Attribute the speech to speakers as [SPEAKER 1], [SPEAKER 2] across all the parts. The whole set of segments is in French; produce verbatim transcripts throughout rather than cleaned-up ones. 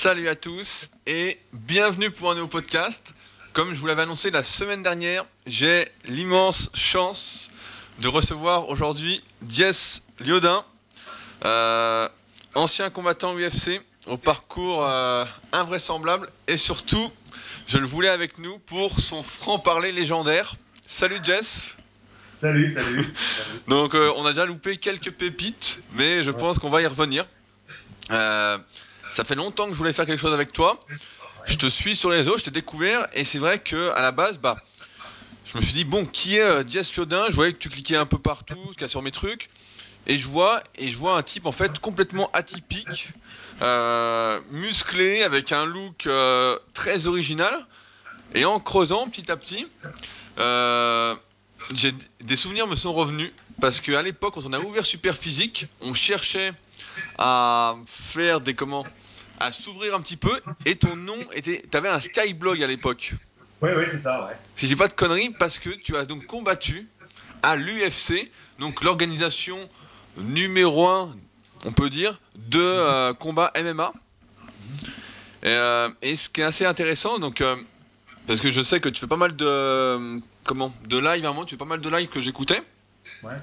[SPEAKER 1] Salut à tous et bienvenue pour un nouveau podcast. Comme je vous l'avais annoncé la semaine dernière, j'ai l'immense chance de recevoir aujourd'hui Jess Liaudin, euh, ancien combattant U F C au parcours euh, invraisemblable et surtout, je le voulais avec nous pour son franc-parler légendaire. Salut Jess.
[SPEAKER 2] Salut, salut, salut.
[SPEAKER 1] Donc euh, on a déjà loupé quelques pépites, mais je
[SPEAKER 2] Ouais,
[SPEAKER 1] pense qu'on va y revenir. Euh, ça fait longtemps que je voulais faire quelque chose avec toi. Je
[SPEAKER 2] ouais.
[SPEAKER 1] te suis sur les réseaux, je t'ai découvert et c'est vrai que à la base, bah, je me suis dit bon, qui est euh, Jess Liaudin. Je voyais que tu cliquais un peu partout, qu'il y a sur mes trucs, et je vois et je vois un type en fait complètement atypique, euh, musclé, avec un look euh, très original. Et en creusant petit à petit, euh, j'ai des souvenirs me sont revenus parce qu'à l'époque, quand on a ouvert Super Physique, on cherchait à faire des comment, à s'ouvrir un petit peu. Et ton nom était, t'avais un Skyblog à l'époque.
[SPEAKER 2] Ouais, ouais, c'est ça, ouais.
[SPEAKER 1] Si j'ai pas de conneries, parce que tu as donc combattu à l'U F C, donc l'organisation numéro un, on peut dire, de
[SPEAKER 2] Mhm,
[SPEAKER 1] euh, combat M M A.
[SPEAKER 2] mhm.
[SPEAKER 1] Et, euh, et ce qui est assez intéressant, donc euh, parce que je sais que tu fais pas mal de euh, comment, de live à un moment, tu fais pas mal de live que j'écoutais.
[SPEAKER 2] Ouais.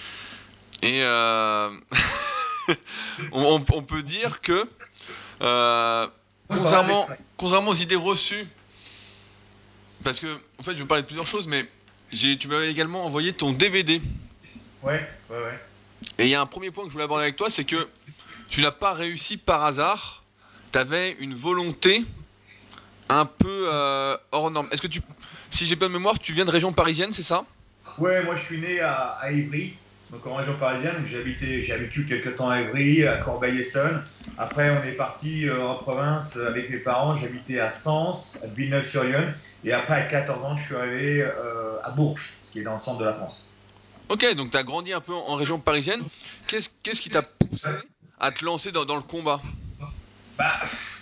[SPEAKER 1] Et euh, on, on- on peut dire que euh,
[SPEAKER 2] Ouais, pas mal
[SPEAKER 1] contrairement,
[SPEAKER 2] de...
[SPEAKER 1] contrairement aux idées reçues, parce que en fait je vais vous parler de plusieurs choses, mais j'ai, tu m'avais également envoyé ton D V D.
[SPEAKER 2] Ouais, ouais, ouais.
[SPEAKER 1] Et il y a un premier point que je voulais aborder avec toi, c'est que tu n'as pas réussi par hasard. Tu avais une volonté un peu euh, hors norme. Est-ce que tu, si j'ai bonne mémoire, tu viens de région parisienne, c'est ça?
[SPEAKER 2] Ouais, moi je suis né à, à Évry, donc en région parisienne, donc j'ai habité, j'ai vécu quelques temps à Évry, à Corbeil-Essonnes. Après, on est parti euh, en province euh, avec mes parents, j'habitais à Sens, à Villeneuve-sur-Yonne, et après, à quatorze ans, je suis arrivé euh, à Bourges, qui est dans le centre de la France.
[SPEAKER 1] Ok, donc tu as grandi un peu en, en région parisienne. Qu'est-ce, qu'est-ce qui t'a poussé à te lancer dans, dans le combat?
[SPEAKER 2] Bah,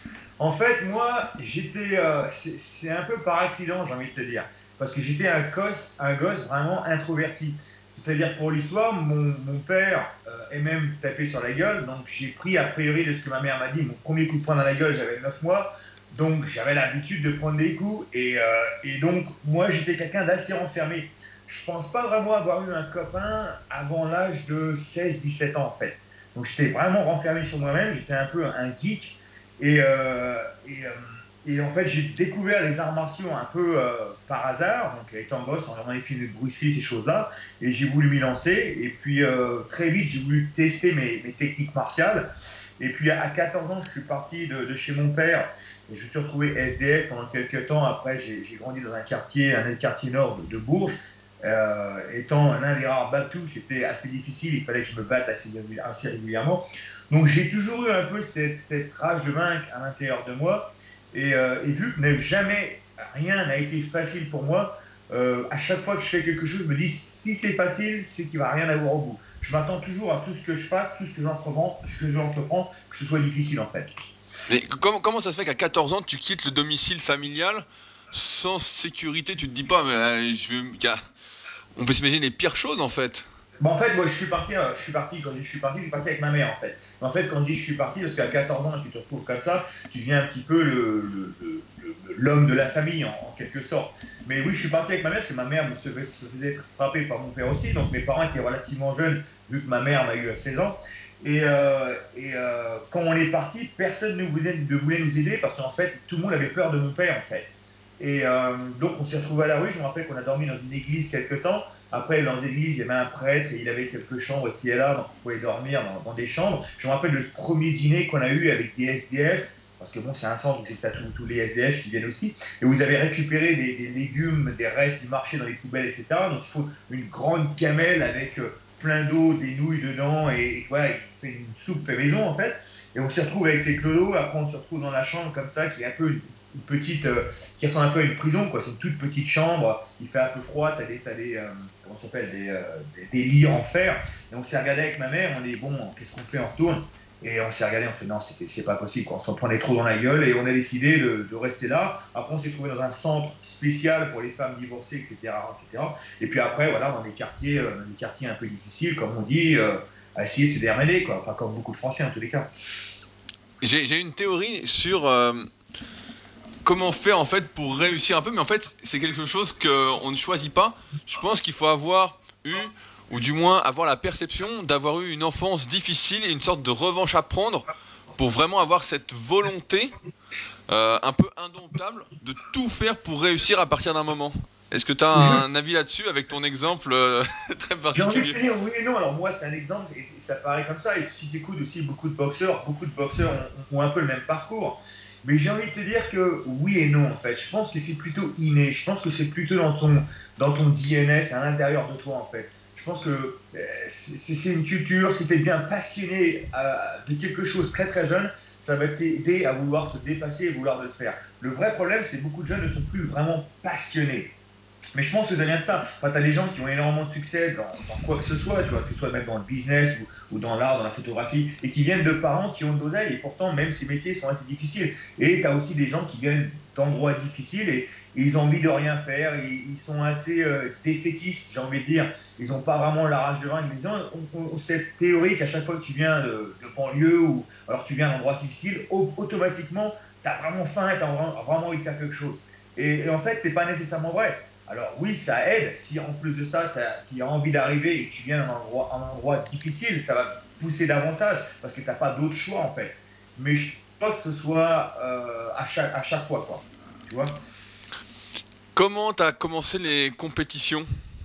[SPEAKER 2] en fait, moi, j'étais, euh, c'est c'est un peu par accident, j'ai envie de te dire, parce que j'étais un gosse, un gosse vraiment introverti. C'est-à-dire pour l'histoire, mon, mon père euh, est même tapé sur la gueule, donc j'ai pris a priori de ce que ma mère m'a dit. Mon premier coup de poing dans la gueule, j'avais neuf mois, donc j'avais l'habitude de prendre des coups, et, euh, et donc moi, j'étais quelqu'un d'assez renfermé. Je pense pas vraiment avoir eu un copain avant l'âge de seize dix-sept ans en fait. Donc j'étais vraiment renfermé sur moi-même, j'étais un peu un geek. Et, euh, et, euh, et, en fait, j'ai découvert les arts martiaux un peu euh, par hasard, donc étant gosse, en regardant les films de Bruce Lee, ces choses-là, et j'ai voulu m'y lancer. Et puis euh, très vite, j'ai voulu tester mes, mes, techniques martiales. Et puis à quatorze ans, je suis parti de, de chez mon père et je me suis retrouvé S D F pendant quelques temps. Après, j'ai grandi dans un quartier, un quartier nord de, de Bourges. Euh, étant l'un des rares Batous, c'était assez difficile, il fallait que je me batte assez, assez régulièrement. Donc j'ai toujours eu un peu cette, cette rage de vaincre à l'intérieur de moi. Et, euh, et vu que jamais rien n'a été facile pour moi, euh, à chaque fois que je fais quelque chose, je me dis si c'est facile, c'est qu'il va rien avoir au bout. Je m'attends toujours à tout ce que je fasse, tout ce que j'entreprends, ce que j'entreprends, que ce soit difficile en fait.
[SPEAKER 1] Mais comment, comment ça se fait qu'à quatorze ans, tu quittes le domicile familial sans sécurité? Tu te dis pas, mais euh, je veux, y a- on peut s'imaginer les pires choses en fait.
[SPEAKER 2] Bon, en fait, moi, je suis parti, euh, je suis parti, quand je dis je suis parti, je suis parti avec ma mère, en fait. En fait, quand je dis je suis parti, parce qu'à quatorze ans, tu te retrouves comme ça, tu deviens un petit peu le, le, le, le- l'homme de la famille, en, en quelque sorte. Mais oui, je suis parti avec ma mère, parce que ma mère me se, se faisait frapper par mon père aussi, donc mes parents étaient relativement jeunes, vu que ma mère m'a eu à seize ans. Et, euh, et euh, quand on est parti, personne ne voulait, ne voulait nous aider, parce qu'en fait, tout le monde avait peur de mon père, en fait. Et euh, donc, on s'est retrouvés à la rue, je me rappelle qu'on a dormi dans une église quelque temps, après, dans l'église, il y avait un prêtre et il avait quelques chambres ici et là, donc on pouvait dormir dans, dans des chambres. Je me rappelle de ce premier dîner qu'on a eu avec des S D F, parce que bon, c'est un centre où c'est à tous, tous les S D F qui viennent aussi, et vous avez récupéré des, des légumes, des restes du marché dans les poubelles, et cetera. Donc il faut une grande gamelle avec euh, plein d'eau, des nouilles dedans, et, et voilà, il fait une soupe fait maison en fait. Et on se retrouve avec ces clodos, après on se retrouve dans la chambre comme ça, qui est un peu une, une petite, euh, qui ressemble un peu à une prison, quoi. C'est une toute petite chambre, il fait un peu froid, t'as des, t'as des, euh, comment ça s'appelle, des, euh, des, des lits en fer. Et on s'est regardé avec ma mère, on dit bon, qu'est-ce qu'on fait, on retourne. Et on s'est regardé, on fait non, c'est pas possible, quoi. On s'en prenait trop dans la gueule et on a décidé de, de rester là. Après, on s'est trouvé dans un centre spécial pour les femmes divorcées, et cetera, et cetera. Et puis après, voilà, dans des quartiers, euh, dans des quartiers un peu difficiles, comme on dit, euh, à essayer de se démerder, quoi. Enfin, comme beaucoup de Français en tous les cas.
[SPEAKER 1] J'ai j'ai une théorie sur euh, comment faire en fait pour réussir un peu, mais en fait c'est quelque chose qu'on ne choisit pas. Je pense qu'il faut avoir eu, ou du moins avoir la perception d'avoir eu une enfance difficile et une sorte de revanche à prendre pour vraiment avoir cette volonté euh, un peu indomptable de tout faire pour réussir à partir d'un moment. Est-ce que tu as
[SPEAKER 2] Je,
[SPEAKER 1] un avis là-dessus avec ton exemple euh, très
[SPEAKER 2] J'ai envie de
[SPEAKER 1] particulier?
[SPEAKER 2] te dire oui et non. Alors moi, c'est un exemple et ça paraît comme ça. Et si tu écoutes aussi beaucoup de boxeurs, beaucoup de boxeurs ont, ont un peu le même parcours. Mais j'ai envie de te dire que oui et non, en fait. Je pense que c'est plutôt inné. Je pense que c'est plutôt dans ton, dans ton D N S, à l'intérieur de toi, en fait. Je pense que euh, c'est c'est une culture. Si tu es bien passionné euh, de quelque chose très très jeune, ça va t'aider à vouloir te dépasser et vouloir le faire. Le vrai problème, c'est que beaucoup de jeunes ne sont plus vraiment passionnés. Mais je pense que ça vient de ça. Enfin, tu as des gens qui ont énormément de succès dans, dans quoi que ce soit, tu vois, que ce soit même dans le business ou, ou dans l'art, dans la photographie, et qui viennent de parents qui ont de l'oseille, et pourtant, même ces métiers sont assez difficiles. Et tu as aussi des gens qui viennent d'endroits difficiles et, et ils ont envie de rien faire, et ils sont assez euh, défaitistes, j'ai envie de dire. Ils n'ont pas vraiment la rage de vaincre. Les gens ont, ont cette théorie qu'à chaque fois que tu viens de, de banlieue ou alors que tu viens d'un endroit difficile, automatiquement, tu as vraiment faim et tu as vraiment envie de faire quelque chose. Et, et en fait, c'est pas nécessairement vrai. Alors oui, ça aide. Si en plus de ça, tu as envie d'arriver et que tu viens à un endroit, un endroit difficile, ça va pousser davantage parce que tu n'as pas d'autre choix en fait. Mais je ne pense pas que ce soit euh, à, chaque, à chaque fois, quoi. Tu vois.
[SPEAKER 1] Comment tu as commencé les compétitions?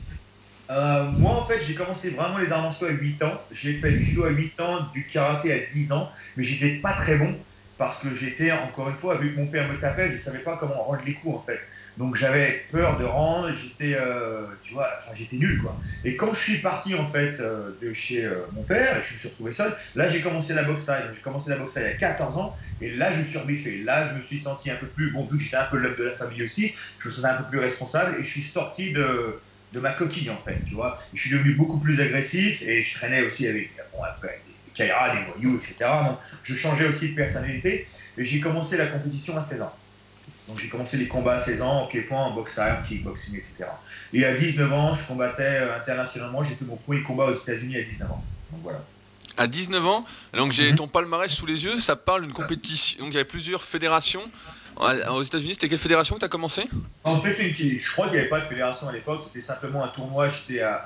[SPEAKER 2] Euh, moi, en fait, j'ai commencé vraiment les arts martiaux à huit ans. J'ai fait du judo à huit ans, du karaté à dix ans, mais j'étais pas très bon parce que j'étais, encore une fois, vu que mon père me tapait, je savais pas comment rendre les coups, en fait. Donc, j'avais peur de rendre, j'étais, euh, tu vois, enfin, j'étais nul, quoi. Et quand je suis parti, en fait, euh, de chez euh, mon père et que je me suis retrouvé seul, là, j'ai commencé la boxe thaï. J'ai commencé la boxe thaï à quatorze ans et là, je me suis rebiffé. Là, je me suis senti un peu plus, bon, vu que j'étais un peu l'homme de la famille aussi, je me sentais un peu plus responsable et je suis sorti de de ma coquille en fait, tu vois. Je suis devenu beaucoup plus agressif et je traînais aussi avec, bon, avec des, des caïras, des voyous, et cetera. Donc je changeais aussi de personnalité et j'ai commencé la compétition à seize ans. Donc j'ai commencé les combats à seize ans, en pied-point, en boxe à armes, kickboxing, et cetera. Et à dix-neuf ans, je combattais internationalement. J'ai fait mon premier combat aux États-Unis à dix-neuf ans. Donc voilà.
[SPEAKER 1] À dix-neuf ans, donc j'ai
[SPEAKER 2] Mm-hmm.
[SPEAKER 1] ton palmarès sous les yeux, ça parle d'une compétition. Donc il y avait plusieurs fédérations. Aux États-Unis, c'était quelle fédération que tu as commencé?
[SPEAKER 2] En fait, une, je crois qu'il n'y avait pas de fédération à l'époque, c'était simplement un tournoi. J'étais à,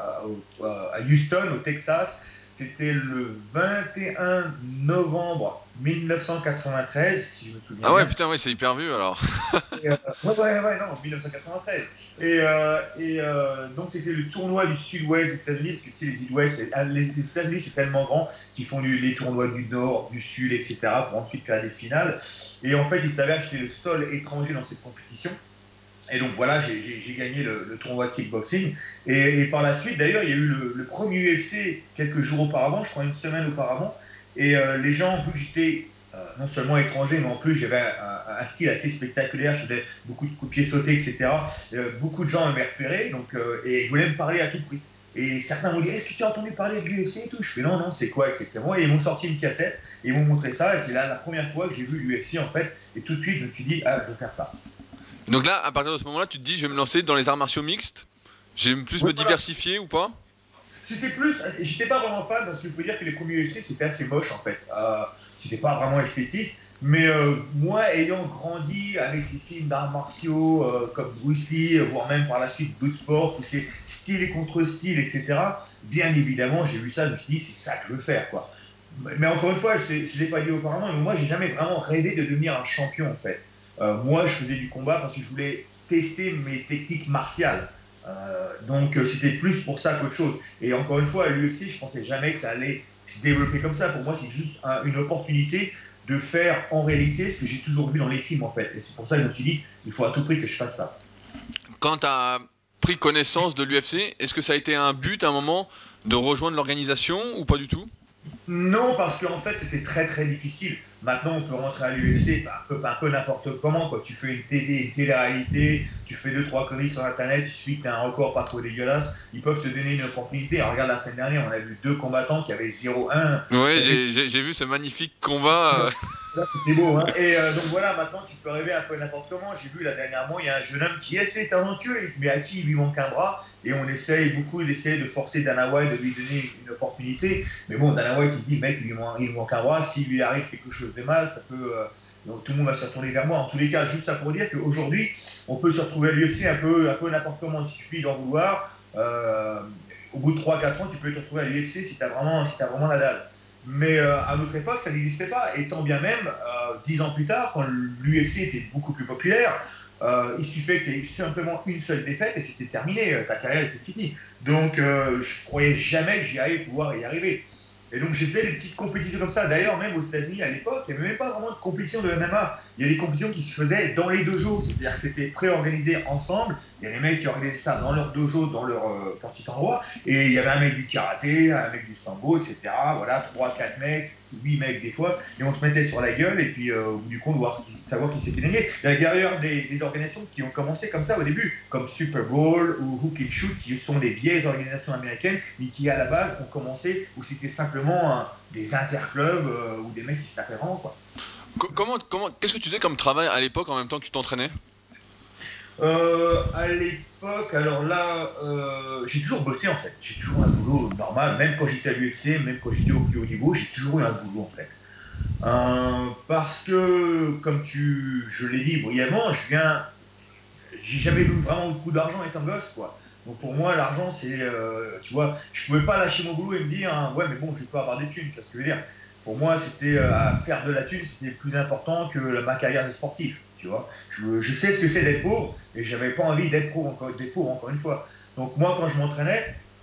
[SPEAKER 2] à, à, Houston, au Texas. C'était le vingt et un novembre mille neuf cent quatre-vingt-treize, si je me souviens
[SPEAKER 1] Ah ouais,
[SPEAKER 2] bien.
[SPEAKER 1] putain, ouais, c'est hyper vieux alors.
[SPEAKER 2] Et, euh, ouais, ouais, ouais, non, mille neuf cent quatre-vingt-treize. Et, euh, et euh, donc, c'était le tournoi du sud-ouest des États-Unis, parce que tu sais, les, Sud-Ouest, les, les États-Unis, c'est tellement grand qu'ils font du, les tournois du nord, du sud, et cetera, pour ensuite faire des finales. Et en fait, il s'avère que j'étais le seul étranger dans cette compétition. Et donc voilà, j'ai gagné le, le, tournoi de kickboxing. Et, et, par la suite, d'ailleurs, il y a eu le, le premier U F C quelques jours auparavant, je crois une semaine auparavant. Et euh, les gens, vu que j'étais euh, non seulement étranger, mais en plus j'avais un, un, style assez spectaculaire, je faisais beaucoup de coups de pied sautés, et cetera. Euh, beaucoup de gens m'avaient repéré donc, euh, et ils voulaient me parler à tout prix. Et certains m'ont dit, est-ce que tu as entendu parler de l'U F C et tout? Je fais non, non, c'est quoi exactement? Et ils m'ont sorti une cassette et ils m'ont montré ça. Et c'est là la première fois que j'ai vu l'U F C en fait. Et tout de suite, je me suis dit, ah, je veux faire ça.
[SPEAKER 1] Donc là, à partir de ce moment-là, tu te dis, je vais me lancer dans les arts martiaux mixtes. Je vais plus
[SPEAKER 2] Oui,
[SPEAKER 1] me
[SPEAKER 2] voilà.
[SPEAKER 1] diversifier ou pas?
[SPEAKER 2] C'était plus, j'étais pas vraiment fan parce qu'il faut dire que les premiers U F C c'était assez moche en fait. Euh, c'était pas vraiment esthétique. Mais euh, moi, ayant grandi avec les films d'arts martiaux euh, comme Bruce Lee, voire même par la suite Bloodsport, où c'est style contre style, et cetera. Bien évidemment, j'ai vu ça, je me suis dit c'est ça que je veux faire quoi. Mais encore une fois, je ne l'ai pas dit auparavant, mais moi, j'ai jamais vraiment rêvé de devenir un champion en fait. Euh, moi, je faisais du combat parce que je voulais tester mes techniques martiales. Euh, donc, euh, c'était plus pour ça qu'autre chose. Et encore une fois, à l'U F C, je pensais jamais que ça allait se développer comme ça. Pour moi, c'est juste un, une opportunité de faire en réalité ce que j'ai toujours vu dans les films en fait. Et c'est pour ça que je me suis dit, il faut à tout prix que je fasse ça.
[SPEAKER 1] Quand tu as pris connaissance de l'U F C, est-ce que ça a été un but à un moment de rejoindre l'organisation ou pas du tout?
[SPEAKER 2] Non, parce qu'en fait, c'était très très difficile. Maintenant, on peut rentrer à l'U F C un peu, un peu n'importe comment. Quoi. Tu fais une T D, une télé-réalité, tu fais deux, trois conneries sur Internet, il suffit que tu as un record pas trop dégueulasse. Ils peuvent te donner une opportunité. Alors, regarde, la semaine dernière, on a vu deux combattants qui avaient zéro un.
[SPEAKER 1] Ouais,
[SPEAKER 2] Ça avait
[SPEAKER 1] j'ai j'ai- j'ai vu ce magnifique combat. euh.
[SPEAKER 2] Là, c'était beau, hein. Et euh, donc voilà, maintenant tu peux rêver un peu n'importe comment. J'ai vu là dernièrement, il y a un jeune homme qui est assez talentueux, mais à qui il lui manque un bras. Et on essaye beaucoup d'essayer de forcer Dana White, de lui donner une opportunité. Mais bon, Dana White, il se dit, mec, il lui manque, il lui manque un bras. S'il lui arrive quelque chose de mal, ça peut. Euh, donc tout le monde va se retourner vers moi. En tous les cas, juste ça pour dire qu'aujourd'hui, on peut se retrouver à l'U F C un peu, un peu n'importe comment. Il suffit d'en vouloir. Euh, au bout de trois quatre ans, tu peux te retrouver à l'U F C si tu as vraiment, si t'as vraiment la dalle. Mais euh, à notre époque, ça n'existait pas. Et tant bien même, euh, dix ans plus tard, quand l'U F C était beaucoup plus populaire, euh, il suffit que tu aies simplement une seule défaite et c'était terminé. Ta carrière était finie. Donc, euh, je croyais jamais que j'y allais pouvoir y arriver. Et donc, j'ai fait des petites compétitions comme ça. D'ailleurs, même aux États-Unis, à l'époque, il n'y avait même pas vraiment de compétition de M M A. Il y a des compétitions qui se faisaient dans les dojos. C'est-à-dire que c'était pré-organisé ensemble. Il y a des mecs qui organisaient ça dans leur dojo, dans leur euh, petit endroit. Et il y avait un mec du karaté, un mec du sambo, et cetera. Voilà, trois quatre mecs, huit mecs des fois. Et on se mettait sur la gueule. Et puis, euh, au bout du compte, voir, savoir qui s'était gagné. Il y a d'ailleurs des, des organisations qui ont commencé comme ça au début, comme Super Bowl ou Hook and Shoot, qui sont des vieilles organisations américaines, mais qui à la base ont commencé où c'était simplement un, des interclubs euh, ou des mecs qui se tapaient vraiment, quoi.
[SPEAKER 1] Comment, comment, qu'est-ce que tu faisais comme travail à l'époque en même temps que tu t'entraînais?
[SPEAKER 2] Euh, à l'époque, alors là, euh, j'ai toujours bossé en fait. J'ai toujours un boulot normal, même quand j'étais à l'U F C, même quand j'étais au plus haut niveau, j'ai toujours eu un boulot en fait. Euh, parce que, comme tu, je l'ai dit brièvement, je viens, j'ai jamais eu vraiment beaucoup d'argent étant gosse, quoi. Donc pour moi, l'argent, c'est, euh, tu vois, je pouvais pas lâcher mon boulot et me dire, hein, ouais, mais bon, je peux avoir des thunes, tu vois ce que je veux dire. Pour moi, c'était euh, faire de la thune, c'était plus important que ma carrière de sportif, tu vois. Je, je sais ce que c'est d'être pauvre et j'avais pas envie d'être pauvre encore, d'être pauvre encore une fois. Donc moi, quand je m'entraînais,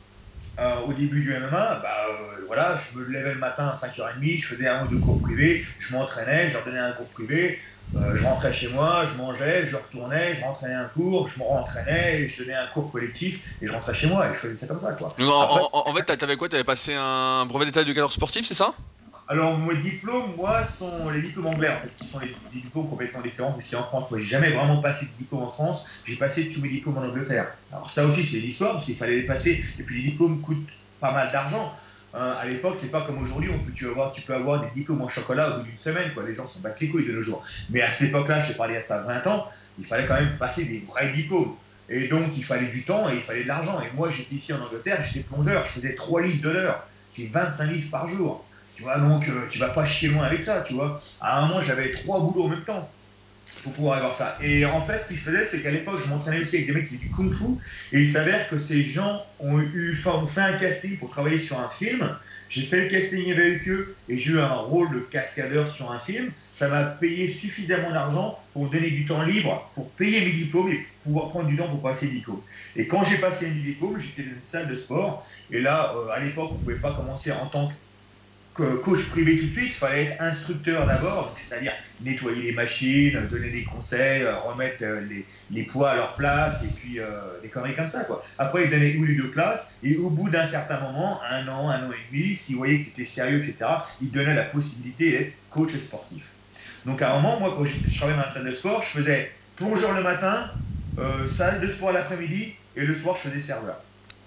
[SPEAKER 2] euh, au début du M M A, bah, euh, voilà, je me levais le matin à cinq heures trente, je faisais un ou deux cours privés, je m'entraînais, je leur donnais un cours privé, euh, je rentrais chez moi, je mangeais, je retournais, je rentrais un cours, je me rentraînais, je donnais un cours collectif et je rentrais chez moi et je faisais ça comme ça, quoi.
[SPEAKER 1] Donc,
[SPEAKER 2] Après,
[SPEAKER 1] en, en, en fait, t'avais quoi? T'avais passé un brevet d'état d'éducateur sportif, c'est ça?
[SPEAKER 2] alors, mes diplômes, moi, sont les diplômes anglais, en fait, qui sont les, des diplômes complètement différents de ce qu'il y a en France. Moi, j'ai jamais vraiment passé de diplôme en France, j'ai passé tous mes diplômes en Angleterre. Alors, ça aussi, c'est l'histoire, parce qu'il fallait les passer, et puis les diplômes coûtent pas mal d'argent. Euh, à l'époque, c'est pas comme aujourd'hui, on peut, tu, avoir, tu peux avoir des diplômes en chocolat au bout d'une semaine, quoi. Les gens s'en battent les couilles de nos jours. Mais à cette époque-là, je t'ai parlé de ça vingt ans, il fallait quand même passer des vrais diplômes. Et donc, il fallait du temps et il fallait de l'argent. Et moi, j'étais ici en Angleterre, j'étais plongeur, je faisais trois livres de l'heure. C'est vingt-cinq livres par jour. Tu vois, donc euh, tu vas pas chier loin avec ça, tu vois. À un moment, j'avais trois boulots en même temps pour pouvoir avoir ça. Et en fait, ce qui se faisait, c'est qu'à l'époque, je m'entraînais aussi avec des mecs qui faisaient du kung-fu. Et il s'avère que ces gens ont, eu, ont fait un casting pour travailler sur un film. J'ai fait le casting avec eux et j'ai eu un rôle de cascadeur sur un film. Ça m'a payé suffisamment d'argent pour me donner du temps libre, pour payer mes diplômes et pouvoir prendre du temps pour passer les diplômes. Et quand j'ai passé mes diplômes, j'étais dans une salle de sport. Et là, euh, à l'époque, on ne pouvait pas commencer en tant que coach privé tout de suite, il fallait être instructeur d'abord, c'est-à-dire nettoyer les machines, donner des conseils, remettre les, les poids à leur place, et puis euh, des conneries comme ça, quoi. Après, ils donnaient une ou deux classes, et au bout d'un certain moment, un an, un an et demi, s'ils voyaient que tu étais sérieux, et cetera, ils donnaient la possibilité d'être coach sportif. Donc à un moment, moi, quand je, je travaillais dans la salle de sport, je faisais plongeur le matin, euh, salle de sport l'après-midi, et le soir, je faisais serveur.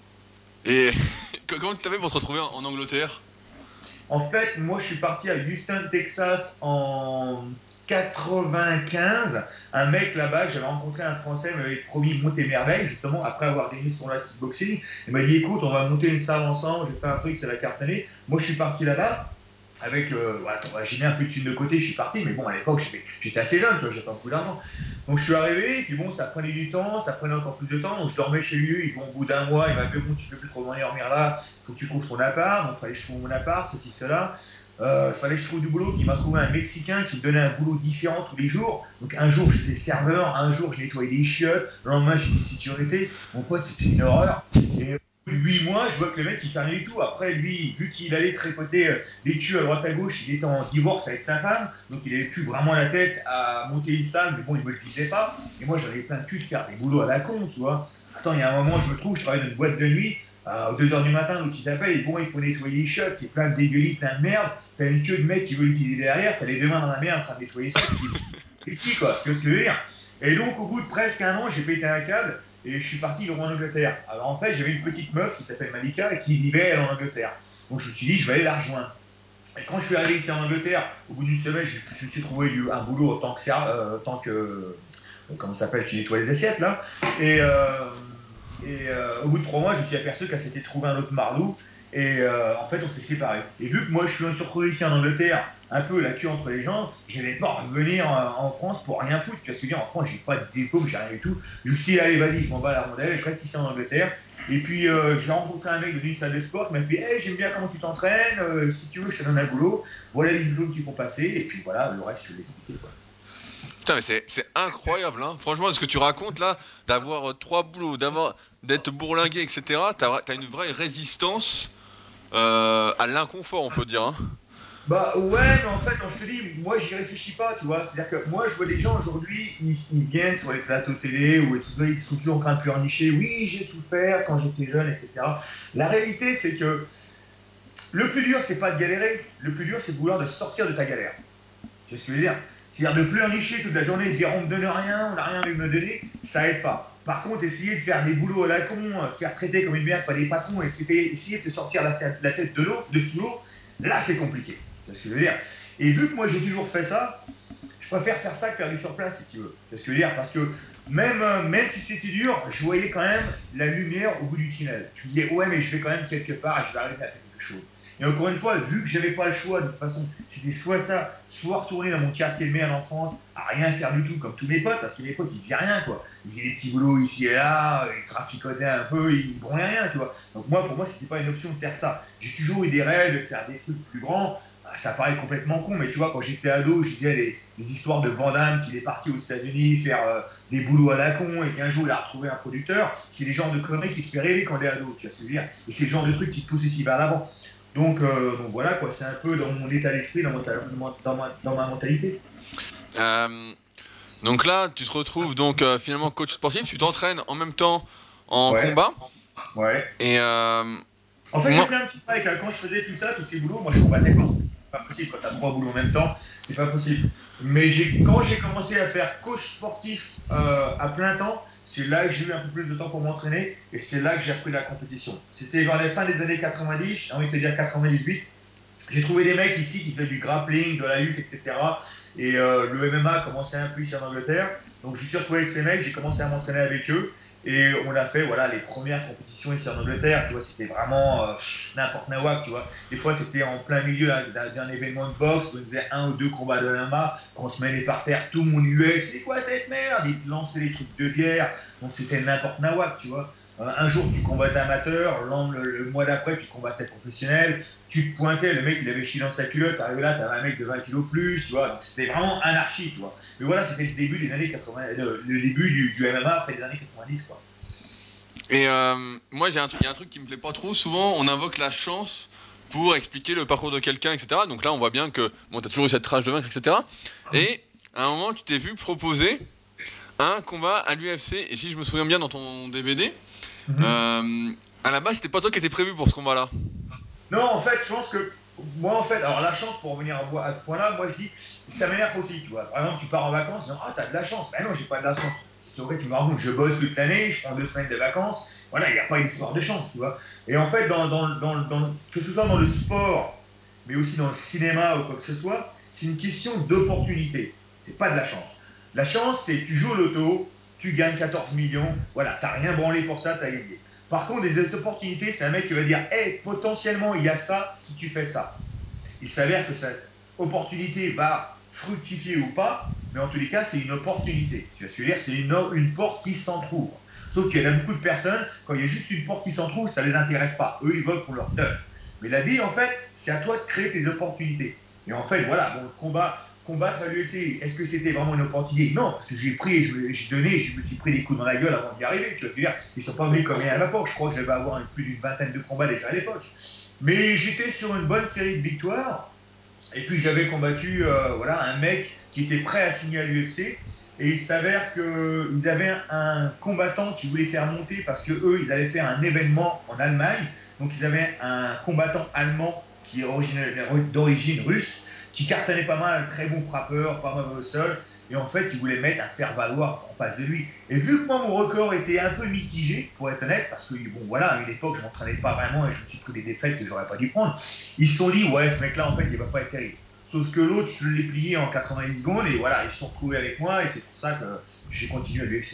[SPEAKER 1] Et comment tu t'avais pour te retrouver en, en Angleterre?
[SPEAKER 2] En fait, moi, je suis parti à Houston, Texas en quatre-vingt-quinze. Un mec là-bas, j'avais rencontré un Français, m'avait promis monter merveille, justement, après avoir gagné ce tournoi de kickboxing. Il m'a dit, écoute, on va monter une salle ensemble, j'ai fait un truc, ça va cartonner. Moi, je suis parti là-bas. Avec, euh, voilà, j'ai mis un peu de thunes de côté, je suis parti, mais bon, à l'époque, j'étais assez jeune, j'avais pas beaucoup d'argent. Donc je suis arrivé, et puis bon, ça prenait du temps, ça prenait encore plus de temps. Donc je dormais chez lui, et bon, au bout d'un mois, il m'a dit, bon, tu peux plus trop dormir là, il faut que tu trouves ton appart. Donc il fallait que je trouve mon appart, ceci, cela. Euh, il fallait que je trouve du boulot, puis il m'a trouvé un Mexicain qui me donnait un boulot différent tous les jours. Donc un jour, j'étais serveur, un jour, je nettoyais les chiottes, le lendemain, j'étais sécurité. Mon pote, c'était une horreur. Et huit mois, je vois que le mec, il fait rien du tout. Après, lui, vu qu'il allait tripoter les tues à droite à gauche, il était en divorce avec sa femme, donc il avait plus vraiment la tête à monter une salle, mais bon, il me le disait pas. Et moi, j'avais plein de cul de faire des boulots à la con, tu vois. Attends, il y a un moment, je me trouve, je travaille dans une boîte de nuit, à deux heures du matin, donc il t'appelle, et bon, il faut nettoyer les shots, c'est plein de dégueulis, plein de merde. T'as une queue de mec qui veut l'utiliser derrière, t'as les deux mains dans la merde en train de nettoyer ça, tu dis, ici, quoi, tu vois ce que je veux dire. Et donc, au bout de presque un an, j'ai pété un câble, et je suis parti vivre en Angleterre. Alors en fait, j'avais une petite meuf qui s'appelle Malika et qui vivait elle en Angleterre. Donc je me suis dit, je vais aller la rejoindre. Et quand je suis arrivé ici en Angleterre, au bout d'une semaine, je, je me suis trouvé un boulot en tant que, euh, tant que euh, comment ça s'appelle, tu nettoies les assiettes là. Et, euh, Et euh, au bout de trois mois, je me suis aperçu qu'elle s'était trouvé un autre mardou. Et euh, en fait, on s'est séparés. Et vu que moi, je suis un surpris ici en Angleterre, un peu la queue entre les jambes, je n'allais pas revenir en, en France pour rien foutre. Tu vois ce que je veux dire, en France, j'ai pas de diplôme, j'ai rien du tout. Je me suis dit, allez, vas-y, je m'en bats la rondelle, je reste ici en Angleterre. Et puis, euh, j'ai rencontré un mec d'une salle de sport qui m'a fait, hey, j'aime bien comment tu t'entraînes, euh, si tu veux, je te donne un boulot. Voilà les diplômes qu'il faut passer. Et puis voilà, le reste, je l'ai expliqué, quoi.
[SPEAKER 1] Putain, mais c'est, c'est incroyable, hein. Franchement, ce que tu racontes là, d'avoir euh, trois boulots, d'avoir, d'être bourlingué, et cetera, t'as, t'as une vraie résistance euh, à l'inconfort, on peut dire, hein.
[SPEAKER 2] Bah ouais, mais en fait, quand je te dis, moi j'y réfléchis pas, tu vois. C'est-à-dire que moi je vois des gens aujourd'hui, ils, ils viennent sur les plateaux télé ou et tout ça, ils sont toujours en train de pleurnicher. Oui, j'ai souffert quand j'étais jeune, et cetera. La réalité, c'est que le plus dur, c'est pas de galérer. Le plus dur, c'est de vouloir de sortir de ta galère. Tu vois ce que je veux dire? C'est-à-dire de pleurnicher toute la journée, de dire on me donne rien, on n'a rien à me donner, ça aide pas. Par contre, essayer de faire des boulots à la con, de faire traiter comme une merde par des patrons, et essayer, essayer de te sortir la, la tête de l'eau, de sous l'eau, là c'est compliqué. Tu vois ce que je veux dire? Et vu que moi j'ai toujours fait ça, je préfère faire ça que faire du surplace si tu veux. Tu vois ce que je veux dire? Parce que même, euh, même si c'était dur, je voyais quand même la lumière au bout du tunnel. Je me disais, ouais, mais je vais quand même quelque part et je vais arriver à faire quelque chose. Et encore une fois, vu que j'avais pas le choix, de toute façon, c'était soit ça, soit retourner dans mon quartier de merde en France, à rien faire du tout, comme tous mes potes, parce que mes potes, ils faisaient rien, quoi. Ils faisaient des petits boulots ici et là, ils traficotaient un peu, ils branlaient rien, tu vois. Donc moi, pour moi, c'était pas une option de faire ça. J'ai toujours eu des rêves de faire des trucs plus grands. Ah, ça paraît complètement con, mais tu vois, quand j'étais ado, je disais les, les histoires de Van Damme qu'il est parti aux États-Unis faire euh, des boulots à la con et qu'un jour il a retrouvé un producteur. C'est les genres de conneries qui te fait rêver quand t'es ado, tu vois ce que je veux dire. Et c'est le genre de trucs qui te poussent ici vers l'avant. Donc, euh, donc voilà, quoi, c'est un peu dans mon état d'esprit, dans, mon, dans, ma, dans ma mentalité.
[SPEAKER 1] Euh, donc là, tu te retrouves donc euh, finalement coach sportif, tu t'entraînes en même temps en
[SPEAKER 2] Ouais,
[SPEAKER 1] combat.
[SPEAKER 2] ouais.
[SPEAKER 1] Et euh,
[SPEAKER 2] En fait, j'ai
[SPEAKER 1] moi,
[SPEAKER 2] pris un petit break. Hein. Quand je faisais tout ça, tous ces boulots, moi je combattais pas. C'est pas possible. Quand tu as trois boulots en même temps, c'est pas possible. Mais j'ai, quand j'ai commencé à faire coach sportif euh, à plein temps, c'est là que j'ai eu un peu plus de temps pour m'entraîner et c'est là que j'ai repris la compétition. C'était vers la fin des années quatre-vingt-dix, j'ai envie de te dire quatre-vingt-dix-huit. J'ai trouvé des mecs ici qui faisaient du grappling, de la lutte, et cetera. Et euh, le M M A commençait un peu ici en Angleterre. Donc je me suis retrouvé avec ces mecs, j'ai commencé à m'entraîner avec eux. Et on a fait voilà, les premières compétitions ici en Angleterre. Tu vois, c'était vraiment euh, n'importe nawak, tu vois. Des fois, c'était en plein milieu d'un, d'un événement de boxe où on faisait un ou deux combats de M M A, qu'on se mettait par terre, tout le monde U S. C'est quoi cette merde? Ils te lançaient des trucs de bière. Donc c'était n'importe nawak, tu vois. Euh, un jour, tu combattais amateur, le, le mois d'après, tu combattais professionnel. Tu te pointais, le mec il avait chié dans sa culotte, arrivé là, t'avais un mec de vingt kilos plus, tu vois, donc c'était vraiment anarchie, tu vois. Mais voilà, c'était le début des années quatre-vingts, le, le début du, du M M A après les années quatre-vingt-dix, quoi.
[SPEAKER 1] et euh, moi, j'ai un truc, il y a un truc qui me plaît pas trop. Souvent, on invoque la chance pour expliquer le parcours de quelqu'un, et cetera. Donc là, on voit bien que bon, t'as toujours eu cette rage de vaincre, et cetera. Et à un moment, tu t'es vu proposer un combat à l'U F C. Et si je me souviens bien dans ton D V D,
[SPEAKER 2] Mm-hmm.
[SPEAKER 1] euh, à la base, c'était pas toi qui étais prévu pour ce combat-là.
[SPEAKER 2] Non, en fait, je pense que moi, en fait, alors la chance pour revenir à, à ce point-là, moi je dis, ça m'énerve aussi, tu vois. Par exemple, tu pars en vacances, tu dis, ah, t'as de la chance. Ben non, j'ai pas de la chance. En fait, tu me racontes, je bosse toute l'année, je prends deux semaines de vacances. Voilà, il n'y a pas une histoire de chance, tu vois. Et en fait, dans, dans, dans, dans, que ce soit dans le sport, mais aussi dans le cinéma ou quoi que ce soit, c'est une question d'opportunité. C'est pas de la chance. La chance, c'est tu joues au loto, tu gagnes quatorze millions, voilà, t'as rien branlé pour ça, t'as gagné. Par contre, des opportunités, c'est un mec qui va dire, hey, potentiellement, il y a ça si tu fais ça. Il s'avère que cette opportunité va fructifier ou pas, mais en tous les cas, c'est une opportunité. Tu vas se dire, c'est une, une porte qui s'entrouvre. Sauf qu'il y en a beaucoup de personnes, quand il y a juste une porte qui s'entrouvre, ça ne les intéresse pas. Eux, ils veulent qu'on leur donne. Mais la vie, en fait, c'est à toi de créer tes opportunités. Et en fait, voilà, bon, le combat, combattre à l'U F C, est-ce que c'était vraiment une opportunité? Non, parce que j'ai pris, j'ai donné, je me suis pris des coups dans la gueule avant d'y arriver. Tu vois, dire, ils sont pas venus comme rien à la poche. Je crois que j'avais avoir plus d'une vingtaine de combats déjà à l'époque. Mais j'étais sur une bonne série de victoires. Et puis j'avais combattu euh, voilà, un mec qui était prêt à signer à l'U F C. Et il s'avère qu'ils avaient un combattant qui voulait faire monter parce que eux, ils allaient faire un événement en Allemagne. Donc ils avaient un combattant allemand qui est d'origine russe, qui cartonnait pas mal, très bon frappeur, pas mal au sol. Et en fait, ils voulaient mettre un faire-valoir en face de lui. Et vu que moi, mon record était un peu mitigé, pour être honnête, parce que, bon, voilà, à une époque, je m'entraînais pas vraiment et je me suis pris des défaites que j'aurais pas dû prendre, ils se sont dit, ouais, ce mec-là, en fait, il va pas être terrible. Sauf que l'autre, je l'ai plié en quatre-vingt-dix secondes et voilà, ils se sont retrouvés avec moi et c'est pour ça que j'ai continué à l'U F C.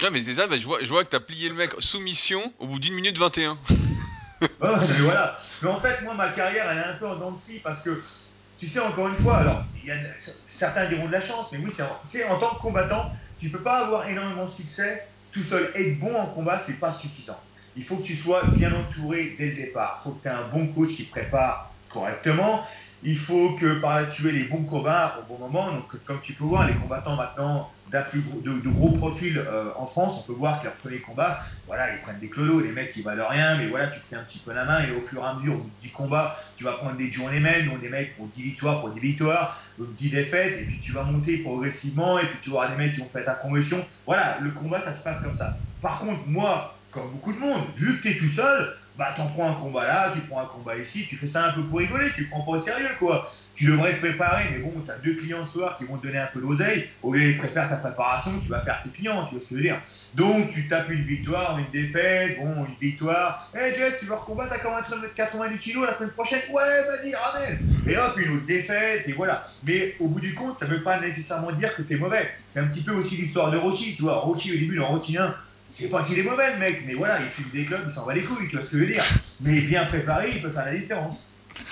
[SPEAKER 1] Ouais, mais c'est ça, bah, je vois, je vois que t'as plié le mec soumission au bout d'une minute vingt et un.
[SPEAKER 2] Ouais, mais voilà. Mais en fait, moi, ma carrière, elle est un peu en dents de scie parce que, tu sais, encore une fois, alors, il y a, certains diront de la chance, mais oui, c'est, tu sais, en tant que combattant, tu ne peux pas avoir énormément de succès tout seul. Être bon en combat, c'est pas suffisant. Il faut que tu sois bien entouré dès le départ. Il faut que tu aies un bon coach qui te prépare correctement. Il faut que par là, tu aies les bons combats au bon moment. Donc, comme tu peux voir, les combattants maintenant d'un plus gros, de, de gros profils euh, en France, on peut voir que leur premier combat, voilà, ils prennent des clodos, les mecs ils valent rien, mais voilà, tu te fais un petit peu la main et au fur et à mesure, au bout de dix combats, tu vas prendre des journeymen, donc des mecs pour dix victoires, pour dix victoires, donc dix défaites, et puis tu vas monter progressivement, et puis tu auras des mecs qui vont faire ta promotion. Voilà, le combat, ça se passe comme ça. Par contre, moi, comme beaucoup de monde, vu que tu es tout seul, bah t'en prends un combat là, tu prends un combat ici, tu fais ça un peu pour rigoler, tu prends pas au sérieux quoi. Tu devrais te préparer, mais bon, t'as deux clients ce soir qui vont te donner un peu d'oseille, au lieu de préparer ta préparation, tu vas faire tes clients, tu vois ce que je veux dire. Donc tu tapes une victoire, une défaite, bon, une victoire. Eh hey, Jet, tu veux recombattre à quatre-vingt-dix kilos la semaine prochaine? Ouais, vas-y, ramène. Et hop, une autre défaite, et voilà. Mais au bout du compte, ça veut pas nécessairement dire que t'es mauvais. C'est un petit peu aussi l'histoire de Rocky, tu vois. Rocky, au début, dans Rocky un, c'est pas qu'il est mauvais, le mec, mais voilà, il fume des clubs, il s'en va les couilles, tu vois ce que je veux dire. Mais bien préparé, il peut faire la différence.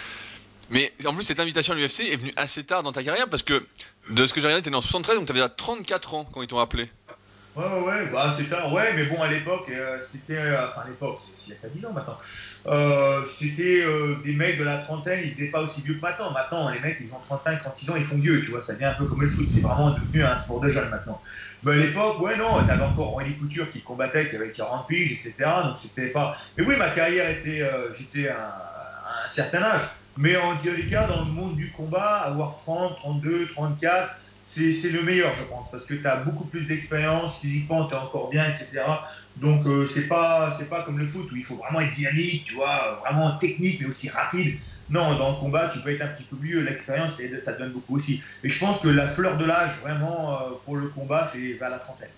[SPEAKER 1] Mais en plus, cette invitation à l'U F C est venue assez tard dans ta carrière parce que, de ce que j'ai regardé, t'es né en soixante-treize, donc t'avais déjà trente-quatre ans quand ils t'ont appelé.
[SPEAKER 2] Ouais, ouais, ouais, bah, c'était un... Ouais, mais bon, à l'époque, euh, c'était. Euh, enfin, à l'époque, c'est il y a ça dix ans maintenant. Euh, c'était euh, des mecs de la trentaine, ils faisaient pas aussi vieux que maintenant. Maintenant, les mecs, ils ont trente-cinq, trente-six ans, ils font vieux, tu vois. Ça devient un peu comme le foot, c'est vraiment devenu un sport de jeunes maintenant. Mais à l'époque, ouais, non, t'avais encore Randy Couture qui combattait, qui avait quarante piges, et cetera. Donc, c'était pas. Mais oui, ma carrière était. Euh, j'étais à, à un certain âge. Mais en tous les cas, dans le monde du combat, avoir trente, trente-deux, trente-quatre, c'est, c'est le meilleur, je pense, parce que tu as beaucoup plus d'expérience, physiquement, tu es encore bien, et cetera. Donc, euh, c'est pas, c'est pas comme le foot où il faut vraiment être dynamique, tu vois, vraiment technique, mais aussi rapide. Non, dans le combat, tu peux être un petit peu mieux. L'expérience, ça te donne beaucoup aussi. Et je pense que la fleur de l'âge, vraiment, euh, pour le combat, c'est vers la trentaine.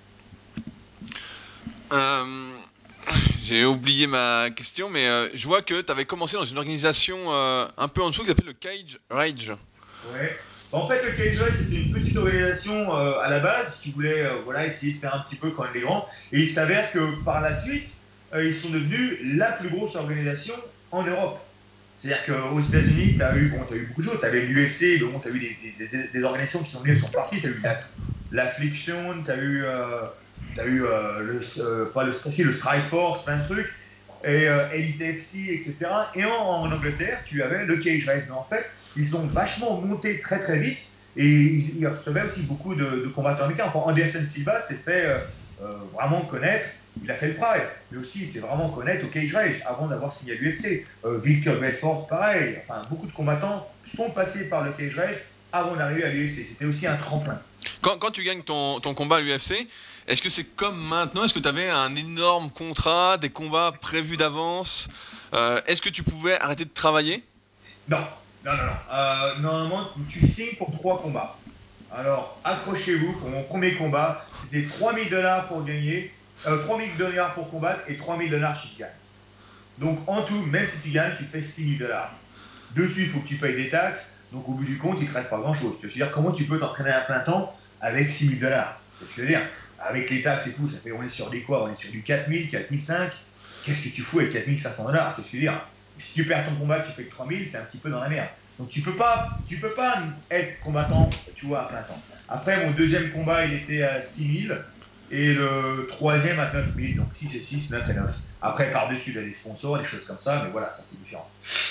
[SPEAKER 1] Euh, j'ai oublié ma question, mais euh, je vois que t'avais commencé dans une organisation euh, un peu en dessous qui s'appelle le Cage Rage.
[SPEAKER 2] Ouais. Bah, en fait, le K J, c'était une petite organisation euh, à la base qui voulait euh, voilà, essayer de faire un petit peu comme les grands. Et il s'avère que par la suite, euh, ils sont devenus la plus grosse organisation en Europe. C'est-à-dire qu'aux États-Unis, tu as eu, bon, t'as eu beaucoup de choses. Tu avais l'U F C, bon, tu as eu des, des, des, organisations qui sont venues, sont parties. Tu as eu l'Affliction, tu as eu, euh, t'as eu euh, le, euh, pas le, si, le Strike Force, plein de trucs. Et euh, Elite F C, et cetera. Et en, en, Angleterre, tu avais le Cage Rage. Mais en fait, ils ont vachement monté très très vite et ils, ils recevaient aussi beaucoup de, de combattants américains. Enfin, Anderson Silva s'est fait euh, euh, vraiment connaître. Il a fait le Pride, mais aussi il s'est vraiment connaître au Cage Rage avant d'avoir signé à l'U F C. Euh, Victor Belfort, pareil. Enfin, beaucoup de combattants sont passés par le Cage Rage avant d'arriver à l'U F C. C'était aussi un tremplin.
[SPEAKER 1] Quand, quand tu gagnes ton, ton combat à l'U F C, est-ce que c'est comme maintenant? Est-ce que tu avais un énorme contrat, des combats prévus d'avance? Euh, Est-ce que tu pouvais arrêter de travailler?
[SPEAKER 2] Non, non, non, non. Euh, normalement, tu signes pour trois combats. Alors, accrochez-vous, pour mon premier combat, c'était trois mille dollars pour gagner, euh, trois mille dollars pour combattre et trois mille dollars si je gagne. Donc, en tout, même si tu gagnes, tu fais six mille dollars. Dessus, il faut que tu payes des taxes. Donc, au bout du compte, il ne te reste pas grand-chose. Je veux dire, comment tu peux t'entraîner à plein temps avec six mille dollars? C'est ce que je veux dire. Avec les taxes et tout, ça fait, on est sur des quoi? On est sur du quatre mille, quatre mille cinq. Qu'est-ce que tu fous avec quatre mille cinq cents dollars? C'est ce que je veux dire. Si tu perds ton combat, tu fais que trois mille, tu es un petit peu dans la merde. Donc, tu peux pas, tu peux pas être combattant, tu vois, à plein temps. Après, mon deuxième combat, il était à six mille et le troisième à neuf mille. Donc, six et six, neuf et neuf. Après, par-dessus, il y a des sponsors, des choses comme ça, mais voilà, ça c'est différent.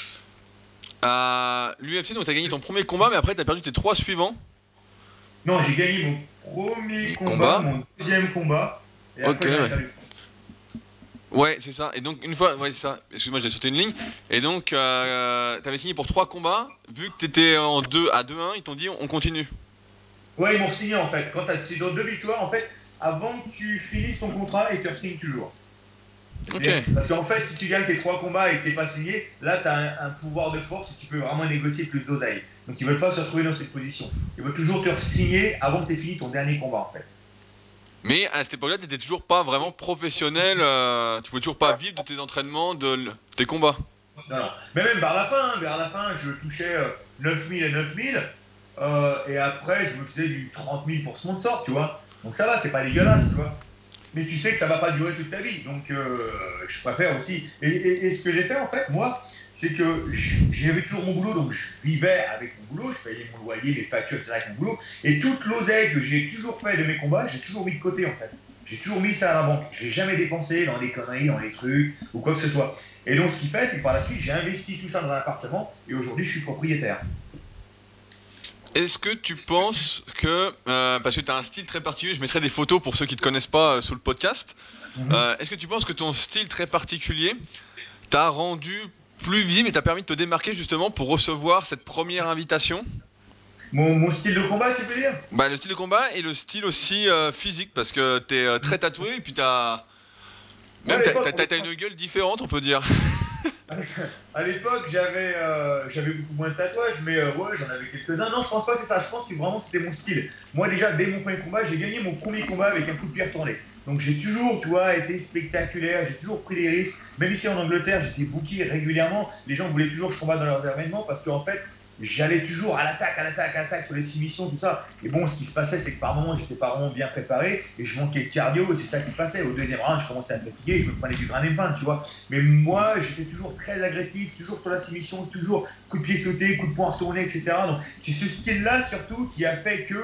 [SPEAKER 1] À l'U F C, donc tu as gagné ton premier combat, mais après tu as perdu tes trois suivants.
[SPEAKER 2] Non, j'ai gagné mon premier
[SPEAKER 1] Les
[SPEAKER 2] combat,
[SPEAKER 1] combats.
[SPEAKER 2] mon deuxième combat, et
[SPEAKER 1] Ok,
[SPEAKER 2] après j'en ai
[SPEAKER 1] ouais.
[SPEAKER 2] perdu.
[SPEAKER 1] Ouais, c'est ça. Et donc, une fois, ouais, c'est ça. Excuse-moi, j'ai sauté une ligne. Et donc, euh, t'avais signé pour trois combats. Vu que t'étais en deux à deux un, ils t'ont dit on continue.
[SPEAKER 2] Ouais, ils m'ont signé en fait. Quand tu dans deux victoires, en fait, avant que tu finisses ton contrat, ils te signent toujours.
[SPEAKER 1] Ok.
[SPEAKER 2] C'est-à-dire, parce qu'en fait, si tu gagnes tes trois combats et que t'es pas signé, là, tu as un, un, pouvoir de force et tu peux vraiment négocier plus d'oseille. Donc, ils veulent pas se retrouver dans cette position. Ils veulent toujours te signer avant que tu aies fini ton dernier combat, en fait.
[SPEAKER 1] Mais à cette époque-là, t'étais toujours pas vraiment professionnel. Euh, tu pouvais toujours pas vivre de tes entraînements, de l- tes combats.
[SPEAKER 2] Non, non. Mais même vers la fin, hein, vers la fin, je touchais euh, neuf mille et neuf mille. Euh, et après, je me faisais du trente mille pour sponsor, tu vois. Donc ça va, c'est pas dégueulasse, tu vois. mais tu sais que ça va pas durer toute ta vie. Donc, euh, je préfère aussi. Et, et, et ce que j'ai fait, en fait, moi, c'est que j'avais toujours mon boulot, donc je vivais avec mon boulot, je payais mon loyer, mes factures, et cetera avec mon boulot. Et toute l'oseille que j'ai toujours fait de mes combats, j'ai toujours mis de côté, en fait. J'ai toujours mis ça à la banque. Je l'ai jamais dépensé dans des conneries, dans les trucs, ou quoi que ce soit. Et donc, ce qui fait, c'est que par la suite, j'ai investi tout ça dans un appartement, et aujourd'hui, je suis propriétaire.
[SPEAKER 1] Est-ce que tu penses que, euh, parce que tu as un style très particulier, je mettrai des photos pour ceux qui ne te connaissent pas euh, sous le podcast,
[SPEAKER 2] Mm-hmm.
[SPEAKER 1] euh, est-ce que tu penses que ton style très particulier t'a rendu plus visible et t'a permis de te démarquer justement pour recevoir cette première invitation?
[SPEAKER 2] Mon, mon style de combat, tu peux dire?
[SPEAKER 1] Bah, le style de combat et le style aussi euh, physique, parce que t'es euh, très tatoué et puis t'as.
[SPEAKER 2] Moi, à
[SPEAKER 1] Même t'as,
[SPEAKER 2] l'époque,
[SPEAKER 1] t'as, t'as une gueule différente, on peut dire.
[SPEAKER 2] à l'époque, j'avais euh, j'avais beaucoup moins de tatouages, mais euh, ouais, j'en avais quelques-uns. Non, je pense pas que c'est ça. Je pense que vraiment c'était mon style. Moi, déjà, dès mon premier combat, j'ai gagné mon premier combat avec un coup de pied retourné. Donc, j'ai toujours, tu vois, été spectaculaire. J'ai toujours pris des risques. Même ici en Angleterre, j'étais booké régulièrement. Les gens voulaient toujours que je combatte dans leurs événements parce qu'en fait, j'allais toujours à l'attaque, à l'attaque, à l'attaque sur les soumissions, tout ça. Et bon, ce qui se passait, c'est que par moments, j'étais pas vraiment bien préparé et je manquais de cardio et c'est ça qui passait. Au deuxième round, je commençais à me fatiguer et je me prenais du grain et pain, tu vois. Mais moi, j'étais toujours très agressif, toujours sur la soumission, toujours coup de pied sauté, coup de poing retourné, et cetera. Donc, c'est ce style-là surtout qui a fait que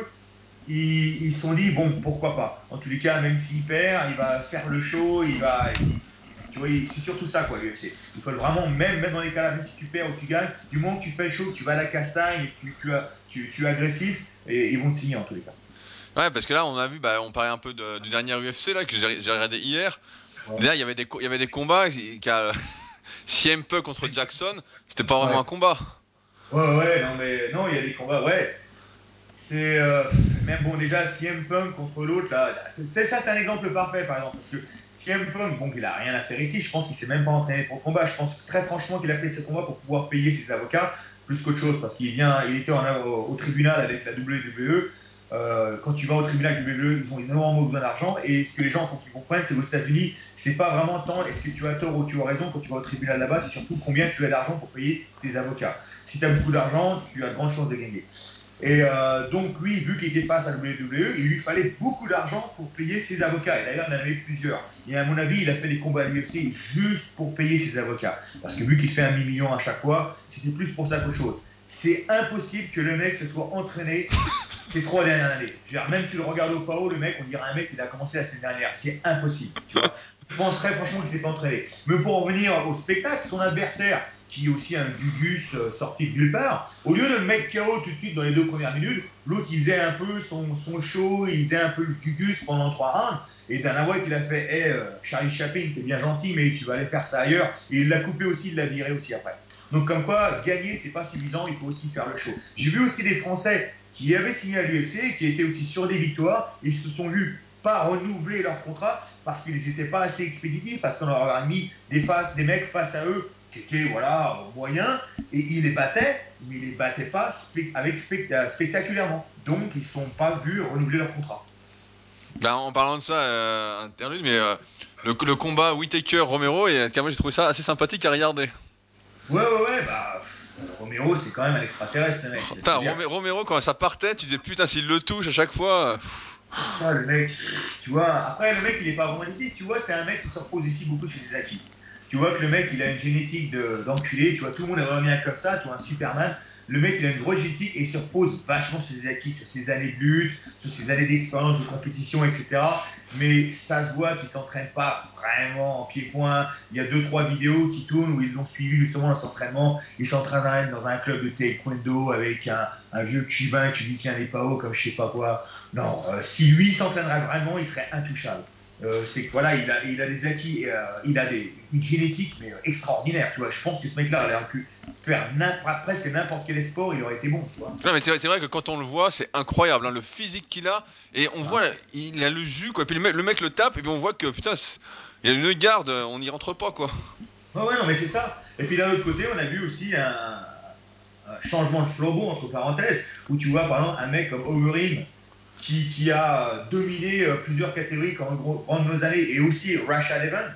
[SPEAKER 2] ils se sont dit, bon, pourquoi pas. En tous les cas, même s'il perd, il va faire le show, il va. Il, tu vois, c'est surtout ça, quoi, l'U F C. Il faut vraiment, même, même dans les cas-là, même si tu perds ou tu gagnes, du moment que tu fais le show, que tu vas à la castagne et que tu, tu, as, tu, tu es agressif, et ils vont te signer en tous les cas.
[SPEAKER 1] Ouais, parce que là, on a vu, bah, on parlait un peu de, du dernier U F C là que j'ai, j'ai regardé hier.
[SPEAKER 2] Ouais.
[SPEAKER 1] Là, il y avait des, il y avait des combats. Qui, qui a, C M Punk contre Jackson, c'était pas vraiment un
[SPEAKER 2] Ouais.
[SPEAKER 1] combat.
[SPEAKER 2] Ouais, ouais, ouais, non, mais non, il y a des combats, ouais. C'est euh, même bon déjà C M Punk contre l'autre là, c'est ça c'est un exemple parfait par exemple parce que C M Punk bon il a rien à faire ici, je pense qu'il s'est même pas entraîné pour le combat, je pense très franchement qu'il a fait ce combat pour pouvoir payer ses avocats plus qu'autre chose parce qu'il vient il était en, au, au tribunal avec la W W E. Euh, quand tu vas au tribunal avec la W W E, ils ont énormément besoin d'argent et ce que les gens faut qu'ils comprennent c'est qu'aux États-Unis c'est pas vraiment tant est-ce que tu as tort ou tu as raison quand tu vas au tribunal là-bas, c'est surtout combien tu as d'argent pour payer tes avocats. Si tu as beaucoup d'argent, tu as de grandes chances de gagner. Et euh, donc, lui, vu qu'il était face à la W W E, il lui fallait beaucoup d'argent pour payer ses avocats. Et d'ailleurs, il en avait plusieurs. Et à mon avis, il a fait des combats à l'U F C juste pour payer ses avocats. Parce que vu qu'il fait un million à chaque fois, c'était plus pour ça qu'autre chose. C'est impossible que le mec se soit entraîné ces trois dernières années. Je veux dire, même tu le regardes au P A O, le mec, on dirait un mec qui a commencé la semaine dernière. C'est impossible, tu vois. Je pense très franchement qu'il s'est pas entraîné. Mais pour en revenir au spectacle, son adversaire, qui est aussi un Gugus euh, sorti de nulle part, au lieu de le mettre K O tout de suite dans les deux premières minutes, l'autre il faisait un peu son, son show, il faisait un peu le Gugus pendant trois rounds. Et Dana White, il a fait hey, euh, Charlie Chaplin, t'es bien gentil, mais tu vas aller faire ça ailleurs. Et il l'a coupé aussi, il l'a viré aussi après. Donc, comme quoi, gagner, c'est pas suffisant, il faut aussi faire le show. J'ai vu aussi des Français qui avaient signé à l'U F C, qui étaient aussi sur des victoires, et ils se sont vus pas renouveler leur contrat parce qu'ils n'étaient pas assez expéditifs, parce qu'on leur a mis des, faces, des mecs face à eux qui étaient voilà, moyens, et ils les battaient, mais ils les battaient pas avec spectaculairement. Donc, ils ne sont pas vus renouveler leur contrat.
[SPEAKER 1] Bah, en parlant de ça, euh, interlude, mais euh, le, le combat Whittaker-Romero, et moi j'ai trouvé ça assez sympathique à regarder.
[SPEAKER 2] Ouais, ouais, ouais, bah, pff, Romero, c'est quand même un extraterrestre, le mec. Je
[SPEAKER 1] Putain,
[SPEAKER 2] veux dire,
[SPEAKER 1] Romero, quand ça partait, tu disais putain, s'il le touche à chaque fois. Pff.
[SPEAKER 2] ça, le mec, tu vois, après, le mec, il est pas vraiment éthique, tu vois, c'est un mec qui se repose ici beaucoup sur ses acquis. Tu vois que le mec, il a une génétique de, d'enculé, tu vois, tout le monde est vraiment bien comme ça, tu vois, un Superman. Le mec, il a une grosse génétique et il se repose vachement sur ses acquis, sur ses années de lutte, sur ses années d'expérience de compétition, et cetera. Mais ça se voit qu'il s'entraîne pas vraiment en pied-point. Il y a deux, trois vidéos qui tournent où ils l'ont suivi justement dans son entraînement. Il s'entraîne dans un club de taekwondo avec un, un vieux cubain qui lui tient les P A O comme je sais pas quoi. Non, euh, si lui s'entraînerait vraiment, il serait intouchable. Euh, c'est que voilà, il a, il a des acquis, euh, il a des, une génétique mais euh, extraordinaire, tu vois. Je pense que ce mec-là, il aurait pu faire presque n'importe quel sport, il aurait été bon, tu vois.
[SPEAKER 1] Non, mais c'est vrai, c'est vrai que quand on le voit, c'est incroyable, hein, le physique qu'il a, et on voit, il a le jus, quoi. Et puis le mec, le mec le tape, et puis on voit que putain, il a une garde, on n'y rentre pas, quoi.
[SPEAKER 2] Ouais, ouais, non, mais c'est ça. Et puis d'un autre côté, on a vu aussi un, un changement de flambeau, entre parenthèses, où tu vois par exemple un mec comme Overeem qui, qui a dominé plusieurs catégories quand grande nos années, et aussi Rashad Evans.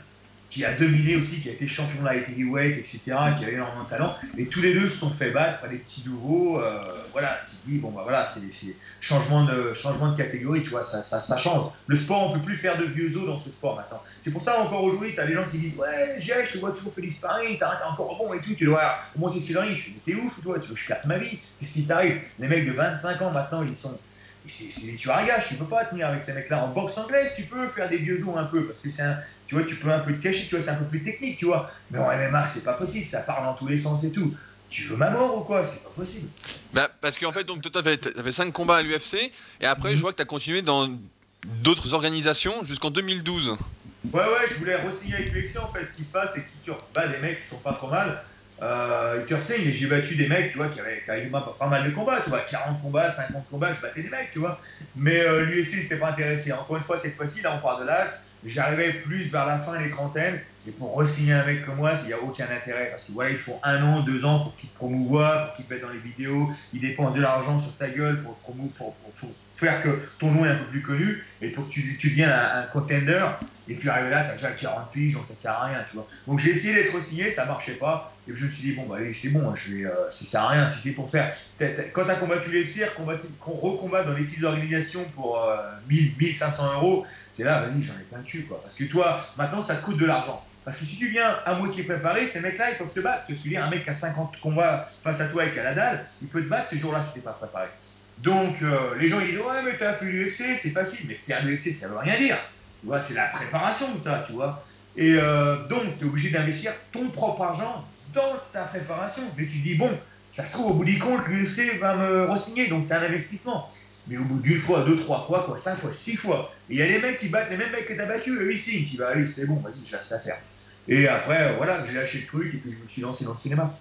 [SPEAKER 2] qui a dominé aussi, qui a été champion de light heavyweight, et cetera, qui avait énormément de talent. Et tous les deux se sont fait battre par des petits nouveaux, euh, voilà, qui dit, bon, bah voilà, c'est changement de, changement de catégorie, tu vois, ça, ça, ça change. Le sport, on peut plus faire de vieux os dans ce sport maintenant. C'est pour ça, encore aujourd'hui, tu as des gens qui disent, ouais, j'ai, je te vois toujours faire du sparring, t'es encore bon et tout, tu dois monter sur le ring. Je fais, mais t'es ouf, toi, tu veux que je perde ma vie, qu'est-ce qui t'arrive? Les mecs de vingt-cinq ans maintenant, ils sont. C'est des tueurs à gages, tu peux pas tenir avec ces mecs-là. En boxe anglaise, tu peux faire des vieux os un peu, parce que c'est un, tu vois, tu peux un peu te cacher, tu vois, c'est un peu plus technique, tu vois. Mais en M M A, c'est pas possible, ça part dans tous les sens et tout. Tu veux ma mort ou quoi? C'est pas possible.
[SPEAKER 1] Bah, parce qu'en fait, donc, toi, t'as fait, t'as fait cinq combats à l'U F C, et après, je
[SPEAKER 2] Mhm.
[SPEAKER 1] vois que t'as continué dans d'autres organisations jusqu'en deux mille douze.
[SPEAKER 2] Ouais, ouais, je voulais re-signer avec l'U F C. En fait, ce qui se passe, c'est que si tu bats des mecs qui sont pas trop mal, euh, ils te re-signent. Et j'ai battu des mecs, tu vois, qui avaient, qui avaient pas, pas mal de combats, tu vois, quarante combats, cinquante combats, je battais des mecs, tu vois. Mais euh, l'U F C, c'était pas intéressé. Encore une fois, cette fois-ci, là, on parle de l'âge. J'arrivais plus vers la fin des trentaines. Et pour re-signer un mec comme moi, il n'y a aucun intérêt. Parce que voilà, il faut un an, deux ans pour qu'il te promouvoie, pour qu'il te mette dans les vidéos. Il dépense de l'argent sur ta gueule pour, pour, pour, pour, faire que ton nom est un peu plus connu et pour que tu, tu deviennes un, un contender. Et puis arrivé là, t'as déjà quarante piges, donc ça sert à rien, tu vois. Donc j'ai essayé d'être signé, ça marchait pas. Et puis je me suis dit, bon, bah allez, c'est bon, je vais, euh, ça sert à rien. Si c'est pour faire. T'as, t'as, quand t'as combattu les tirs, qu'on recombatte dans des petites organisations pour euh, mille, mille cinq cents euros, t'es là, vas-y, j'en ai plein le cul, quoi. Parce que toi, maintenant, ça te coûte de l'argent. Parce que si tu viens à moitié préparé, ces mecs-là, ils peuvent te battre. Tu veux dire, un mec qui a cinquante combats face à toi et qui a la dalle, il peut te battre ce jour-là si t'es pas préparé. Donc, euh, les gens, ils disent, ouais, mais t'as fait l'U F C, c'est facile. Mais faire l'U F C, ça veut rien dire. Tu vois, c'est la préparation que tu as, tu vois. Et euh, donc, tu es obligé d'investir ton propre argent dans ta préparation. Mais tu te dis, bon, ça se trouve, au bout du compte, l'U F C va me re-signer, donc c'est un investissement. Mais au bout d'une fois, deux, trois fois, quoi, cinq fois, six fois, et il y a des mecs qui battent les mêmes mecs que tu as battus, eux, ils signent, qui va, allez, c'est bon, vas-y, je laisse la faire. Et après, euh, voilà, j'ai lâché le truc, et puis je me suis lancé dans le cinéma.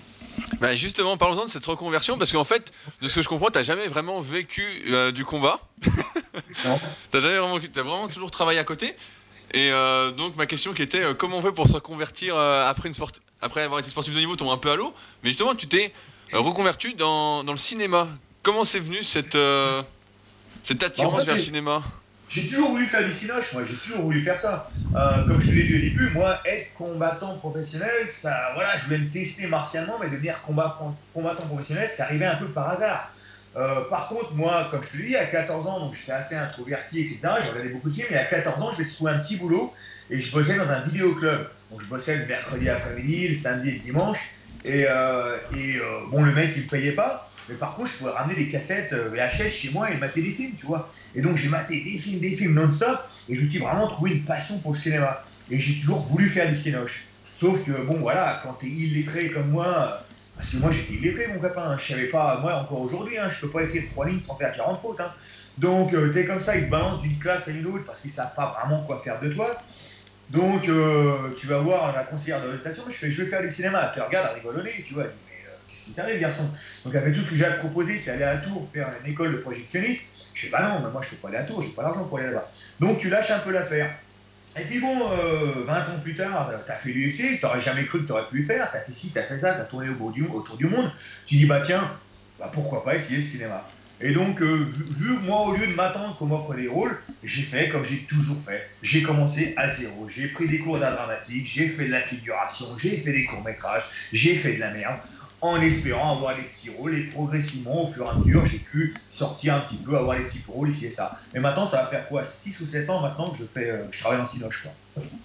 [SPEAKER 1] Bah, justement, parlons-en de cette reconversion, parce qu'en fait, de ce que je comprends, t'as jamais vraiment vécu euh, du combat.
[SPEAKER 2] Non.
[SPEAKER 1] T'as jamais vraiment, t'as vraiment toujours travaillé à côté. Et euh, donc ma question qui était euh, comment on fait pour se reconvertir euh, après, une sport... après avoir été sportif de niveau, tombe un peu à l'eau. Mais justement, tu t'es euh, reconverti dans, dans le cinéma. Comment c'est venu cette, euh, cette
[SPEAKER 2] Bah, en
[SPEAKER 1] attirance vers le
[SPEAKER 2] fait,
[SPEAKER 1] cinéma?
[SPEAKER 2] j'ai toujours voulu faire du cinoche, moi, j'ai toujours voulu faire ça. Euh, comme je te l'ai dit au début, moi, être combattant professionnel, ça, voilà, je voulais me tester martialement, mais devenir combattant, combattant professionnel, c'est arrivé un peu par hasard. Euh, par contre, moi, comme je te l'ai dit, à quatorze ans, donc j'étais assez introverti, et cetera. J'ai regardé beaucoup de films, mais à quatorze ans, je vais trouver un petit boulot et je bossais dans un vidéoclub. Donc, je bossais le mercredi après-midi, le samedi et le dimanche. Et, euh, et euh, bon, le mec, il me payait pas. Mais par contre, je pouvais ramener des cassettes euh, V H S chez moi et mater des films, tu vois. Et donc, j'ai maté des films, des films non-stop. Et je me suis vraiment trouvé une passion pour le cinéma. Et j'ai toujours voulu faire du cinéma. Sauf que, bon, voilà, quand t'es illettré comme moi, parce que moi, j'étais illettré, mon copain. Hein. Je savais pas, moi, encore aujourd'hui, hein, je peux pas écrire trois lignes sans faire quarante fautes. Hein. Donc, euh, t'es comme ça, ils te balancent d'une classe à une autre parce qu'ils savent pas vraiment quoi faire de toi. Donc, euh, tu vas voir la conseillère d'orientation, je fais, je vais faire du cinéma. Tu regardes, elle rigole au nez, tu vois. Elle dit, mais euh, qu'est-ce qui t'arrive, garçon? Donc, elle fait tout ce que j'ai à te proposer, c'est aller à Tours faire une école de projectionniste. Je fais, bah non, mais moi, je peux pas aller à Tours, j'ai pas l'argent pour aller là-bas. Donc, tu lâches un peu l'affaire. Et puis bon, euh, vingt ans plus tard, t'as fait l'U F C, t'aurais jamais cru que t'aurais pu le faire, t'as fait ci, t'as fait ça, t'as tourné au du, autour du monde. Tu dis, bah tiens, bah pourquoi pas essayer le cinéma. Et donc, euh, vu, vu moi, au lieu de m'attendre qu'on m'offre des rôles, j'ai fait comme j'ai toujours fait. J'ai commencé à zéro, j'ai pris des cours d'art dramatique, j'ai fait de la figuration, j'ai fait des courts-métrages, j'ai fait de la merde en espérant avoir des petits rôles et progressivement, au fur et à mesure, j'ai pu sortir un petit peu, avoir des petits rôles ici et ça. Et maintenant, ça va faire quoi, six ou sept ans maintenant que je, fais, euh, que je travaille en Cinoche, quoi.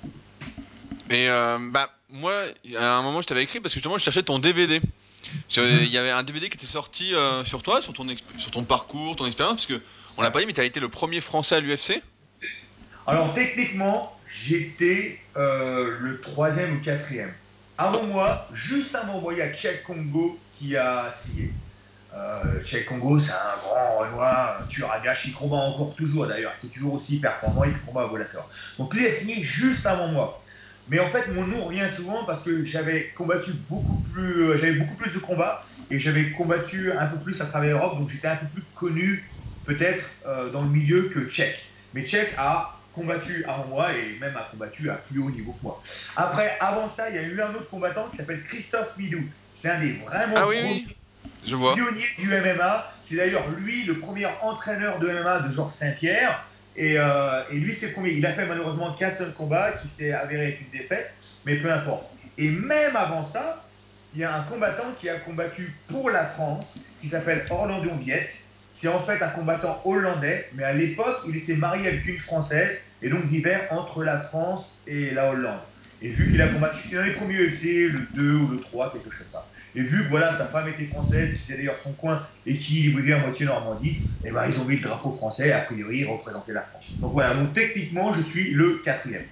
[SPEAKER 1] Et euh, bah moi, à un moment, je t'avais écrit parce que justement, je cherchais ton D V D. Il y avait un D V D qui était sorti euh, sur toi, sur ton, sur ton parcours, ton expérience, parce que on l'a
[SPEAKER 2] Ouais.
[SPEAKER 1] pas dit, mais t'as été le premier Français à l'U F C.
[SPEAKER 2] Alors, techniquement, j'étais euh, le troisième ou quatrième. Avant moi, juste avant moi, il y a Tchèque Congo qui a signé. Euh, Tchèque Congo, c'est un grand Renoir, un tueur à gages qui combat encore toujours d'ailleurs, qui est toujours aussi performant et qui combat à Volator. Donc lui a signé juste avant moi. Mais en fait, mon nom revient souvent parce que j'avais combattu beaucoup plus, euh, j'avais beaucoup plus de combats et j'avais combattu un peu plus à travers l'Europe, donc j'étais un peu plus connu peut-être euh, dans le milieu que Tchèque. Mais Tchèque a combattu avant moi et même a combattu à plus haut niveau que moi. Après, avant ça, il y a eu un autre combattant qui s'appelle Christophe Midou. C'est un des vraiment
[SPEAKER 1] Ah oui,
[SPEAKER 2] premiers
[SPEAKER 1] oui, je vois.
[SPEAKER 2] pionnier du M M A. C'est d'ailleurs lui le premier entraîneur de M M A de Georges Saint-Pierre. Et, euh, et lui, c'est le premier. Il a fait malheureusement qu'un seul combat qui s'est avéré être une défaite, mais peu importe. Et même avant ça, il y a un combattant qui a combattu pour la France, qui s'appelle Orlando Viet. C'est en fait un combattant hollandais, mais à l'époque, il était marié avec une Française, et donc vivait entre la France et la Hollande. Et vu qu'il a combattu, c'est dans les premiers U F C, le deux ou le trois, quelque chose comme ça. Et vu que voilà, sa femme était française, qui faisait d'ailleurs son coin, et qui vivait à moitié Normandie, et ben, ils ont mis le drapeau français, et a priori, représenter la France. Donc voilà, donc techniquement, je suis le quatrième.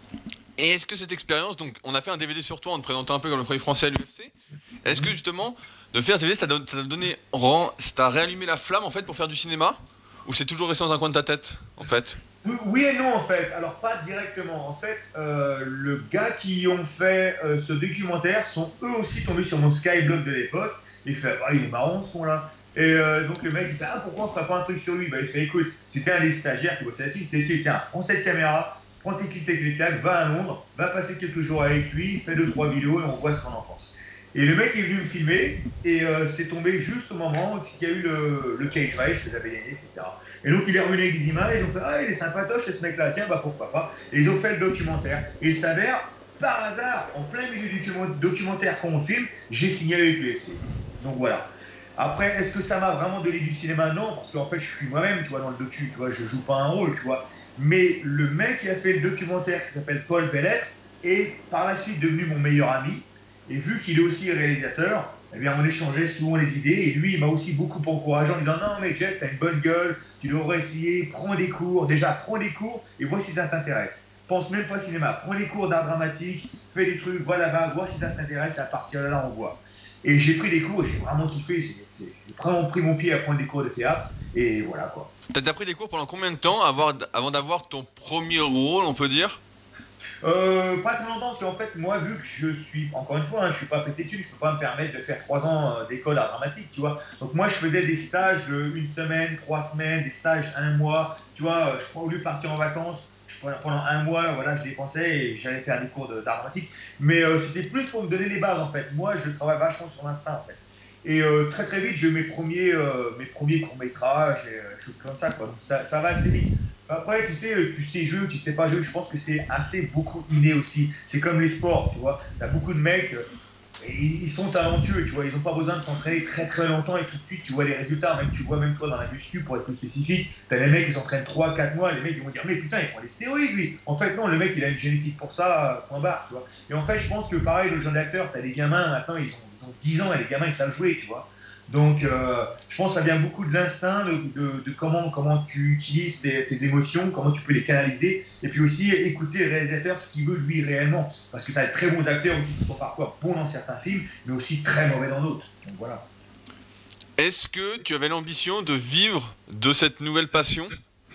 [SPEAKER 1] Et est-ce que cette expérience, donc on a fait un D V D sur toi en te présentant un peu comme le premier français à l'U F C, est-ce que
[SPEAKER 2] Mhm.
[SPEAKER 1] justement, de faire ce D V D, ça t'a donné, ça t'a réallumé la flamme en fait pour faire du cinéma? Ou c'est toujours resté dans un coin de ta tête, en fait?
[SPEAKER 2] Oui, oui et non, en fait. Alors, pas directement. En fait, euh, le gars qui ont fait euh, ce documentaire sont eux aussi tombés sur mon Skyblog de l'époque. Il fait, ah, il est marrant ce con-là. Et euh, donc, le mec, il fait, ah, pourquoi on ferait pas un truc sur lui? Bah, il fait, écoute, c'était un des stagiaires qui bossait là-dessus. Il s'est dit, tiens, prends cette caméra, prends tes clics, tes clics, va à Londres, va passer quelques jours avec lui, fais deux, trois vidéos et on voit ce qu'on en pense. Et le mec est venu me filmer et euh, c'est tombé juste au moment où il y a eu le, le cage race que j'avais gagné, et cetera. Et donc il est revenu avec des images, ils ont fait ah il est sympatoche ce mec-là, tiens bah pourquoi pas. Et ils ont fait le documentaire. Et il s'avère par hasard en plein milieu du documentaire qu'on filme, j'ai signé avec l'U F C. Donc voilà. Après, est-ce que ça m'a vraiment donné du cinéma? Non, parce qu'en fait, je suis moi-même, tu vois, dans le docu, tu vois, je joue pas un rôle, tu vois. Mais le mec qui a fait le documentaire, qui s'appelle Paul Bellettre, est par la suite devenu mon meilleur ami. Et vu qu'il est aussi réalisateur, eh bien, on échangeait souvent les idées. Et lui, il m'a aussi beaucoup encouragé en disant non, mais Jess, t'as une bonne gueule, tu devrais essayer, prends des cours. Déjà, prends des cours et vois si ça t'intéresse. Pense même pas cinéma, prends des cours d'art dramatique, fais des trucs, va là-bas, vois si ça t'intéresse. Et à partir de là, on voit. Et j'ai pris des cours et j'ai vraiment kiffé. J'ai vraiment pris mon pied à prendre des cours de théâtre. Et voilà quoi.
[SPEAKER 1] T'as pris des cours pendant combien de temps avant d'avoir ton premier rôle, on peut dire?
[SPEAKER 2] Euh, pas très longtemps, parce qu'en fait, moi, vu que je suis, encore une fois, hein, je suis pas pété de thunes, je peux pas me permettre de faire trois ans euh, d'école art dramatique, tu vois. Donc moi, je faisais des stages de une semaine, trois semaines, des stages un mois, tu vois. euh, Je, au lieu de partir en vacances, je, pendant un mois, voilà, je dépensais et j'allais faire des cours d'art dramatique. Mais euh, c'était plus pour me donner les bases, en fait. Moi, je travaille vachement sur l'instinct, en fait. Et euh, très très vite, j'ai eu mes premiers, euh, mes premiers courts-métrages et euh, choses comme ça, quoi. Donc ça, ça va assez vite. Après, tu sais, tu sais jouer ou tu sais pas jouer, je pense que c'est assez beaucoup inné aussi. C'est comme les sports, tu vois. Tu as beaucoup de mecs, euh, et ils sont talentueux, tu vois. Ils n'ont pas besoin de s'entraîner très très longtemps et tout de suite, tu vois les résultats. Même tu vois, même toi dans la muscu, pour être plus spécifique, tu as des mecs qui s'entraînent trois quatre mois, les mecs ils vont dire, mais putain, il prend des stéroïdes lui. En fait, non, le mec il a une génétique pour ça, point barre, tu vois. Et en fait, je pense que pareil, le genre d'acteur, tu as des gamins maintenant, ils ont, ils ont dix ans et les gamins ils savent jouer, tu vois. Donc, euh, je pense que ça vient beaucoup de l'instinct, de, de, de, comment, comment tu utilises tes, tes, émotions, comment tu peux les canaliser, et puis aussi écouter le réalisateur ce qu'il veut lui réellement. Parce que tu as de très bons acteurs aussi qui sont parfois bons dans certains films, mais aussi très mauvais dans d'autres. Donc voilà.
[SPEAKER 1] Est-ce que tu avais l'ambition de vivre de cette nouvelle passion?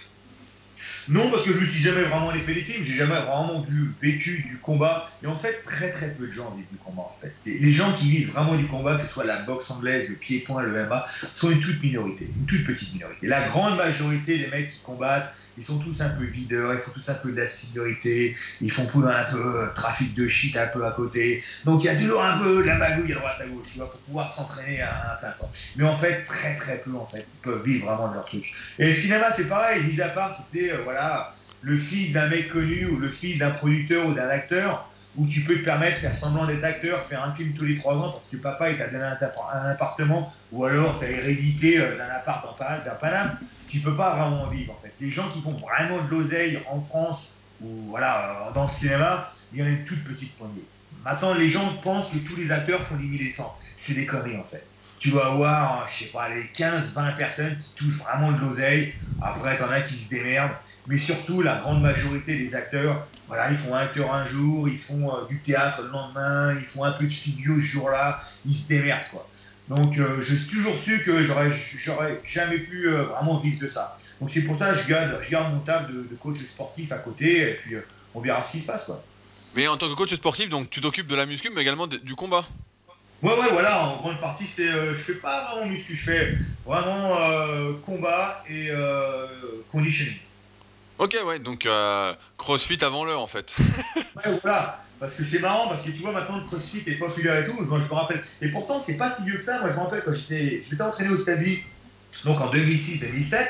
[SPEAKER 2] Non, parce que je ne me suis jamais vraiment allé des films, j'ai jamais vraiment vu, vécu du combat. Et en fait, très très peu de gens vivent du combat. En fait. Les gens qui vivent vraiment du combat, que ce soit la boxe anglaise, le pied-point, le M M A, sont une toute minorité, une toute petite minorité. La grande majorité des mecs qui combattent, ils sont tous un peu videurs, ils font tous un peu de la sécurité, ils font tout un peu euh, trafic de shit un peu à côté. Donc il y a toujours un peu de la magouille à droite à gauche, tu vois, pour pouvoir s'entraîner à un plein temps. Mais en fait, très très peu en fait, peuvent vivre vraiment de leur truc. Et le cinéma, c'est pareil, mis à part, c'était euh, voilà, le fils d'un mec connu ou le fils d'un producteur ou d'un acteur, où tu peux te permettre de faire semblant d'être acteur, faire un film tous les trois ans parce que papa il t'a donné un appartement ou alors t'as hérédité euh, d'un appart d'un Paname. Tu peux pas vraiment en vivre en fait. Les gens qui font vraiment de l'oseille en France ou voilà, euh, dans le cinéma, il y en a une toute petite poignée. Maintenant, les gens pensent que tous les acteurs font des milliers cents. C'est des conneries en fait. Tu vas avoir, je sais pas, les quinze vingt personnes qui touchent vraiment de l'oseille. Après, t'en as qui se démerdent. Mais surtout, la grande majorité des acteurs, voilà, ils font un acteur un jour, ils font euh, du théâtre le lendemain, ils font un peu de figure ce jour-là, ils se démerdent, quoi. Donc, euh, j'ai toujours su que j'aurais, j'aurais jamais pu euh, vraiment vivre de ça. Donc, c'est pour ça que je garde, je garde mon table de, de coach sportif à côté, et puis euh, on verra ce qui se passe, quoi.
[SPEAKER 1] Mais en tant que coach sportif, donc tu t'occupes de la muscu, mais également de- du combat.
[SPEAKER 2] Ouais, ouais, voilà, en grande partie, c'est, euh, je fais pas vraiment muscu, je fais vraiment euh, combat et euh, conditioning.
[SPEAKER 1] Ok, ouais, donc euh, CrossFit avant l'heure en fait.
[SPEAKER 2] Ouais, voilà. Parce que c'est marrant, parce que tu vois, maintenant, le CrossFit est populaire et tout. Moi, je me rappelle. Et pourtant, c'est pas si vieux que ça. Moi, je me rappelle quand j'étais, je m'étais entraîné aux États-Unis, donc en deux mille six-deux mille sept.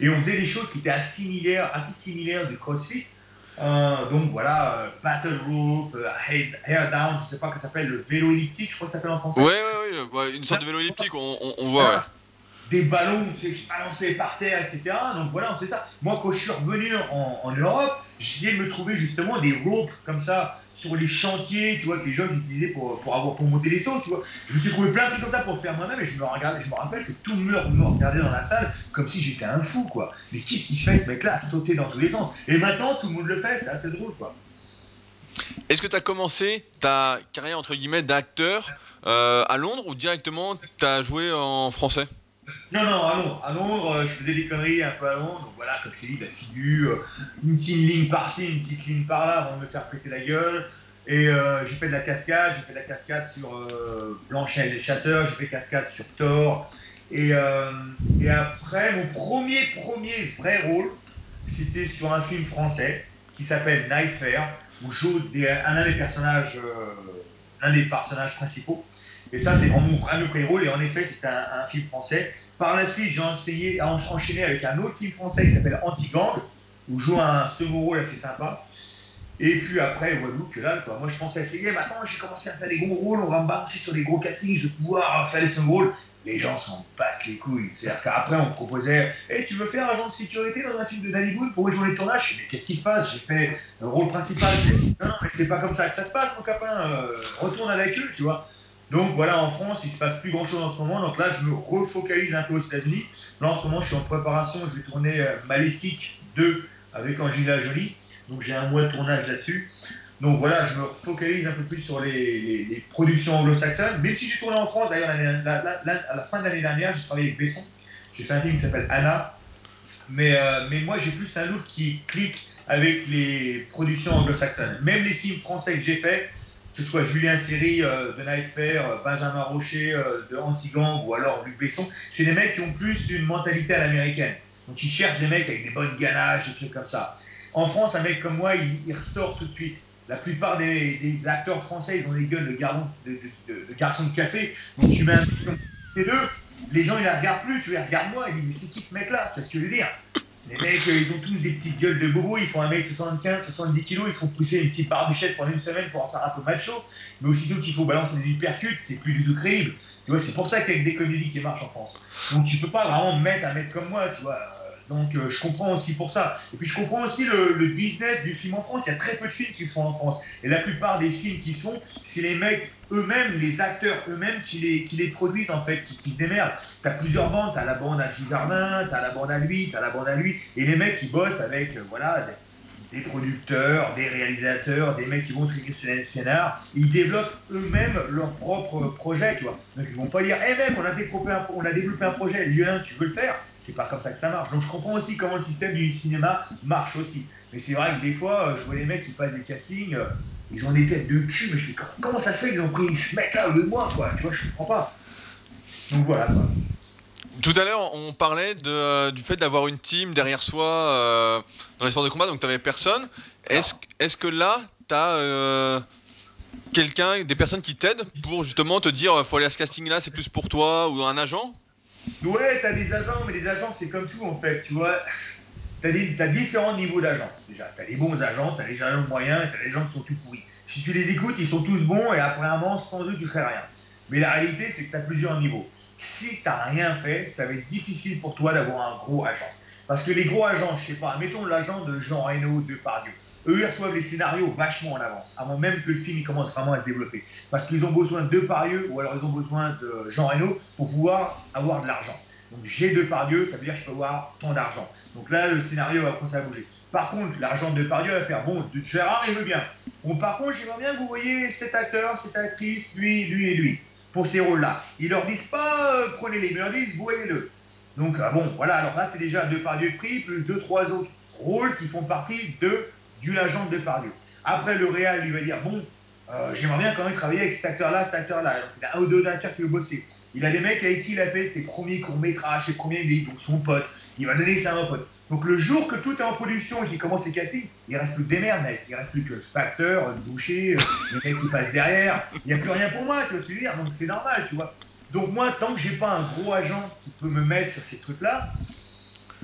[SPEAKER 2] Et on faisait des choses qui étaient assez similaires, assez similaires du CrossFit. Euh, donc voilà, euh, battle rope, euh, head, hair down, je sais pas comment ça s'appelle, le vélo elliptique, je crois que ça s'appelle en
[SPEAKER 1] Ouais,
[SPEAKER 2] français.
[SPEAKER 1] ouais, ouais, ouais, une sorte de vélo elliptique, on, on, on voit, ouais.
[SPEAKER 2] Voilà, des ballons tu sais, que je balançais par terre, et cetera. Donc voilà, on sait ça. Moi, quand je suis revenu en, en Europe, j'essayais de me trouver justement des ropes comme ça sur les chantiers, tu vois, que les gens utilisaient pour, pour, avoir, pour monter les sauts, tu vois. Je me suis trouvé plein de trucs comme ça pour le faire moi-même et je me, regardais, je me rappelle que tout le monde me regardait dans la salle comme si j'étais un fou, quoi. Mais qu'est-ce qu'il fait ce mec-là à sauter dans tous les sens? Et maintenant, tout le monde le fait, c'est assez drôle, quoi.
[SPEAKER 1] Est-ce que tu as commencé ta carrière entre guillemets d'acteur euh, à Londres ou directement tu as joué en français?
[SPEAKER 2] Non, non, à Londres. À Londres, euh, je faisais des conneries un peu à Londres. Donc voilà, comme je t'ai dit, de la figure, euh, une petite ligne par-ci, une petite ligne par-là avant de me faire péter la gueule. Et euh, j'ai fait de la cascade. J'ai fait de la cascade sur euh, Blanche et les chasseurs. J'ai fait cascade sur Thor. Et, euh, et après, mon premier, premier vrai rôle, c'était sur un film français qui s'appelle Night Fair, où je joue des- un des personnages, euh, un des personnages principaux. Et ça, c'est vraiment mon premier premier rôle. Et en effet, c'était un, un film français. Par la suite, j'ai enseigné, enchaîné avec un autre film français qui s'appelle Anti-Gang, où je joue un second rôle assez sympa. Et puis après, voilà, que là, quoi. Moi, je pensais essayer. Maintenant, j'ai commencé à faire des gros rôles. On va me balancer sur des gros castings. Je vais pouvoir faire les second rôles. Les gens s'en battent les couilles. C'est-à-dire qu'après, on me proposait hey, tu veux faire agent de sécurité dans un film de Danny Boone pour une journée de tournage? Je dis mais qu'est-ce qui se passe? J'ai fait un rôle principal. Je dis, non, non, mais c'est pas comme ça que ça se passe, mon copain. Euh, retourne à la queue, tu vois. Donc voilà, en France, il se passe plus grand chose en ce moment. Donc là, je me refocalise un peu aux États-Unis. Là, en ce moment, je suis en préparation. Je vais tourner euh, Maléfique deux avec Angelina Jolie. Donc j'ai un mois de tournage là-dessus. Donc voilà, je me focalise un peu plus sur les, les, les productions anglo-saxonnes. Même si j'ai tourné en France, d'ailleurs, la, la, la, à la fin de l'année dernière, j'ai travaillé avec Besson. J'ai fait un film qui s'appelle Anna. Mais, euh, mais moi, j'ai plus un look qui clique avec les productions anglo-saxonnes. Même les films français que j'ai faits, que ce soit Julien Seri euh, de Night Fair, euh, Benjamin Rocher euh, de Anti-Gang ou alors Luc Besson, c'est des mecs qui ont plus une mentalité à l'américaine. Donc ils cherchent des mecs avec des bonnes ganaches, des trucs comme ça. En France, un mec comme moi, il, il ressort tout de suite. La plupart des, des acteurs français, ils ont des gueules de, garçons de, de, de, de garçons de café. Donc tu mets un mec les deux, les gens ils la regardent plus, tu les regardes moi, ils disent mais c'est qui ce mec-là? Tu vois ce que je veux dire? Les mecs, euh, ils ont tous des petites gueules de bobo, ils font un mètre soixante-quinze, soixante-dix kilos, ils se font pousser une petite barbichette pendant une semaine pour en faire un peu macho, mais aussitôt qu'il faut balancer des hypercutes, c'est plus du tout crédible. Tu vois, c'est pour ça qu'il y a que des comédies qui marchent en France. Donc tu peux pas vraiment mettre un mec comme moi, tu vois. Donc euh, je comprends aussi pour ça. Et puis je comprends aussi le, le business du film en France. Il y a très peu de films qui se font en France. Et la plupart des films qui sont, c'est les mecs eux-mêmes, les acteurs eux-mêmes qui les, qui les produisent en fait, qui, qui se démerdent. T'as plusieurs bandes, t'as la bande à Jules Jardin, t'as la bande à lui, t'as la bande à lui. Et les mecs, ils bossent avec, euh, voilà, des, des producteurs, des réalisateurs, des mecs qui vont écrire le scénar. Ils développent eux-mêmes leur propre projet, tu vois. Donc ils vont pas dire, hé hey mec, on a, développé un, on a développé un projet, Lien, tu veux le faire? C'est pas comme ça que ça marche. Donc je comprends aussi comment le système du cinéma marche aussi. Mais c'est vrai que des fois, je vois les mecs qui passent des castings, euh, ils ont des têtes de cul, mais je fais comment, comment ça se fait qu'ils ont pris ce mec-là au lieu de moi, quoi? Tu vois, je comprends pas. Donc voilà, quoi.
[SPEAKER 1] Tout à l'heure, on parlait de, euh, du fait d'avoir une team derrière soi euh, dans les sports de combat, donc tu n'avais personne. Est-ce, est-ce que là, tu as euh, quelqu'un, des personnes qui t'aident pour justement te dire euh, faut aller à ce casting-là, c'est plus pour toi, ou un agent?
[SPEAKER 2] Ouais, t'as des agents, mais les agents, c'est comme tout, en fait, tu vois. T'as, des, t'as différents niveaux d'agents, déjà. T'as les bons agents, t'as les agents moyens, et t'as les gens qui sont tout pourris. Si tu les écoutes, ils sont tous bons, et après un moment, sans eux, tu ferais rien. Mais la réalité, c'est que t'as plusieurs niveaux. Si t'as rien fait, ça va être difficile pour toi d'avoir un gros agent. Parce que les gros agents, je sais pas, mettons l'agent de Jean Reno, de Pardieu. Eux, ils reçoivent les scénarios vachement en avance, avant même que le film il commence vraiment à se développer. Parce qu'ils ont besoin de Pardieu, ou alors ils ont besoin de Jean Reno, pour pouvoir avoir de l'argent. Donc j'ai Depardieu, ça veut dire que je peux avoir tant d'argent. Donc là, le scénario va commencer à bouger. Par contre, l'argent de Depardieu va faire, bon, Gérard, il veut bien. Bon, par contre, j'aimerais bien que vous voyez cet acteur, cette actrice, lui, lui et lui, pour ces rôles-là. Ils leur disent pas, euh, prenez-les, mais ils leur disent, voyez-le. Donc, ah bon, voilà, alors là, c'est déjà Depardieu de prix, plus deux, trois autres rôles qui font partie de, du agent de Depardieu. Après, le Réal lui va dire, bon, euh, j'aimerais bien quand même travailler avec cet acteur-là, cet acteur-là. Donc, il a un ou deux acteurs qui veulent bosser. Il a des mecs avec qui il a fait ses premiers courts-métrages, ses premiers livres, donc son pote. Il va donner ça à un pote. Donc le jour que tout est en production et qu'il commence ses castings, il reste plus que des merdes, mec. Il reste plus que le facteur, le boucher, euh, le mec qui passe derrière. Il n'y a plus rien pour moi, tu vois ce que je veux dire. Donc c'est normal, tu vois. Donc moi, tant que j'ai pas un gros agent qui peut me mettre sur ces trucs-là,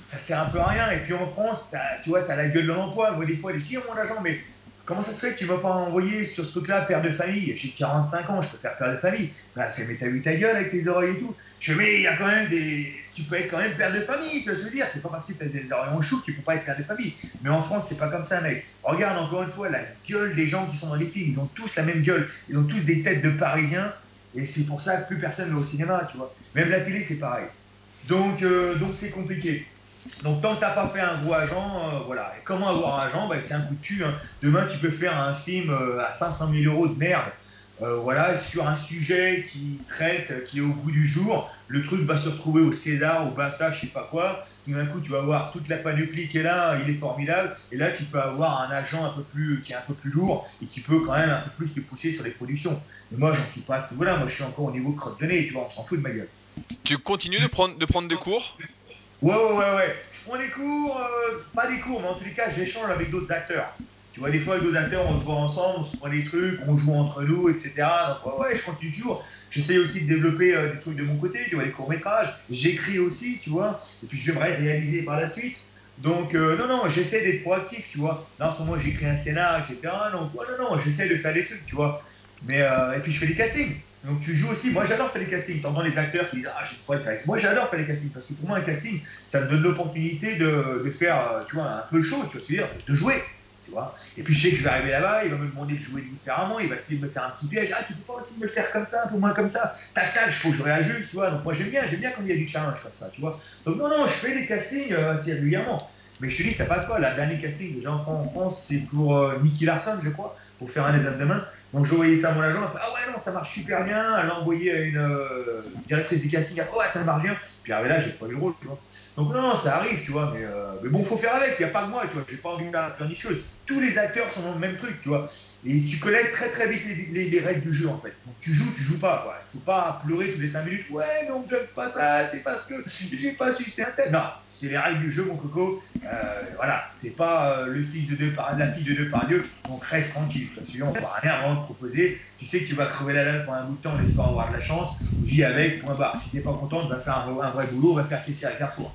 [SPEAKER 2] ça sert un peu à rien. Et puis en France, tu vois, tu as la gueule de l'emploi. Moi, des fois, les filles ont mon agent, mais comment ça se fait que tu ne vas pas envoyer sur ce truc-là père de famille? J'ai quarante-cinq ans, je peux faire père de famille. Bah, fais, mais t'as vu ta gueule avec tes oreilles et tout. Je fais, mais il y a quand même des. Tu peux être quand même père de famille, tu vois ce que je veux dire? C'est pas parce que tu as des oreilles en chou que tu peux pas être père de famille. Mais en France, c'est pas comme ça, mec. Regarde encore une fois la gueule des gens qui sont dans les films. Ils ont tous la même gueule. Ils ont tous des têtes de Parisiens. Et c'est pour ça que plus personne ne va au cinéma, tu vois. Même la télé, c'est pareil. Donc, euh, donc c'est compliqué. Donc, tant que tu n'as pas fait un gros agent, euh, voilà. Et comment avoir un agent? Bah, c'est un coup de cul. Hein. Demain, tu peux faire un film euh, à cinq cent mille euros de merde, euh, voilà, sur un sujet qui traite, euh, qui est au goût du jour. Le truc va se retrouver au César, au BAFTA, je sais pas quoi. Tout d'un coup, tu vas voir toute la panoplie qui est là, il est formidable. Et là, tu peux avoir un agent un peu plus, qui est un peu plus lourd et qui peut quand même un peu plus te pousser sur les productions. Mais moi, j'en suis pas à ce niveau-là. Moi, je suis encore au niveau crotte de nez, tu vois, on s'en fout de ma gueule.
[SPEAKER 1] Tu continues de prendre, de prendre des cours?
[SPEAKER 2] Ouais, ouais, ouais, ouais. Je prends des cours, euh, pas des cours, mais en tous les cas, j'échange avec d'autres acteurs. Tu vois, des fois, avec d'autres acteurs, on se voit ensemble, on se prend des trucs, on joue entre nous, et cetera. Donc, ouais, ouais, je continue toujours. J'essaie aussi de développer euh, des trucs de mon côté, tu vois, des courts-métrages. J'écris aussi, tu vois, et puis j'aimerais réaliser par la suite. Donc, euh, non, non, j'essaie d'être proactif, tu vois. Là, en ce moment, j'écris un scénar, et cetera. Donc, ouais, non, non, j'essaie de faire des trucs, tu vois. Mais, euh, et puis, je fais des castings. Donc, tu joues aussi. Moi, j'adore faire des castings. T'entends les acteurs qui disent, ah, je sais pas le faire. Moi, j'adore faire des castings parce que pour moi, un casting, ça me donne l'opportunité de, de faire, euh, tu vois, un peu le show, tu vois, c'est-à-dire de jouer, tu vois. Et puis je sais que je vais arriver là-bas, il va me demander de jouer différemment, il va essayer de me faire un petit piège. Ah, tu peux pas aussi me le faire comme ça, un peu moins comme ça. Tac, tac, il faut que je réajuste, tu vois. Donc moi j'aime bien, j'aime bien quand il y a du challenge comme ça, tu vois. Donc non, non, je fais des castings euh, assez régulièrement. Mais je te dis, ça passe pas. La dernière casting que j'ai en France, c'est pour euh, Nicky Larson, je crois, pour faire un des hommes de main. Donc j'ai envoyé ça à mon agent, elle fait, ah ouais, non, ça marche super bien. Elle l'a envoyé à une euh, directrice du casting, elle fait, ouais, ça marche bien. Puis ah, là, j'ai pas eu le rôle, tu vois. Donc non, non, ça arrive, tu vois, mais, euh, mais bon, faut faire avec, il n'y a pas que moi, tu vois, j'ai pas envie de faire la pleurnicheuse. Tous les acteurs sont dans le même truc, tu vois. Et tu connais très très vite les, les, les règles du jeu, en fait. Donc tu joues, tu joues pas, quoi. Il faut pas pleurer tous les cinq minutes, ouais, mais on me donne pas ça, c'est parce que j'ai pas su, c'est un tel. Non, c'est les règles du jeu, mon coco. Euh, voilà, t'es pas euh, le fils de deux par, la fille de deux par Dieu, donc reste tranquille, tu vois. Celui-là, on va rien vraiment te proposer. Tu sais que tu vas crever la dalle pendant un bout de temps en espérant avoir de la chance. Vis avec, point barre. Si t'es pas content, tu vas faire un, un vrai boulot, on va faire caissier à Carrefour.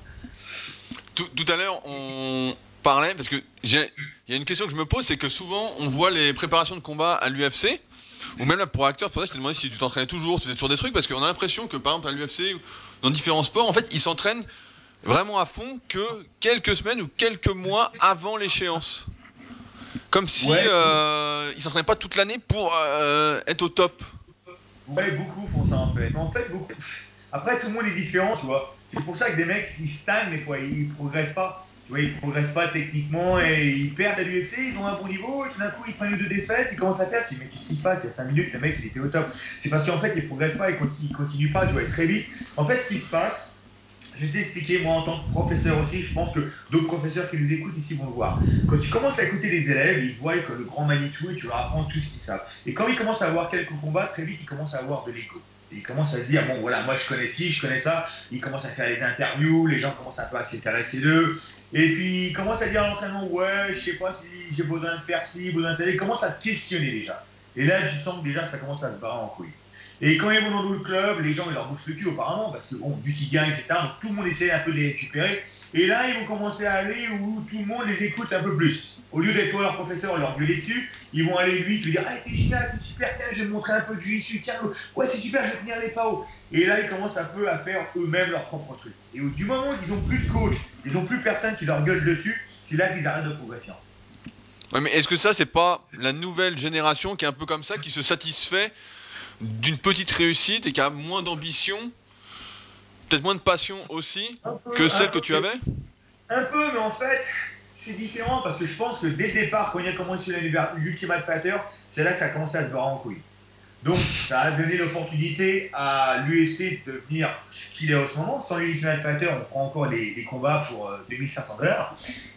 [SPEAKER 1] Tout, tout à l'heure, on parlait, parce que j'ai, il y a une question que je me pose, c'est que souvent, on voit les préparations de combat à l'U F C, ou même là pour acteurs, c'est pour ça que je t'ai demandé si tu t'entraînais toujours, tu faisais toujours des trucs, parce qu'on a l'impression que par exemple à l'U F C, ou dans différents sports, en fait, ils s'entraînent vraiment à fond que quelques semaines ou quelques mois avant l'échéance. Comme si
[SPEAKER 2] Ouais,
[SPEAKER 1] euh, ils s'entraînaient pas toute l'année pour euh, être au top.
[SPEAKER 2] ouais, beaucoup font ça en fait. Mais en fait, beaucoup. Après, tout le monde est différent, tu vois. C'est pour ça que des mecs, ils stagnent des fois, ils progressent pas. Tu vois, ils progressent pas techniquement et ils perdent à l'U F C, ils ont un bon niveau, et tout d'un coup, ils prennent une ou deux défaites, ils commencent à perdre. Tu dis, mais qu'est-ce qui se passe? Il y a cinq minutes, le mec, il était au top. C'est parce qu'en fait, ils progressent pas, ils continuent, ils continuent pas, tu vois, très vite. En fait, ce qui se passe, je vais t'expliquer, moi en tant que professeur aussi, je pense que d'autres professeurs qui nous écoutent ici vont le voir. Quand tu commences à écouter les élèves, ils voient que le grand Manitou et tu leur apprends tout ce qu'ils savent. Et quand ils commencent à avoir quelques combats, très vite ils commencent à avoir de l'ego. Et ils commencent à se dire, bon voilà, moi je connais ci, je connais ça. Ils commencent à faire les interviews, les gens commencent un peu à s'intéresser d'eux. Et puis ils commencent à dire à l'entraînement, ouais, je sais pas si j'ai besoin de faire ci, besoin de faire. Ils commencent à te questionner déjà. Et là, tu sens que déjà ça commence à se barrer en couille. Et quand ils vont dans d'autres clubs, les gens ils leur bouffent le cul apparemment, parce que bon, vu qu'ils gagnent, et cetera, donc tout le monde essaie un peu de les récupérer. Et là, ils vont commencer à aller où tout le monde les écoute un peu plus. Au lieu d'être toi leur professeur, leur gueuler dessus, ils vont aller lui, te dire, ah, t'es génial, t'es super, tiens, je vais te montrer un peu de jiu-jitsu, tiens, ouais, c'est super, je vais tenir les P A O. Et là, ils commencent un peu à faire eux-mêmes leur propre truc. Et du moment qu'ils n'ont plus de coach, ils n'ont plus personne qui leur gueule dessus, c'est là qu'ils arrêtent de progresser.
[SPEAKER 1] Ouais, mais est-ce que ça, c'est pas la nouvelle génération qui est un peu comme ça, qui se satisfait d'une petite réussite et qui a moins d'ambition, peut-être moins de passion aussi
[SPEAKER 2] Un
[SPEAKER 1] que
[SPEAKER 2] peu, un
[SPEAKER 1] celle que
[SPEAKER 2] peu,
[SPEAKER 1] tu avais?
[SPEAKER 2] un peu, mais en fait, c'est différent parce que je pense que dès le départ, quand il a commencé l'Ultimate Fighter, c'est là que ça a commencé à se barrer en couille. Donc, ça a donné l'opportunité à l'U F C de devenir ce qu'il est en ce moment. Sans l'Ultimate Fighter, on fera encore des, des combats pour euh, deux mille cinq cents dollars.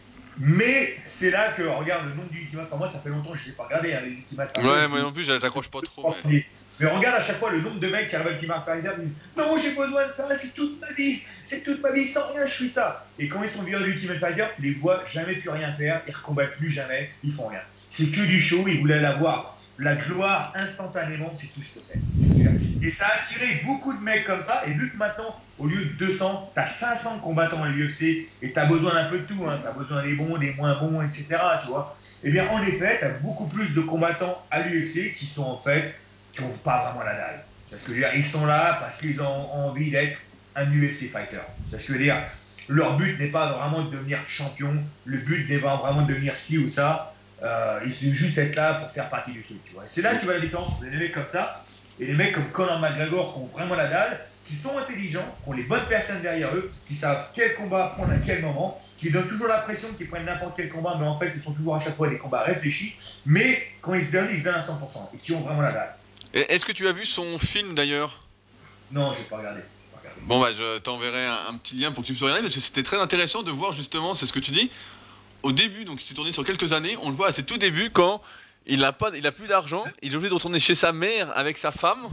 [SPEAKER 2] Mais c'est là que, regarde, le nombre d'Ultimate, enfin, moi, ça fait longtemps que je ne l'ai pas regardé, hein, les Ultimate Fighter.
[SPEAKER 1] Ouais,
[SPEAKER 2] Je
[SPEAKER 1] moi
[SPEAKER 2] les...
[SPEAKER 1] non plus, j'accroche pas trop, mais.
[SPEAKER 2] Mais regarde à chaque fois le nombre de mecs qui arrivent à Ultimate Fighter disent non, j'ai besoin de ça, c'est toute ma vie, c'est toute ma vie, sans rien, je suis ça. Et quand ils sont virés d'Ultimate Fighter, tu les vois jamais plus rien faire, ils ne recombattent plus jamais, ils font rien. C'est que du show, ils voulaient l'avoir. La gloire instantanément, c'est tout ce que c'est. Et ça a attiré beaucoup de mecs comme ça. Et vu que maintenant, au lieu de deux cents, tu as cinq cents combattants à l'U F C et tu as besoin d'un peu de tout. Hein. Tu as besoin des bons, des moins bons, et cetera. Tu vois. Eh bien, en effet, tu as beaucoup plus de combattants à l'U F C qui sont en fait, qui n'ont pas vraiment la dalle. Parce que je veux dire, ils sont là parce qu'ils ont envie d'être un U F C fighter. Parce que je veux dire, leur but n'est pas vraiment de devenir champion. Le but n'est pas vraiment de devenir ci ou ça. Euh, ils sont juste être là pour faire partie du truc. Tu vois. C'est là que tu vois la différence entre les mecs comme ça et les mecs comme Conor McGregor qui ont vraiment la dalle, qui sont intelligents, qui ont les bonnes personnes derrière eux, qui savent quel combat prendre à quel moment, qui donnent toujours la pression qu'ils prennent n'importe quel combat, mais en fait, ce sont toujours à chaque fois des combats réfléchis, mais quand ils se donnent, ils se donnent à cent pour cent et qui ont vraiment la dalle.
[SPEAKER 1] Et est-ce que tu as vu son film d'ailleurs?
[SPEAKER 2] Non, je vais pas regarder. Pas regarder.
[SPEAKER 1] Bon bah je t'enverrai un, un petit lien pour que tu puisses regarder parce que c'était très intéressant de voir justement, c'est ce que tu dis. Au début, donc il s'est tourné sur quelques années, on le voit à ses tout débuts quand il a pas, il a plus d'argent, il est obligé de retourner chez sa mère avec sa femme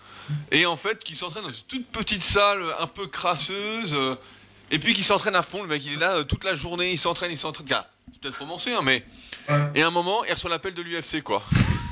[SPEAKER 1] et en fait qui s'entraîne dans une toute petite salle un peu crasseuse euh, et puis qui s'entraîne à fond. Le mec il est là euh, toute la journée, il s'entraîne, il s'entraîne. Ah, c'est peut-être romancé hein, mais
[SPEAKER 2] Ouais.
[SPEAKER 1] et à un moment il reçoit l'appel de l'U F C quoi.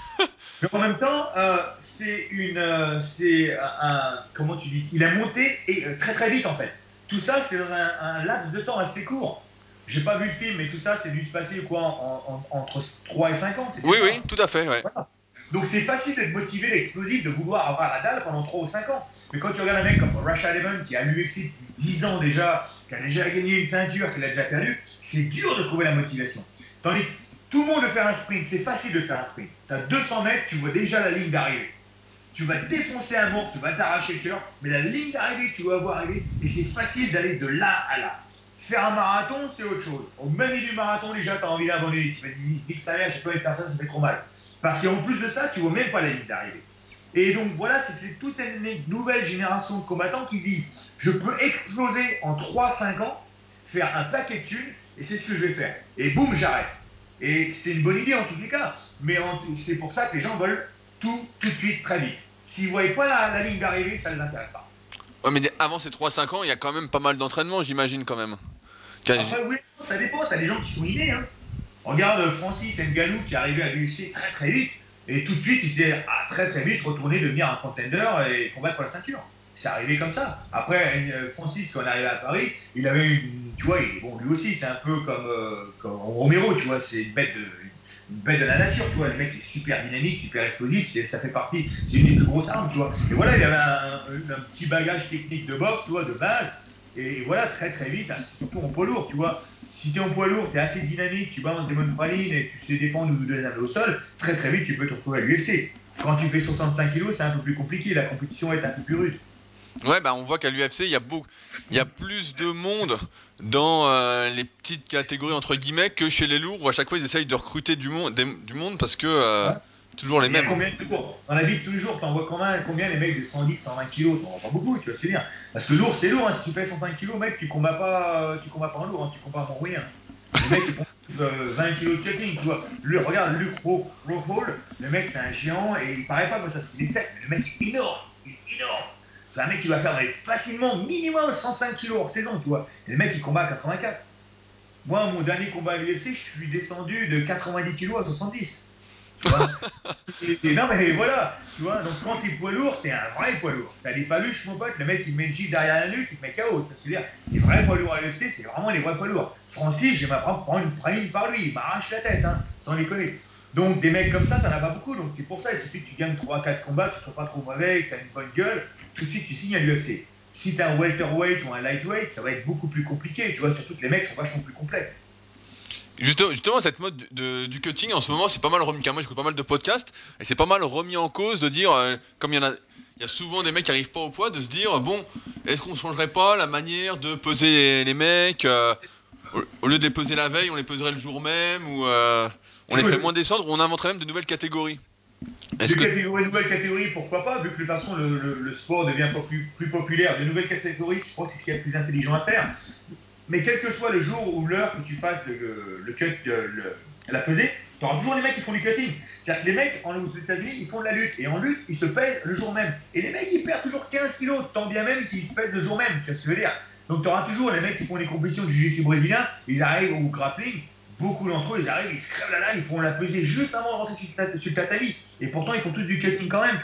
[SPEAKER 2] Mais en même temps, euh, c'est une, euh, c'est un, un- comment tu dis, il a monté et euh, très très vite en fait. Tout ça, c'est dans un, un laps de temps assez court. J'ai pas vu le film, mais tout ça, c'est dû se passer quoi, en- en- entre trois et cinq ans, c'était
[SPEAKER 1] Oui oui,
[SPEAKER 2] ça.
[SPEAKER 1] tout à fait ouais.
[SPEAKER 2] Voilà. Donc c'est facile d'être motivé, d'explosif, de vouloir avoir la dalle pendant trois ou cinq ans. Mais quand tu regardes un mec comme Rashad Evans qui a l'U F C depuis dix ans déjà, qui a déjà gagné une ceinture, qui l'a déjà perdu, c'est dur de trouver la motivation. Tandis que tout le monde veut faire un sprint, c'est facile de faire un sprint. Tu as deux cents mètres, tu vois déjà la ligne d'arrivée. Tu vas défoncer un mort, tu vas t'arracher le cœur, mais la ligne d'arrivée, tu vas voir arriver, et c'est facile d'aller de là à là. Faire un marathon, c'est autre chose. Au même milieu du marathon, déjà, tu as envie d'abandonner. Vas-y, dis que ça va, j'ai pas envie de faire ça, ça fait trop mal. Parce qu'en plus de ça, tu vois même pas la ligne d'arrivée. Et donc voilà, c'est, c'est toute cette nouvelle génération de combattants qui disent je peux exploser en trois cinq ans, faire un paquet de thunes, et c'est ce que je vais faire. Et boum, j'arrête. Et c'est une bonne idée en tous les cas. Mais en, c'est pour ça que les gens veulent tout, tout de suite, très vite. S'ils ne voient pas la, la ligne d'arrivée, ça ne les intéresse pas.
[SPEAKER 1] Ouais mais avant ces trois cinq ans, il y a quand même pas mal d'entraînement j'imagine quand même.
[SPEAKER 2] Après, oui, ça dépend. Tu as des gens qui sont innés. Hein. Regarde Francis Ngannou qui est arrivé à l'U F C très très vite. Et tout de suite, il s'est ah, très très vite retourné devenir un contender et combattre pour la ceinture. C'est arrivé comme ça. Après, Francis, quand on est arrivé à Paris, il avait une. Tu vois, il, bon, lui aussi, c'est un peu comme, euh, comme Romero, tu vois, c'est une bête de. Une bête de la nature, tu vois, le mec est super dynamique, super explosif, c'est, ça fait partie, c'est une des plus grosses armes, tu vois. Et voilà, il avait un, un, un petit bagage technique de boxe, tu vois, de base, et voilà, très très vite, surtout en poids lourd, tu vois. Si tu es en poids lourd, tu es assez dynamique, tu balances des bonnes pralines et tu sais défendre ou donner un au sol, très très vite, tu peux te retrouver à l'U F C. Quand tu fais soixante-cinq kilos, c'est un peu plus compliqué, la compétition est un peu plus rude.
[SPEAKER 1] Ouais, bah on voit qu'à l'U F C, il y a beaucoup, il y a plus de monde dans euh, les petites catégories entre guillemets que chez les lourds où à chaque fois ils essayent de recruter du monde, des- du monde parce que euh,
[SPEAKER 2] Ouais.
[SPEAKER 1] toujours les
[SPEAKER 2] Il y a
[SPEAKER 1] mêmes.
[SPEAKER 2] combien de lourds dans la vie de tous les jours, t'en vois combien, combien les mecs de cent dix, cent vingt kilos? T'en vois pas beaucoup, tu vois ce que je veux dire. Parce que lourd, c'est lourd, hein. Si tu pèses cent cinq kilos, mec, tu combats pas, euh, tu combats pas en lourd, hein. Tu combats en moyen. Les mecs, ils font euh, vingt kilos de cutting, tu vois. Le, regarde Luke Rockhold, le mec, c'est un géant et il paraît pas comme ça, il est sec, mais le mec est énorme, il est énorme. C'est un mec qui va faire facilement minimum cent cinq kilos hors saison, tu vois. Et le mec, il combat à quatre-vingt-quatre. Moi, mon dernier combat à l'U F C, je suis descendu de quatre-vingt-dix kilos à soixante-dix. Tu vois. Et, et non, mais voilà, tu vois, donc quand t'es poids lourd, t'es un vrai poids lourd. T'as des paluches, mon pote, le mec il te met une gifle derrière la nuque, il te met K O. C'est-à-dire, les vrais poids lourds à l'U F C, c'est vraiment les vrais poids lourds. Francis, je vais prendre une praline par lui, il m'arrache la tête, hein, sans déconner. Donc des mecs comme ça, t'en as pas beaucoup, donc c'est pour ça, il suffit que tu gagnes trois quatre combats, que tu sois pas trop mauvais, que t'as une bonne gueule, tout de suite tu signes à l'U F C. Si t'es un welterweight ou un lightweight, ça va être beaucoup plus compliqué, tu vois, surtout que les mecs sont vachement plus complets.
[SPEAKER 1] Justement, justement, cette mode de- du cutting en ce moment, c'est pas mal remis. Car moi, j'écoute pas mal de podcasts et c'est pas mal remis en cause de dire, euh, comme il y en a, il y a souvent des mecs qui arrivent pas au poids, de se dire bon, est-ce qu'on changerait pas la manière de peser les, les mecs euh, au, au lieu de les peser la veille, on les peserait le jour même ou euh, on les ferait
[SPEAKER 2] Écoute,
[SPEAKER 1] moins descendre ou on inventerait même de nouvelles catégories.
[SPEAKER 2] de
[SPEAKER 1] Est-ce que
[SPEAKER 2] catégorie, nouvelle catégorie, pourquoi pas, vu que de toute façon le, le, le sport devient pas plus, plus populaire. De nouvelles catégories, je pense que c'est ce qu'il y a de plus intelligent à faire. Mais quel que soit le jour ou l'heure que tu fasses le, le, le cut, le, le, la pesée, tu auras toujours les mecs qui font du cutting. C'est-à-dire que les mecs, en, aux États-Unis, ils font de la lutte. Et en lutte, ils se pèsent le jour même. Et les mecs, ils perdent toujours quinze kilos, tant bien même qu'ils se pèsent le jour même. Tu vois ce que je veux dire? Donc tu auras toujours les mecs qui font des compétitions de jiu-jitsu brésilien, ils arrivent au grappling, beaucoup d'entre eux, ils arrivent, ils se crèvent la dalle, ils font la pesée juste avant de rentrer sur le tatami. Et pourtant, ils font tous du cutting quand même, tu vois.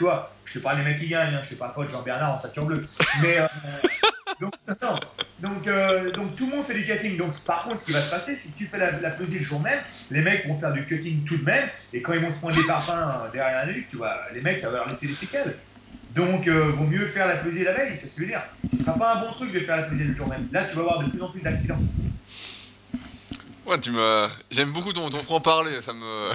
[SPEAKER 2] Je te parle des mecs qui gagnent, hein, je te parle pas de Jean-Bernard en ceinture bleue. Mais euh, donc, non. Donc, euh, donc tout le monde fait du cutting. Donc par contre, ce qui va se passer, c'est que tu fais la, la pesée le jour même, les mecs vont faire du cutting tout de même, et quand ils vont se prendre des parpaings euh, derrière la nuque, tu vois, les mecs, ça va leur laisser des séquelles. Donc, euh, vaut mieux faire la pesée la veille, tu vois ce que je veux dire. Ce sera pas un bon truc de faire la pesée le jour même. Là, tu vas avoir de plus en plus d'accidents.
[SPEAKER 1] Ouais, tu me. J'aime beaucoup ton, ton franc-parler, ça me.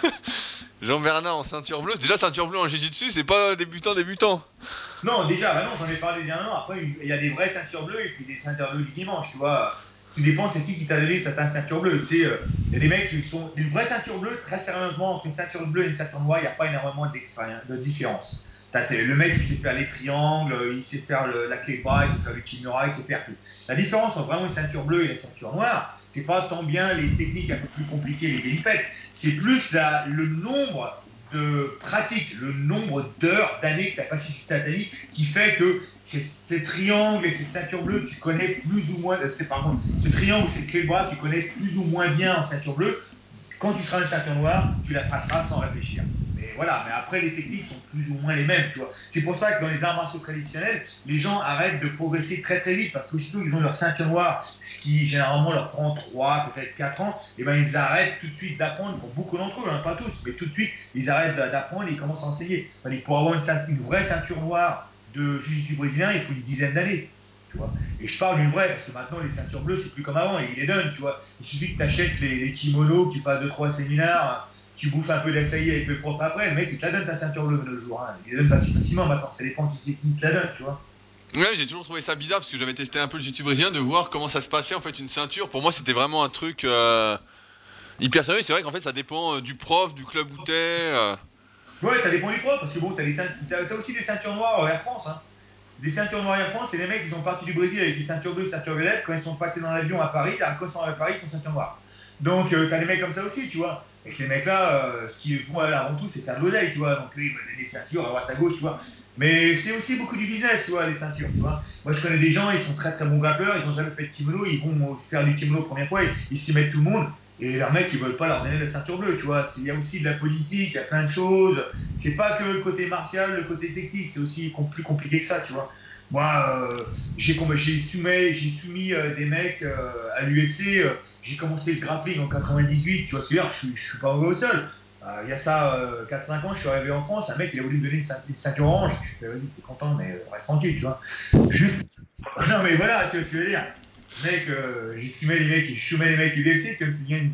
[SPEAKER 1] Jean-Bernard en ceinture bleue. Déjà, ceinture bleue en jiu-jitsu, c'est pas débutant, débutant.
[SPEAKER 2] Non, déjà, bah non, j'en ai parlé dernièrement. Après, il y a des vraies ceintures bleues et puis des ceintures bleues du dimanche, tu vois. Tout dépend, c'est qui qui t'a donné certaines ceintures bleues. Tu sais, euh, il y a des mecs qui sont. Une vraie ceinture bleue, très sérieusement, entre une ceinture bleue et une ceinture noire, il n'y a pas énormément de différence. T'as le mec, il sait faire les triangles, il sait faire le, la clé de bras, il sait faire le kimura, il sait faire tout. La différence entre vraiment une ceinture bleue et une ceinture noire, c'est pas tant bien les techniques un peu plus compliquées, les délipettes, c'est plus la, le nombre de pratiques, le nombre d'heures, d'années que tu as passé sur ta vie qui fait que ces, ces triangles et ces ceintures bleues, tu connais plus ou moins, euh, c'est pardon, ce triangle ou ces clés de bras, tu connais plus ou moins bien en ceinture bleue. Quand tu seras une ceinture noire, tu la passeras sans réfléchir. Mais voilà, mais après les techniques sont plus ou moins les mêmes, tu vois. C'est pour ça que dans les arts martiaux traditionnels, les gens arrêtent de progresser très très vite parce qu'aussitôt qu'ils ont leur ceinture noire, ce qui généralement leur prend trois, peut-être quatre ans, et ben ils arrêtent tout de suite d'apprendre, pour beaucoup d'entre eux, hein, pas tous, mais tout de suite, ils arrêtent d'apprendre et ils commencent à enseigner. Pour avoir une, ceinture, une vraie ceinture noire de jiu-jitsu brésilien, il faut une dizaine d'années. Tu vois. Et je parle d'une vraie, parce que maintenant les ceintures bleues, c'est plus comme avant, et ils les donnent, tu vois. Il suffit que tu achètes les, les kimonos, que tu fasses deux, trois séminaires, tu bouffes un peu d'assaillie avec le prof après, le mec, il te la donne ta ceinture bleue le jour. Hein. Il la donne facilement maintenant, ça dépend qui, qui te la donne, tu vois.
[SPEAKER 1] Ouais, j'ai toujours trouvé ça bizarre parce que j'avais testé un peu le jiu-jitsu brésilien de voir comment ça se passait en fait une ceinture. Pour moi, c'était vraiment un truc euh, hyper sérieux. C'est vrai qu'en fait, ça dépend euh, du prof, du club où t'es. Euh...
[SPEAKER 2] Ouais, ça dépend du prof, parce que bon, t'as, les ceint- t'as, t'as aussi des ceintures noires Air France, hein. Des ceintures noires Air France, c'est les mecs qui sont partis du Brésil avec des ceintures bleues, ceintures violettes, quand ils sont passés dans l'avion à Paris, quand ils sont arrivés à Paris, ils sont ceintures noires. Donc, euh, t'as des mecs comme ça aussi, tu vois. Et ces mecs-là, euh, ce qu'ils font avant tout, c'est faire de l'oseille, tu vois. Donc, eux, ils veulent des ceintures à droite à gauche, tu vois. Mais c'est aussi beaucoup du business, tu vois, les ceintures, tu vois. Moi, je connais des gens, ils sont très très bons grappeurs, ils n'ont jamais fait de kimono, ils vont faire du kimono la première fois, ils, ils s'y mettent tout le monde. Et leurs mecs, ils veulent pas leur donner la ceinture bleue, tu vois. Il y a aussi de la politique, il y a plein de choses. C'est pas que le côté martial, le côté technique, c'est aussi plus compliqué que ça, tu vois. Moi, euh, j'ai, j'ai soumis, j'ai soumis euh, des mecs euh, à l'U F C. Euh, j'ai commencé le grappling en quatre-vingt-dix-huit, tu vois, c'est-à-dire, je, je suis pas arrivé au sol. Euh, il y a ça euh, quatre cinq ans, je suis arrivé en France, un mec, il a voulu me donner une ceinture, une ceinture orange. Je fais, vas-y, t'es content, mais euh, reste tranquille, tu vois. Juste. Non, mais voilà, tu vois ce que je veux dire. Mec, euh, j'ai soumis les mecs, je soumets les mecs du U F C, tu me gagnes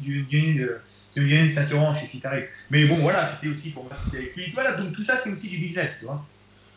[SPEAKER 2] une ceinture orange, si t'arrives. Mais bon, voilà, c'était aussi pour m'associer avec lui. Voilà, donc tout ça, c'est aussi du business, tu vois.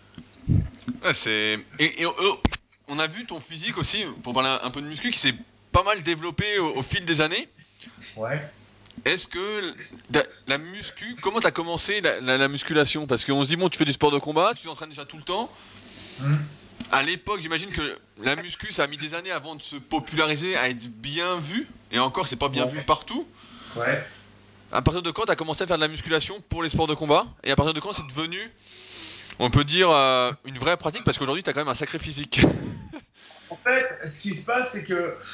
[SPEAKER 1] Ouais, c'est. Et, et euh, on a vu ton physique aussi, pour parler un, un peu de muscu, qui s'est pas mal développé au, au fil des années.
[SPEAKER 2] Ouais.
[SPEAKER 1] Est-ce que la, la muscu, comment t'as commencé la, la, la musculation? Parce qu'on se dit, bon, tu fais du sport de combat, tu t'entraînes déjà tout le temps.
[SPEAKER 2] Hum.
[SPEAKER 1] À l'époque, j'imagine que la muscu, ça a mis des années avant de se populariser, à être bien vu. Et encore, c'est pas bien vu
[SPEAKER 2] Ouais.
[SPEAKER 1] partout.
[SPEAKER 2] Ouais.
[SPEAKER 1] À partir de quand t'as commencé à faire de la musculation pour les sports de combat? Et à partir de quand c'est devenu, on peut dire, euh, une vraie pratique? Parce qu'aujourd'hui, t'as quand même un sacré physique.
[SPEAKER 2] En fait, ce qui se passe, c'est que.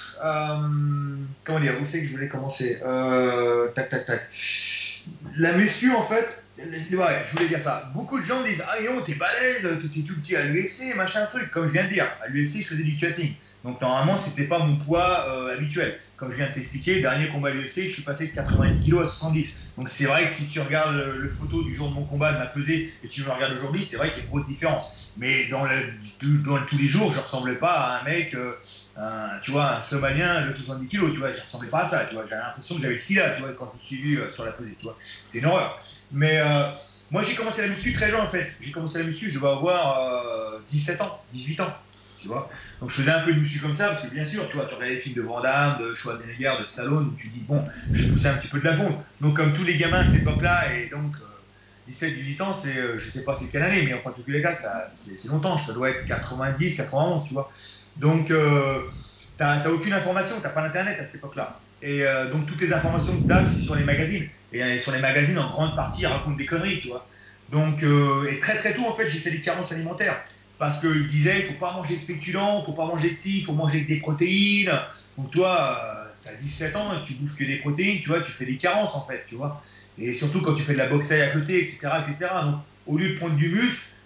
[SPEAKER 2] Euh, comment dire, où c'est que je voulais commencer euh, Tac, tac, tac. La muscu, en fait. Ouais, je voulais dire ça. Beaucoup de gens me disent: Ah, yo, t'es balèze, t'étais tout petit à l'U F C, machin truc. Comme je viens de dire, à l'U F C, je faisais du cutting. Donc, normalement, c'était pas mon poids euh, habituel. Comme je viens de t'expliquer, dernier combat à l'U F C, je suis passé de quatre-vingt-dix kilos à soixante-dix. Donc, c'est vrai que si tu regardes le, le photo du jour de mon combat, de ma pesée, et tu me regardes aujourd'hui, c'est vrai qu'il y a une grosse différence. Mais dans, le, dans tous les jours, je ressemblais pas à un mec, euh, un, tu vois, un Somalien de soixante-dix kilos, tu vois, je ressemblais pas à ça, tu vois. J'avais l'impression que j'avais le sida, tu vois, quand je me suis vu euh, sur la pesée, tu vois. C'est une horreur. Mais euh, moi, j'ai commencé la muscu très jeune, en fait. J'ai commencé la muscu, je vais avoir euh, dix-sept ans, dix-huit ans, tu vois. Donc, je faisais un peu de muscu comme ça, parce que bien sûr, tu vois, tu regardes les films de Van Damme, de Schwarzenegger, de Stallone, où tu dis, bon, je vais pousser un petit peu de la fonte. Donc, comme tous les gamins à cette époque-là, et donc, euh, dix-sept, dix-huit ans, c'est, euh, je sais pas c'est quelle année, mais enfin, en tous les cas, ça, c'est, c'est longtemps. Ça doit être quatre-vingt-dix, quatre-vingt-onze, tu vois. Donc, euh, t'as, t'as aucune information, t'as pas d'internet à cette époque-là. Et euh, donc, toutes les informations que t'as, c'est sur les magazines. Et euh, sur les magazines, en grande partie, ils racontent des conneries, tu vois. Donc, euh, et très très tôt, en fait, j'ai fait des carences alimentaires. Parce qu'ils disaient, il faut pas manger de féculents, faut pas manger de ci, il faut manger que des protéines. Donc, toi, euh, t'as dix-sept ans, tu bouffes que des protéines, tu vois, tu fais des carences, en fait, tu vois. Et surtout quand tu fais de la boxe à côté, et cetera, et cetera. Donc, au lieu de prendre du muscle,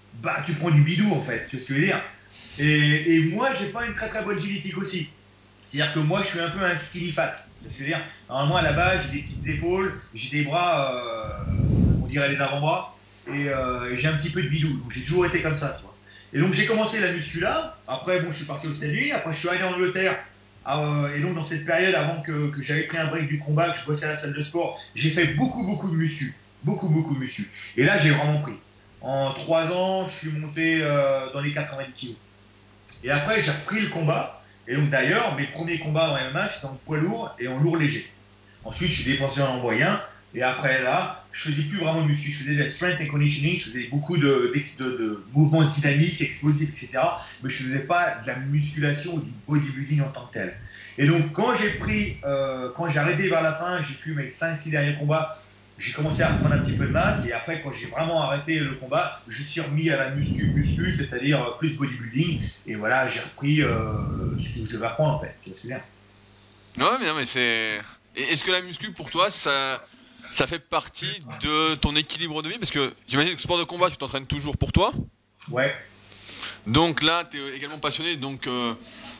[SPEAKER 2] bah tu prends du bidou en fait, tu vois ce que je veux dire. Et, et moi, j'ai pas une très très bonne génétique aussi. C'est-à-dire que moi, je suis un peu un skinny fat. Tu vois ce que je veux dire. Normalement, à la base, j'ai des petites épaules, j'ai des bras, euh, on dirait les avant-bras, et, euh, et j'ai un petit peu de bidou. Donc j'ai toujours été comme ça, tu vois. Et donc j'ai commencé la muscu là. Après, bon, je suis parti aux États-Unis. Après, je suis allé en Angleterre. Euh, et donc dans cette période, avant que, que j'avais pris un break du combat, que je bossais à la salle de sport, j'ai fait beaucoup beaucoup de muscu, beaucoup beaucoup de muscu. Et là, j'ai vraiment pris. En trois ans, je suis monté euh, dans les quatre-vingt-dix kilos. Et après, j'ai repris le combat. Et donc d'ailleurs, mes premiers combats en M M A, c'était en poids lourd et en lourd léger. Ensuite, je suis dépassé en moyen. Et après là, je faisais plus vraiment de muscu. Je faisais de la strength and conditioning. Je faisais beaucoup de, de, de, de mouvements dynamiques, explosifs, et cetera. Mais je faisais pas de la musculation ou du bodybuilding en tant que tel. Et donc, quand j'ai pris, euh, quand j'ai arrêté vers la fin, j'ai fait mes cinq six derniers combats, j'ai commencé à reprendre un petit peu de masse. Et après, quand j'ai vraiment arrêté le combat, je suis remis à la muscu, muscu, c'est-à-dire plus bodybuilding. Et voilà, j'ai repris euh, ce que je devais apprendre en fait. Tu vois ce que je veux dire.
[SPEAKER 1] Ouais, mais non, mais c'est. Et est-ce que la muscu pour toi, ça, ça fait partie de ton équilibre de vie? Parce que j'imagine que sport de combat, tu t'entraînes toujours pour toi.
[SPEAKER 2] Ouais,
[SPEAKER 1] Donc là, tu es également passionné, donc euh,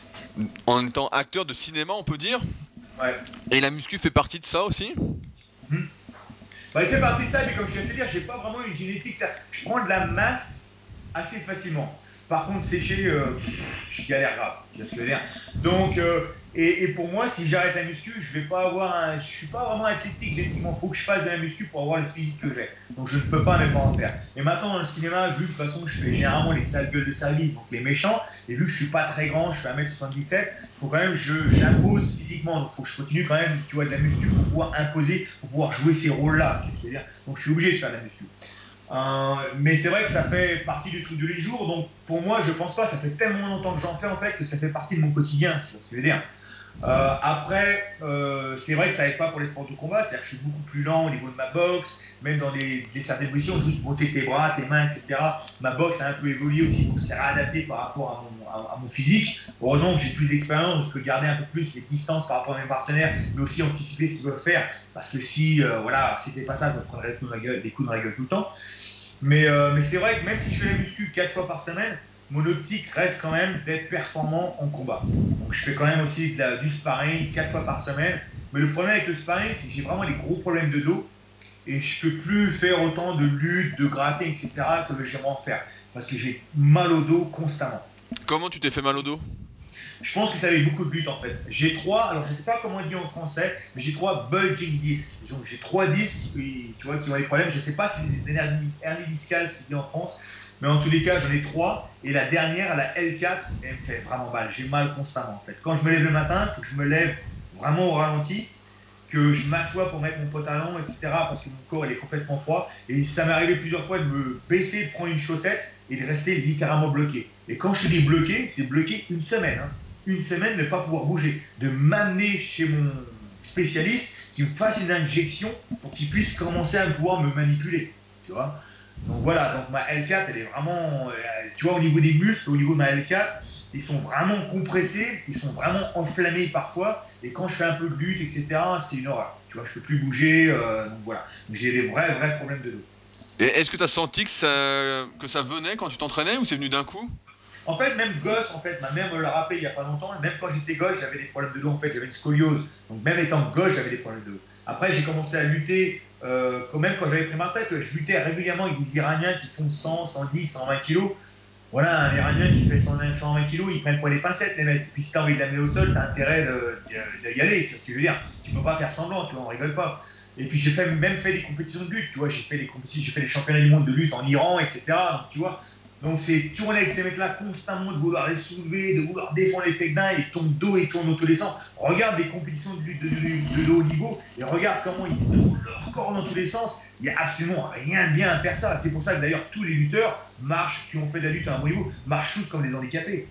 [SPEAKER 1] en étant acteur de cinéma, on peut dire.
[SPEAKER 2] ouais.
[SPEAKER 1] Et la muscu fait partie de ça aussi.
[SPEAKER 2] Hmm. Bah, il fait partie de ça, mais comme je viens de te dire, j'ai pas vraiment une génétique. Ça. Je prends de la masse assez facilement. Par contre, sécher, euh, je galère grave. Tu vois ce que je veux dire. Donc, euh, et, et, pour moi, si j'arrête la muscu, je vais pas avoir un. Je suis pas vraiment athlétique génétiquement. Il faut que je fasse de la muscu pour avoir le physique que j'ai. Donc, je ne peux pas ne pas en faire. Et maintenant, dans le cinéma, vu que de toute façon, je fais généralement les sales gueules de service, donc les méchants, et vu que je suis pas très grand, je fais un mètre soixante-dix-sept, faut quand même je j'impose physiquement, donc faut que je continue quand même, tu vois, de la muscu pour pouvoir imposer, pour pouvoir jouer ces rôles-là, tu veux dire. Donc je suis obligé de faire de la muscu. Euh, mais c'est vrai que ça fait partie du truc de les jours, donc pour moi, je pense pas, ça fait tellement longtemps que j'en fais en fait que ça fait partie de mon quotidien, tu vois ce que je veux dire. Euh, après, euh, c'est vrai que ça n'aide pas pour les sports de combat, c'est-à-dire que je suis beaucoup plus lent au niveau de ma boxe, même dans des, des certaines positions, juste botter tes bras, tes mains, et cetera. Ma boxe a un peu évolué aussi, donc c'est réadapté par rapport à mon, à, à mon physique. Heureusement que j'ai plus d'expérience, je peux garder un peu plus les distances par rapport à mes partenaires, mais aussi anticiper ce qu'ils doivent faire, parce que si, euh, voilà, c'était pas ça, je me prendrais des coups dans la gueule, des coups dans la gueule tout le temps. Mais, euh, mais c'est vrai que même si je fais la muscu quatre fois par semaine, mon optique reste quand même d'être performant en combat. Donc je fais quand même aussi de la, du sparring quatre fois par semaine. Mais le problème avec le sparring, c'est que j'ai vraiment des gros problèmes de dos et je peux plus faire autant de lutte, de gratter, et cetera que j'aimerais en faire. Parce que j'ai mal au dos constamment.
[SPEAKER 1] Comment tu t'es fait mal au dos?
[SPEAKER 2] Je pense que ça avait beaucoup de lutte en fait. J'ai trois, alors je ne sais pas comment on dit en français, mais j'ai trois bulging discs. Donc j'ai trois disques, et, tu vois, qui ont des problèmes. Je ne sais pas si c'est des hernies discales, c'est dit en France, mais en tous les cas, j'en ai trois. Et la dernière, la L quatre, elle me fait vraiment mal. J'ai mal constamment en fait. Quand je me lève le matin, il faut que je me lève vraiment au ralenti, que je m'assois pour mettre mon pantalon, et cetera. Parce que mon corps il est complètement froid. Et ça m'est arrivé plusieurs fois de me baisser, de prendre une chaussette et de rester littéralement bloqué. Et quand je dis bloqué, c'est bloqué une semaine. Hein. Une semaine de ne pas pouvoir bouger. De m'amener chez mon spécialiste qui me fasse une injection pour qu'il puisse commencer à pouvoir me manipuler. Tu vois. Donc voilà, donc ma L quatre, elle est vraiment, euh, tu vois, au niveau des muscles, au niveau de ma L quatre, ils sont vraiment compressés, ils sont vraiment enflammés parfois. Et quand je fais un peu de lutte, et cetera, c'est une horreur. Tu vois, je peux plus bouger. Euh, donc voilà. Donc j'ai des vrais, vrais problèmes de dos.
[SPEAKER 1] Et est-ce que tu as senti que ça, que ça venait quand tu t'entraînais ou c'est venu d'un coup?
[SPEAKER 2] En fait, même gosse, en fait, ma mère me l'a rappelé il y a pas longtemps. Même quand j'étais gosse, j'avais des problèmes de dos. En fait, j'avais une scoliose. Donc même étant gosse, j'avais des problèmes de dos. Après, j'ai commencé à lutter. Euh, quand même, quand j'avais pris ma retraite, je luttais régulièrement avec des Iraniens qui font cent, cent dix, cent vingt kilos. Voilà, un Iranien qui fait cent vingt kilos, ils prennent pour les pincettes, les mecs. Puis si t'as envie de l'amener au sol, t'as intérêt d'y aller, tu vois ce que je veux dire. Tu peux pas faire semblant, tu vois, on rigole pas. Et puis j'ai fait, même fait des compétitions de lutte, tu vois, j'ai fait les compétitions, j'ai fait les championnats du monde de lutte en Iran, et cetera. Donc, tu vois, donc c'est tourner avec ces mecs-là constamment, de vouloir les soulever, de vouloir défendre les takedowns et ton dos et tourne dans tous les sens. Regarde des compétitions de lutte de, de, de, de haut niveau et regarde comment ils tournent leur corps dans tous les sens. Il n'y a absolument rien de bien à faire ça. C'est pour ça que d'ailleurs tous les lutteurs marchent, qui ont fait de la lutte à un bon niveau, marchent tous comme des handicapés.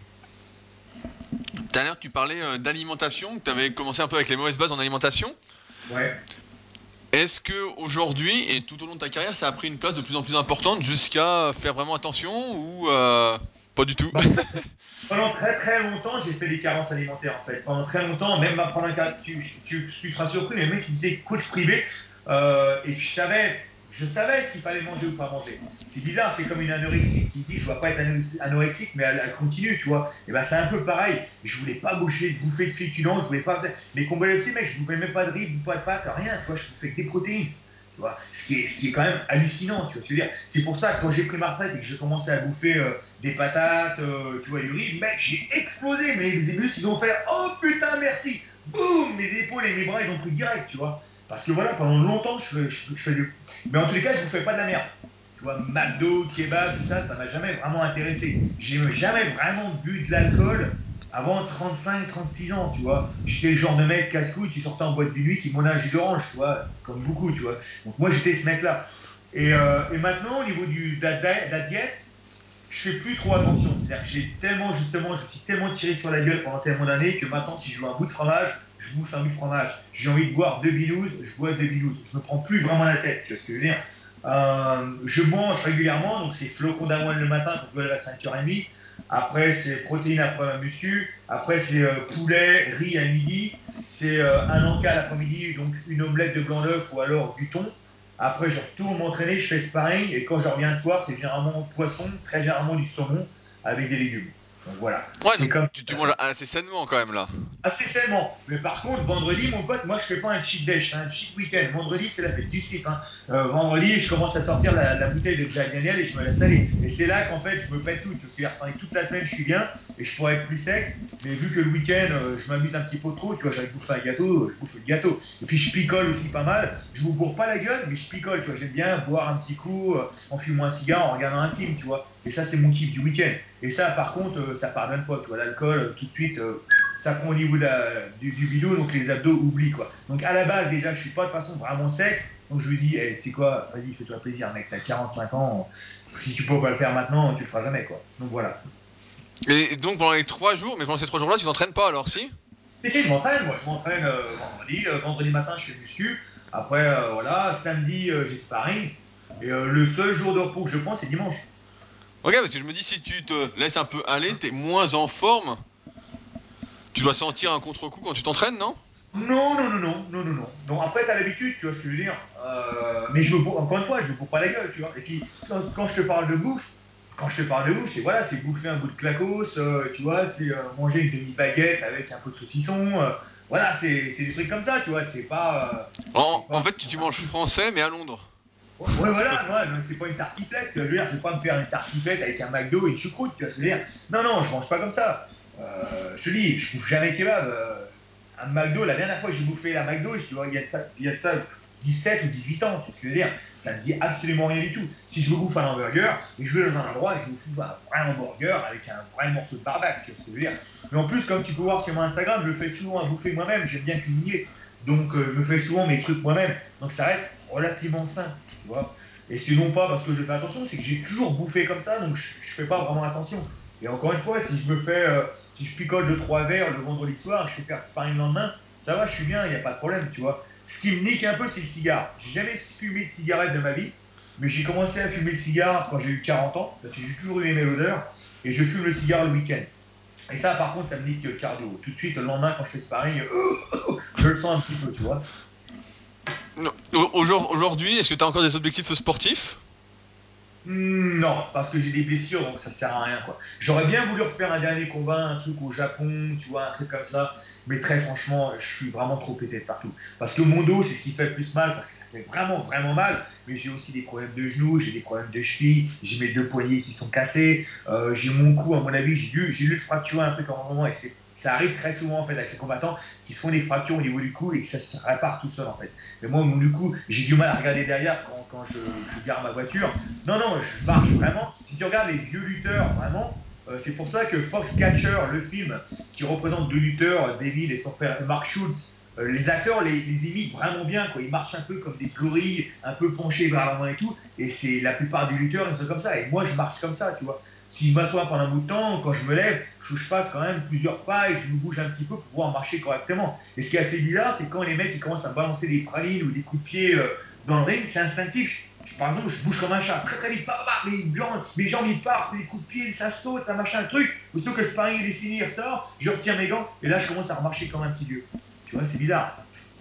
[SPEAKER 1] Tout à l'heure, tu parlais euh, d'alimentation, que tu avais commencé un peu avec les mauvaises bases en alimentation.
[SPEAKER 2] Ouais.
[SPEAKER 1] Est-ce que aujourd'hui et tout au long de ta carrière, ça a pris une place de plus en plus importante jusqu'à faire vraiment attention ou euh, pas du tout?
[SPEAKER 2] Bah, pendant très très longtemps, j'ai fait des carences alimentaires en fait. Pendant très longtemps, même pendant un cas, tu, tu, tu seras surpris, mais même si j'étais coach privé euh, et que je savais je savais ce qu'il fallait manger ou pas manger. C'est bizarre, c'est comme une anorexique qui dit je ne dois pas être anorexique, mais elle, elle continue, tu vois. Et ben c'est un peu pareil. Je voulais pas bouffer, bouffer de féculents, je voulais pas. Mais combat aussi, mec, je bouffais même pas de riz, pas de pâtes, rien, tu vois. Je bouffais que des protéines. Tu vois, ce qui, est, ce qui est quand même hallucinant, tu vois. Je veux dire, c'est pour ça que quand j'ai pris ma retraite et que j'ai commencé à bouffer euh, des patates, euh, tu vois, du riz, mec, j'ai explosé. Mais les muscles, ils ont fait oh putain, merci. Boum, mes épaules et mes bras, ils ont pris direct, tu vois. Parce que voilà, pendant longtemps, je, je, je fais du. Mais en tous les cas, je ne vous fais pas de la merde. Tu vois, McDo, kebab, tout ça, ça m'a jamais vraiment intéressé. J'ai jamais vraiment bu de l'alcool avant trente-cinq, trente-six ans, tu vois. J'étais le genre de mec casse-couille, tu sortais en boîte de nuit qui montait un jus d'orange, tu vois, comme beaucoup, tu vois. Donc moi, j'étais ce mec-là. Et, euh, et maintenant, au niveau du, de, la, de la diète, je fais plus trop attention. C'est-à-dire que j'ai tellement, justement, je suis tellement tiré sur la gueule pendant tellement d'années que maintenant, si je veux un bout de fromage, je bouffe un bout de fromage. J'ai envie de boire deux binous, je bois deux binous. Je me prends plus vraiment la tête, tu vois ce que je veux dire. Euh, je mange régulièrement, donc c'est flocons d'avoine le matin quand je dois aller à cinq heures trente. Après, c'est protéines après la muscu. Après, c'est euh, poulet, riz à midi. C'est euh, un encas l'après-midi, donc une omelette de blanc d'œuf ou alors du thon. Après, je retourne m'entraîner, je fais sparring. Et quand je reviens le soir, c'est généralement poisson, très généralement du saumon avec des légumes. Donc voilà,
[SPEAKER 1] Ouais,
[SPEAKER 2] c'est
[SPEAKER 1] donc
[SPEAKER 2] comme
[SPEAKER 1] tu, tu manges assez sainement quand même là.
[SPEAKER 2] assez sainement. Mais par contre, vendredi, mon pote, moi, je fais pas un cheat day, je fais un cheat week-end. Vendredi, c'est la fête du slip. Hein. Euh, vendredi, je commence à sortir la, la bouteille de Jack Daniel et je me laisse aller. Et c'est là qu'en fait, je me pète tout. Tu vois, c'est-à-dire que toute la semaine, je suis bien et je pourrais être plus sec. Mais vu que le week-end, euh, je m'amuse un petit peu trop, tu vois, j'allais bouffer un gâteau, je bouffe le gâteau. Et puis, je picole aussi pas mal. Je vous bourre pas la gueule, mais je picole, tu vois. J'aime bien boire un petit coup euh, en fumant un cigare, en regardant un film, tu vois. Et ça, c'est mon kiff du week-end. Et ça, par contre, euh, ça pardonne pas, tu vois. L'alcool, euh, tout de suite. Euh, ça prend au niveau de la, du, du bidou, donc les abdos oublient quoi. Donc à la base, déjà, je suis pas de façon vraiment sec. Donc je lui dis, hey, tu sais quoi, vas-y, fais-toi plaisir, mec, t'as quarante-cinq ans. Si tu peux pas le faire maintenant, tu le feras jamais quoi. Donc voilà.
[SPEAKER 1] Et donc pendant les trois jours, mais pendant ces trois jours-là, tu t'entraînes pas alors si?
[SPEAKER 2] Mais si, je m'entraîne, moi, je m'entraîne euh, vendredi. Euh, vendredi matin, je fais muscu. Après, euh, voilà, samedi, euh, j'ai sparring. Et euh, le seul jour de repos que je prends, c'est dimanche.
[SPEAKER 1] Ok, parce que je me dis, si tu te laisses un peu aller, t'es moins en forme. Tu dois sentir un contre-coup quand tu t'entraînes, non?
[SPEAKER 2] Non, non, non, non, non, non, non. Non, après, t'as l'habitude, tu vois ce que je veux dire. Euh, mais je me, bourre- encore une fois, je me cours pas la gueule, tu vois. Et puis, quand, quand je te parle de bouffe, quand je te parle de bouffe, c'est voilà, c'est bouffer un bout de clacos, euh, tu vois, c'est euh, manger une demi-baguette avec un peu de saucisson. Euh, voilà, c'est c'est des trucs comme ça, tu vois. C'est pas, euh,
[SPEAKER 1] En,
[SPEAKER 2] c'est
[SPEAKER 1] en
[SPEAKER 2] pas.
[SPEAKER 1] fait, tu, tu manges français, mais à Londres.
[SPEAKER 2] Ouais, voilà, moi, non, c'est pas une tartiflette. Tu vois, je veux dire, je vais pas me faire une tartiflette avec un McDo et une choucroute, tu vois ce que je veux dire. Non, non, je mange pas comme ça. Euh, je te dis, je bouffe jamais kebab. Euh, un McDo, la dernière fois que j'ai bouffé la McDo, tu vois, il y a de ça, il y a de ça dix-sept ou dix-huit ans, tu vois ce que je veux dire. Ça me dit absolument rien du tout. Si je veux bouffer un hamburger, et je vais dans un endroit et je me fous un vrai hamburger avec un vrai morceau de barbac, tu vois ce que je veux dire. Mais en plus, comme tu peux voir sur mon Instagram, je le fais souvent à bouffer moi-même, j'aime bien cuisiner. Donc, euh, je me fais souvent mes trucs moi-même. Donc, ça reste relativement sain, tu vois. Et c'est non pas parce que je fais attention, c'est que j'ai toujours bouffé comme ça, donc je, je fais pas vraiment attention. Et encore une fois, si je me fais, euh, si je picole deux trois verres le vendredi soir, je fais faire sparring le lendemain, ça va, je suis bien, il n'y a pas de problème, tu vois. Ce qui me nique un peu, c'est le cigare. J'ai jamais fumé de cigarette de ma vie, mais j'ai commencé à fumer le cigare quand j'ai eu quarante ans, parce que j'ai toujours eu aimé l'odeur, et je fume le cigare le week-end. Et ça, par contre, ça me nique le cardio. Tout de suite, le lendemain, quand je fais sparring, je le sens un petit peu, tu vois.
[SPEAKER 1] Non. Aujourd'hui, est-ce que tu as encore des objectifs sportifs?
[SPEAKER 2] Non, parce que j'ai des blessures, donc ça sert à rien, quoi. J'aurais bien voulu refaire un dernier combat, un truc au Japon, tu vois, un truc comme ça. Mais très franchement, je suis vraiment trop pété de partout. Parce que mon dos, c'est ce qui fait le plus mal, parce que ça fait vraiment, vraiment mal. Mais j'ai aussi des problèmes de genoux, j'ai des problèmes de cheville, j'ai mes deux poignets qui sont cassés, euh, j'ai mon cou, à mon avis, j'ai dû, j'ai dû le fracturer un peu comme un moment, et c'est, ça arrive très souvent, en fait, avec les combattants, qui se font des fractures au niveau du cou et que ça se répare tout seul, en fait. Mais moi, du coup, j'ai du mal à regarder derrière quand, quand je, je garde ma voiture. Non, non, je marche vraiment. Si tu regardes les vieux lutteurs, vraiment, euh, c'est pour ça que Foxcatcher, le film qui représente deux lutteurs, David et son frère Mark Schultz, euh, les acteurs les, les imitent vraiment bien, quoi. Ils marchent un peu comme des gorilles, un peu penchés vers l'avant et tout. Et c'est la plupart des lutteurs, ils sont comme ça. Et moi, je marche comme ça, tu vois. Si je m'assois pendant un bout de temps, quand je me lève, il faut que je fasse quand même plusieurs pas et que je me bouge un petit peu pour pouvoir marcher correctement. Et ce qui est assez bizarre, c'est quand les mecs ils commencent à balancer des pralines ou des coups de pied euh, dans le ring, c'est instinctif. Par exemple, je bouge comme un chat, très très vite, bah, bah, bah, mes, jambes, mes jambes ils partent, les coups de pied, ça saute, ça machin, un truc. Aussitôt que le sparring il est fini, il ressort, je retire mes gants, et là je commence à remarcher comme un petit vieux. Tu vois, c'est bizarre.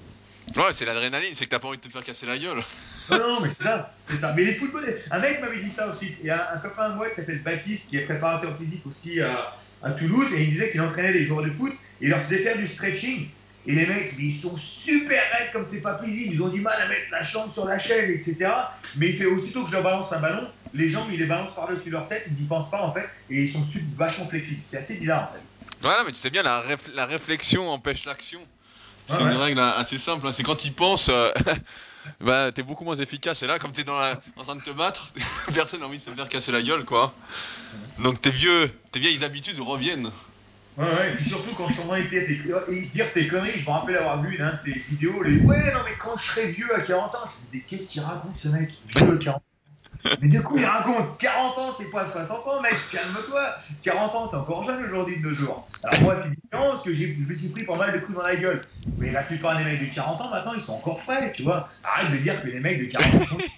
[SPEAKER 1] Ouais, c'est l'adrénaline, c'est que t'as pas envie de te faire casser la gueule.
[SPEAKER 2] Non, non, mais c'est ça, c'est ça. Mais les footballeurs, un mec m'avait dit ça aussi. Il y a un copain à moi qui s'appelle Baptiste, qui est préparateur physique aussi à, à Toulouse, et il disait qu'il entraînait les joueurs de foot, et il leur faisait faire du stretching. Et les mecs, mais ils sont super raides comme c'est pas possible, ils ont du mal à mettre la jambe sur la chaise, et cetera. Mais il fait aussitôt que je leur balance un ballon, les jambes, ils les balancent par-dessus leur tête, ils y pensent pas en fait, et ils sont super, vachement flexibles. C'est assez bizarre en fait.
[SPEAKER 1] Voilà, mais tu sais bien, la, réf- la réflexion empêche l'action.
[SPEAKER 2] Ouais,
[SPEAKER 1] C'est une
[SPEAKER 2] ouais.
[SPEAKER 1] règle assez simple, hein. C'est quand ils pensent, euh, bah, t'es beaucoup moins efficace. Et là, comme t'es dans la, en train de te battre, personne n'a envie de se faire casser la gueule, quoi. Donc tes vieux, tes vieilles habitudes reviennent.
[SPEAKER 2] Ouais, ouais, et puis surtout quand je t'entends dire tes, et dire tes conneries, je me rappelle avoir vu une de tes vidéos, les ouais, non, mais quand je serai vieux à quarante ans, je me dis, mais qu'est-ce qu'il raconte ce mec, vieux à quarante ans? Mais de quoi il raconte? quarante ans, c'est pas soixante ans, mec, calme-toi. quarante ans, t'es encore jeune aujourd'hui de nos jours. Alors moi, c'est différent parce que j'ai, je me suis pris pas mal de coups dans la gueule. Mais la plupart des mecs de quarante ans, maintenant, ils sont encore frais, tu vois. Arrête de dire que les mecs de quarante ans sont.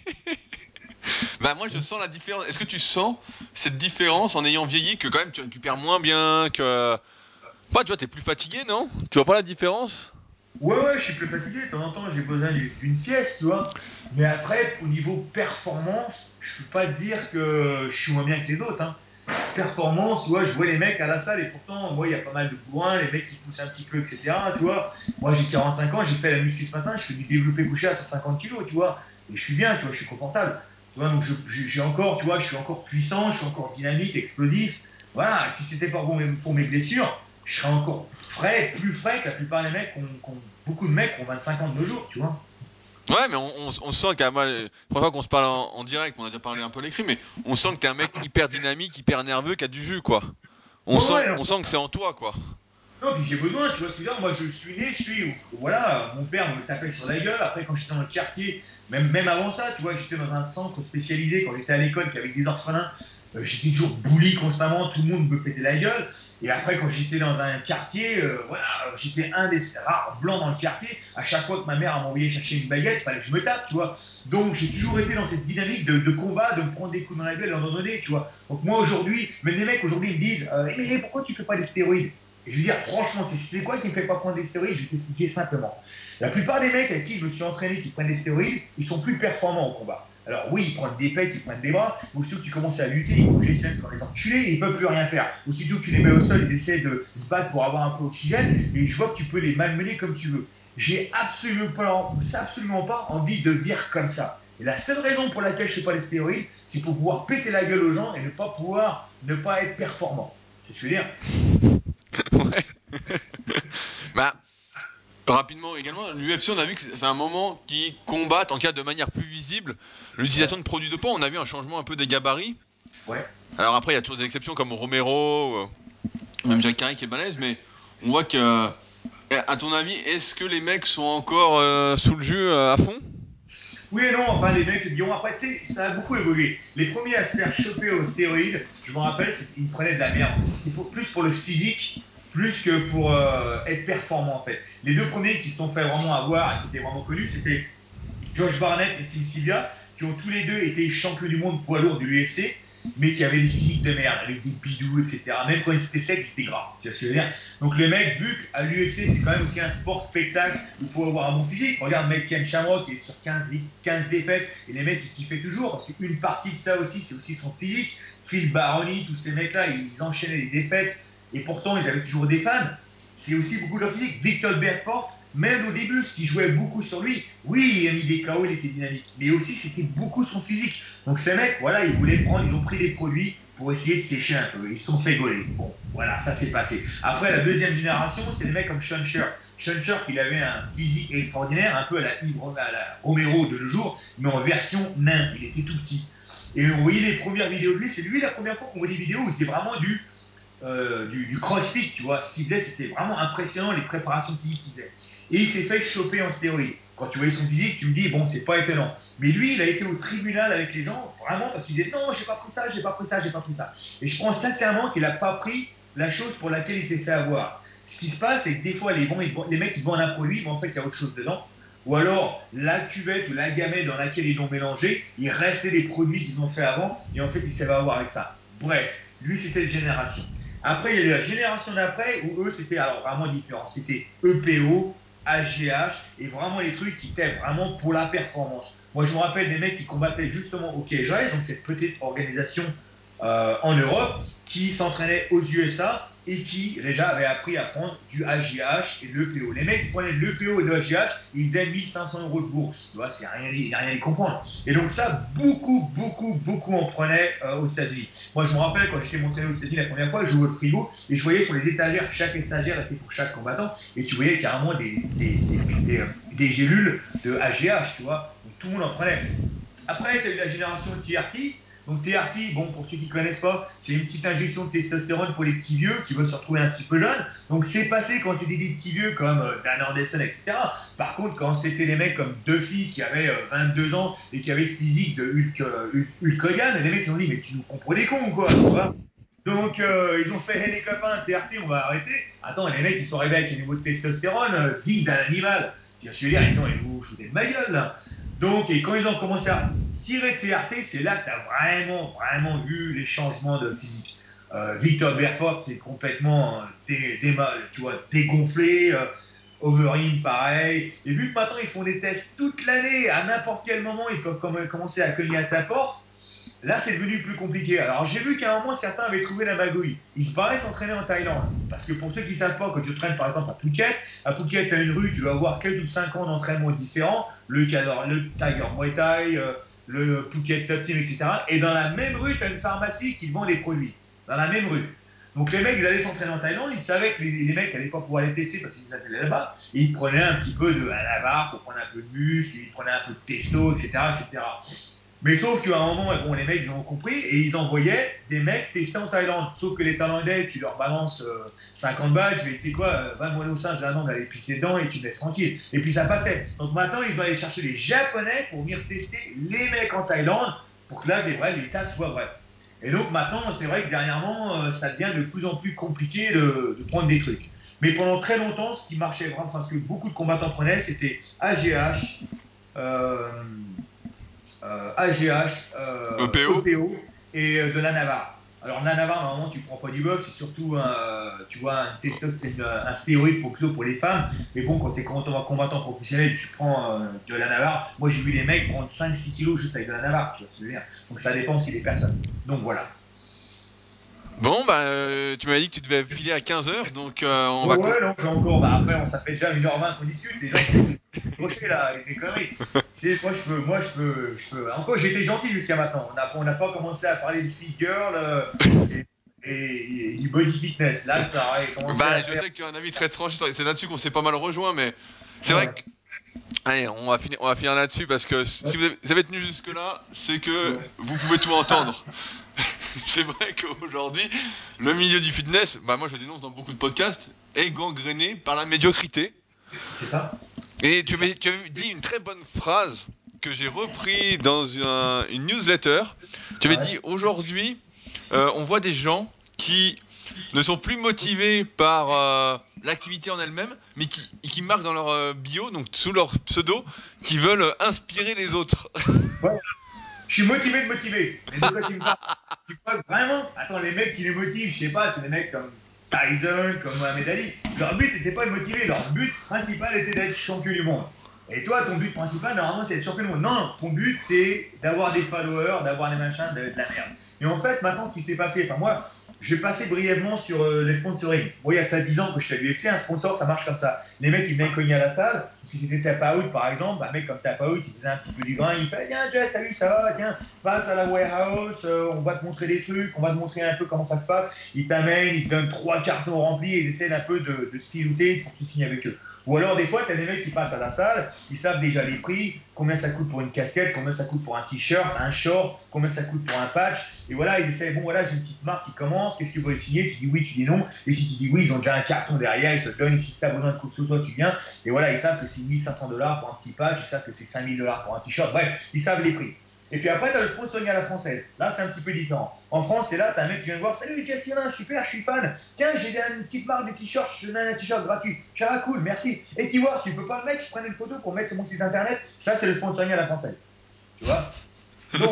[SPEAKER 1] Bah moi je sens la différence. Est-ce que tu sens cette différence en ayant vieilli que quand même tu récupères moins bien que... Bah tu vois t'es plus fatigué non? Tu vois pas la différence?
[SPEAKER 2] Ouais, ouais, je suis plus fatigué. De temps en temps, j'ai besoin d'une d'une sieste, tu vois. Mais après, au niveau performance, je peux pas te dire que je suis moins bien que les autres, hein. Performance, tu vois, je vois les mecs à la salle et pourtant, moi, il y a pas mal de bourrins, les mecs qui poussent un petit peu, et cetera. Tu vois, moi, j'ai quarante-cinq ans, j'ai fait la muscu ce matin, je fais du développé couché à cent cinquante kilos, tu vois. Et je suis bien, tu vois, je suis confortable. Tu vois, donc je- je- j'ai encore, tu vois, je suis encore puissant, je suis encore dynamique, explosif. Voilà, si c'était pas pour mes, pour mes blessures, je serais encore frais, plus frais que la plupart des mecs, qu'on, qu'on- beaucoup de mecs qui ont vingt-cinq ans de nos jours, tu vois.
[SPEAKER 1] Ouais mais on, on, on sent qu'à mal... La première fois qu'on se parle en, en direct, on a déjà parlé un peu à l'écrit, mais on sent que t'es un mec hyper dynamique, hyper nerveux, qui a du jus quoi. On
[SPEAKER 2] Ouais,
[SPEAKER 1] sent,
[SPEAKER 2] ouais,
[SPEAKER 1] on sent que c'est en toi quoi.
[SPEAKER 2] non, puis j'ai besoin, tu vois ce que je veux dire. Moi, je suis né, je suis. Voilà, mon père me tapait sur la gueule. Après, quand j'étais dans le quartier, même, même avant ça, tu vois, j'étais dans un centre spécialisé quand j'étais à l'école, qu'avec des orphelins, euh, j'étais toujours bully constamment, tout le monde me pétait la gueule. Et après, quand j'étais dans un quartier, euh, voilà, j'étais un des rares blancs dans le quartier. À chaque fois que ma mère m'envoyait chercher une baguette, il fallait que je me tape, tu vois. Donc, j'ai toujours été dans cette dynamique de, de combat, de me prendre des coups dans la gueule et en donner, tu vois. Donc, moi, aujourd'hui, même des mecs aujourd'hui ils me disent, euh, mais pourquoi tu fais pas des stéroïdes? Et je veux dire, franchement, c'est quoi qui me fait pas prendre des stéroïdes? Je vais t'expliquer simplement. La plupart des mecs avec qui je me suis entraîné qui prennent des stéroïdes, ils sont plus performants au combat. Alors oui, ils prennent des pecs, ils prennent des bras, mais aussitôt que tu commences à lutter, ils congestionnent comme les enculés et ils peuvent plus rien faire. Aussitôt que tu les mets au sol, ils essaient de se battre pour avoir un peu d'oxygène et je vois que tu peux les malmener comme tu veux. J'ai absolument pas, absolument pas envie de vivre comme ça. Et la seule raison pour laquelle je ne fais pas les stéroïdes, c'est pour pouvoir péter la gueule aux gens et ne pas pouvoir ne pas être performant. C'est ce que je veux dire.
[SPEAKER 1] Ouais. Bah rapidement également, l'U F C on a vu que ça fait un moment qu'ils combattent en cas de manière plus visible
[SPEAKER 2] Ouais.
[SPEAKER 1] l'utilisation de produits dopants. On a vu un changement un peu des gabarits.
[SPEAKER 2] Ouais.
[SPEAKER 1] Alors après il y a toujours des exceptions comme Romero, euh, même Jacques Carré qui est balèze, mais on voit que, à ton avis, est-ce que les mecs sont encore euh, sous le jus euh, à fond?
[SPEAKER 2] Oui et non, enfin les mecs diront après, tu sais, ça a beaucoup évolué. Les premiers à se faire choper aux stéroïdes, je me rappelle, ils prenaient de la merde. C'était pour- plus pour le physique, plus que pour euh, être performant en fait. Les deux premiers qui se sont fait vraiment avoir et qui étaient vraiment connus, c'était Josh Barnett et Tim Sylvia, qui ont tous les deux été champions du monde poids lourd de l'U F C, mais qui avaient des physiques de merde, avec des bidous, et cetera. Même quand ils étaient secs, c'était gras. Tu vois ce que je veux dire? Donc le mec, vu qu'à l'U F C, c'est quand même aussi un sport spectacle où il faut avoir un bon physique. Regarde, mec, Ken Shamrock, qui est sur quinze, quinze défaites, et les mecs, ils kiffaient toujours, parce qu'une partie de ça aussi, c'est aussi son physique. Phil Baroni, tous ces mecs-là, ils enchaînaient les défaites, et pourtant, ils avaient toujours des fans. C'est aussi beaucoup de leur physique. Victor Belfort, même au début, ce qui jouait beaucoup sur lui, oui, il a mis des K O, il était dynamique, mais aussi c'était beaucoup son physique. Donc ces mecs, voilà, ils voulaient prendre, ils ont pris des produits pour essayer de sécher un peu. Ils se sont fait gauler. Bon, voilà, ça s'est passé. Après, la deuxième génération, c'est des mecs comme Sean Sherk. Sean Sherk, il avait un physique extraordinaire, un peu à la, Yves, à la Romero de nos jours, mais en version nain. Il était tout petit. Et on voyait les premières vidéos de lui, c'est lui la première fois qu'on voit des vidéos où c'est vraiment du euh, du, du crossfit, tu vois. Ce qu'il faisait, c'était vraiment impressionnant, les préparations physiques qu'il faisait. Et il s'est fait choper en stéroïde. Quand tu voyais son physique, tu me dis, bon, c'est pas étonnant. Mais lui, il a été au tribunal avec les gens, vraiment, parce qu'il disait, non, j'ai pas pris ça, j'ai pas pris ça, j'ai pas pris ça. Et je pense sincèrement qu'il a pas pris la chose pour laquelle il s'est fait avoir. Ce qui se passe, c'est que des fois, les, bons, les mecs, ils vendent un produit, mais en fait, il y a autre chose dedans. Ou alors, la cuvette ou la gamette dans laquelle ils l'ont mélangé, il restait des produits qu'ils ont fait avant, et en fait, ils savaient avoir avec ça. Bref, lui, c'était une génération. Après, il y a eu la génération d'après où eux, c'était alors vraiment différent. C'était E P O, A G H et vraiment les trucs qui étaient vraiment pour la performance. Moi, je me rappelle des mecs qui combattaient justement au K J S, donc cette petite organisation euh, en Europe, qui s'entraînaient aux U S A et qui déjà avaient appris à prendre du A G H et de l'E P O. Les mecs qui prenaient de l'E P O et de l'A G H, ils faisaient mille cinq cents euros de bourse. Tu vois, c'est rien, il n'y a rien à y comprendre. Et donc ça, beaucoup, beaucoup, beaucoup en prenaient euh, aux États-Unis. Moi, je me rappelle quand j'étais monté aux États-Unis la première fois, je jouais au frigo et je voyais sur les étagères, chaque étagère était pour chaque combattant, et tu voyais carrément des, des, des, des, euh, des gélules de A G H, tu vois. Donc tout le monde en prenait. Après, tu as eu la génération T R T. Donc T R T, bon, pour ceux qui ne connaissent pas, c'est une petite injection de testostérone pour les petits vieux qui veulent se retrouver un petit peu jeunes. Donc c'est passé quand c'était des petits vieux comme euh, Dan Anderson, et cetera. Par contre, quand c'était des mecs comme Duffy qui avaient euh, vingt-deux ans et qui avaient le physique de Hulk, euh, Hulk, Hulk Hogan, les mecs ils ont dit, mais tu nous comprends des cons ou quoi, tu vois. Donc euh, ils ont fait, hey les copains, T R T, on va arrêter. Attends, les mecs ils sont arrivés avec un niveau de testostérone euh, digne d'un animal. Je veux dire, ils ont, vous vous foutez de ma gueule là. Donc, et quand ils ont commencé à tirer T R T, c'est là que tu as vraiment, vraiment vu les changements de physique. Euh, Victor Belfort, c'est complètement euh, dé, dé, tu vois, dégonflé. Euh, Overeem, pareil. Et vu que maintenant, ils font des tests toute l'année, à n'importe quel moment, ils peuvent commencer à cogner à ta porte. Là, c'est devenu plus compliqué. Alors, j'ai vu qu'à un moment, certains avaient trouvé la magouille. Ils se barraient s'entraîner en Thaïlande. Parce que pour ceux qui ne savent pas, quand tu traînes par exemple à Phuket, à Phuket, tu as une rue, tu dois avoir quatre ou cinq ans d'entraînement différents. Le, le Tiger Muay Thai, euh, le Phuket Top Team, et cetera. Et dans la même rue, tu as une pharmacie qui vend des produits. Dans la même rue. Donc les mecs, ils allaient s'entraîner en Thaïlande, ils savaient que les, les mecs n'allaient pas pouvoir les tester parce qu'ils s'appelaient là-bas. Et ils prenaient un petit peu de Anavar pour prendre un peu de muscle, ils prenaient un peu de testo, et cetera, et cetera. Mais sauf qu'à un moment, bon, les mecs, ils ont compris et ils envoyaient des mecs tester en Thaïlande. Sauf que les Thaïlandais, tu leur balances euh, cinquante balles, tu fais, tu sais quoi, euh, va demander au singe de la langue d'aller pisser dedans et tu te laisses tranquille. Et puis ça passait. Donc maintenant, ils vont aller chercher les Japonais pour venir tester les mecs en Thaïlande pour que là, les vrais, l'état soit vrai. Et donc maintenant, c'est vrai que dernièrement, euh, ça devient de plus en plus compliqué de, de prendre des trucs. Mais pendant très longtemps, ce qui marchait vraiment, enfin, ce que beaucoup de combattants prenaient, c'était A G H, euh, euh, A G H, euh,
[SPEAKER 1] E P O.
[SPEAKER 2] E P O et euh, de la Navarre. Alors la Navarre, normalement, tu prends pas du box, c'est surtout un, tu vois, un, testo, un stéroïde pour, plutôt pour les femmes. Mais bon, quand tu es combattant professionnel, tu prends euh, de la Navarre. Moi, j'ai vu des mecs prendre cinq six kilos juste avec de la Navarre, tu vois ce que je veux dire. Donc ça dépend aussi des personnes. Donc voilà.
[SPEAKER 1] Bon, bah, euh, tu m'as dit que tu devais filer à quinze heures, donc euh, on
[SPEAKER 2] Ouais,
[SPEAKER 1] va.
[SPEAKER 2] ouais, non, j'ai encore. Bah après, on, ça fait déjà une heure vingt qu'on discute. Les gens ils pensent que je suis gaucher là, avec des conneries. C'est, moi, je peux, moi, je peux, je peux. Encore, j'ai été gentil jusqu'à maintenant. On n'a on n'a pas commencé à parler de fit girl euh, et, et, et du body fitness. Là, ça aurait commencé
[SPEAKER 1] Bah,
[SPEAKER 2] à
[SPEAKER 1] je
[SPEAKER 2] faire.
[SPEAKER 1] sais que tu as un avis très tranché, c'est là-dessus qu'on s'est pas mal rejoint, mais c'est vrai
[SPEAKER 2] Ouais.
[SPEAKER 1] que. Allez, on va finir, on va finir là-dessus parce que si vous avez, vous avez tenu jusque-là, c'est que
[SPEAKER 2] Ouais.
[SPEAKER 1] vous pouvez tout entendre. C'est vrai qu'aujourd'hui, le milieu du fitness, bah moi je le dénonce dans beaucoup de podcasts, est gangréné par la médiocrité.
[SPEAKER 2] C'est ça.
[SPEAKER 1] Et
[SPEAKER 2] C'est
[SPEAKER 1] tu,
[SPEAKER 2] ça.
[SPEAKER 1] avais- tu as dit une très bonne phrase que j'ai repris dans un- une newsletter. Tu avais
[SPEAKER 2] Ouais.
[SPEAKER 1] dit aujourd'hui, euh, on voit des gens qui ne sont plus motivés par euh, l'activité en elle-même, mais qui, qui marquent dans leur euh, bio, donc sous leur pseudo, qui veulent euh, inspirer les autres.
[SPEAKER 2] Ouais. Je suis motivé de motiver. Mais de quoi tu me parles? Tu parles vraiment? Attends, les mecs qui les motivent, je sais pas, c'est des mecs comme Tyson, comme Mohamed Ali. Leur but n'était pas de motiver, leur but principal était d'être champion du monde. Et toi, ton but principal, normalement, c'est d'être champion du monde. Non, ton but, c'est d'avoir des followers, d'avoir des machins, de, de la merde. Et en fait, maintenant, ce qui s'est passé, enfin, moi, je vais passer brièvement sur euh, les sponsoring. Moi, il y a ça dix ans que je fais l'U F C, un sponsor, ça marche comme ça. Les mecs, ils venaient cogner à la salle. Si c'était Tapa Out, par exemple, un mec comme Tapa Out, il faisait un petit peu du grain, il fait, tiens, Jess, salut, ça va, tiens, passe à la warehouse, euh, on va te montrer des trucs, on va te montrer un peu comment ça se passe. Ils t'amènent, ils te donnent trois cartons remplis et ils essaient un peu de, de te filouter pour que tu signes avec eux. Ou alors, des fois, tu as des mecs qui passent à la salle, ils savent déjà les prix, combien ça coûte pour une casquette, combien ça coûte pour un t-shirt, un short, combien ça coûte pour un patch. Et voilà, ils essaient, bon, voilà, j'ai une petite marque qui commence, qu'est-ce qu'ils veulent signer? Tu dis oui, tu dis non. Et si tu dis oui, ils ont déjà un carton derrière, ils te donnent, si tu as besoin de quoi que ce soit, tu viens. Et voilà, ils savent que c'est mille cinq cents dollars pour un petit patch, ils savent que c'est cinq mille dollars pour un t-shirt. Bref, ils savent les prix. Et puis après, tu as le sponsoring à la française. Là, c'est un petit peu différent. En France, c'est là, tu as un mec qui vient te voir. Salut, Jess Yonin, super, je suis fan. Tiens, j'ai une petite marque de t-shirt, je te donne un t-shirt gratuit. Je dis, ah, cool, merci. Et tu vois, tu peux pas le mettre, je prenais une photo pour mettre sur mon site internet. Ça, c'est le sponsoring à la française. Tu vois? Donc,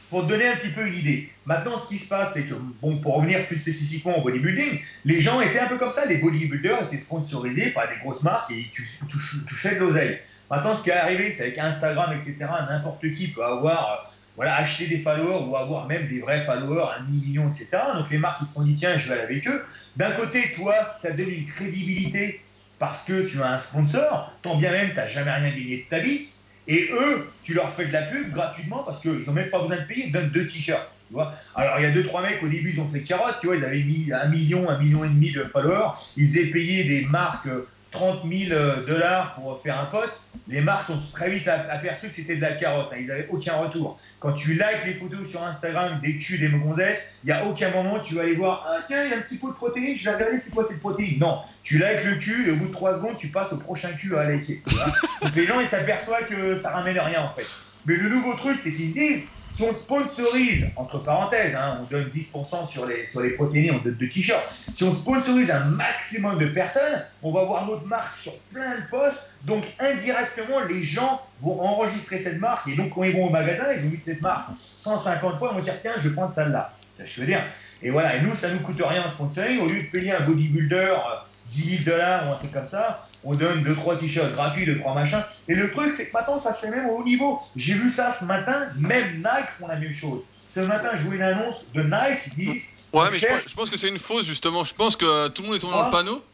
[SPEAKER 2] Pour te donner un petit peu une idée. Maintenant, ce qui se passe, c'est que, bon, pour revenir plus spécifiquement au bodybuilding, les gens étaient un peu comme ça. Les bodybuilders étaient sponsorisés par des grosses marques et ils touchaient de l'oseille. Maintenant, ce qui est arrivé, c'est avec Instagram, et cetera, n'importe qui peut avoir, euh, voilà, acheter des followers ou avoir même des vrais followers, un million, et cetera. Donc, les marques, ils se sont dit, tiens, je vais aller avec eux. D'un côté, toi, ça te donne une crédibilité parce que tu as un sponsor, tant bien même, tu n'as jamais rien gagné de ta vie. Et eux, tu leur fais de la pub gratuitement parce qu'ils n'ont même pas besoin de payer, ils donnent deux t-shirts. Tu vois. Alors, il y a deux, trois mecs, au début, ils ont fait carotte, tu vois, ils avaient mis un million, un million et demi de followers. Ils avaient payé des marques trente mille dollars pour faire un post. Les marques sont très vite aperçues que c'était de la carotte. Hein. Ils n'avaient aucun retour. Quand tu likes les photos sur Instagram des culs, des gonzesses, il n'y a aucun moment tu vas aller voir, ah tiens, il y a un petit pot de protéines, je vais regarder c'est quoi cette protéine. Non, tu likes le cul et au bout de trois secondes, tu passes au prochain cul à liker. Donc les gens, ils s'aperçoivent que ça ramène rien en fait. Mais le nouveau truc, c'est qu'ils se disent, si on sponsorise, entre parenthèses, hein, on donne dix pour cent sur les, sur les protéines, on donne deux t-shirts. Si on sponsorise un maximum de personnes, on va voir notre marque sur plein de posts. Donc indirectement, les gens vont enregistrer cette marque. Et donc quand ils vont au magasin, ils ont vu cette marque cent cinquante fois, ils vont dire, tiens, je vais prendre celle-là. C'est ce que je veux dire. Et voilà, et nous, ça ne nous coûte rien en sponsoring. Au lieu de payer un bodybuilder dix mille dollars ou un truc comme ça, on donne deux trois t-shirts gratuits, deux trois machins. Et le truc, c'est que maintenant, ça se fait même au haut niveau. J'ai vu ça ce matin, même Nike font la même chose. Ce matin, je vois une annonce de Nike qui disent
[SPEAKER 1] Ouais, mais cherche... je, pense, je pense que c'est une fausse, justement. Je pense que tout le monde est tombé dans le panneau.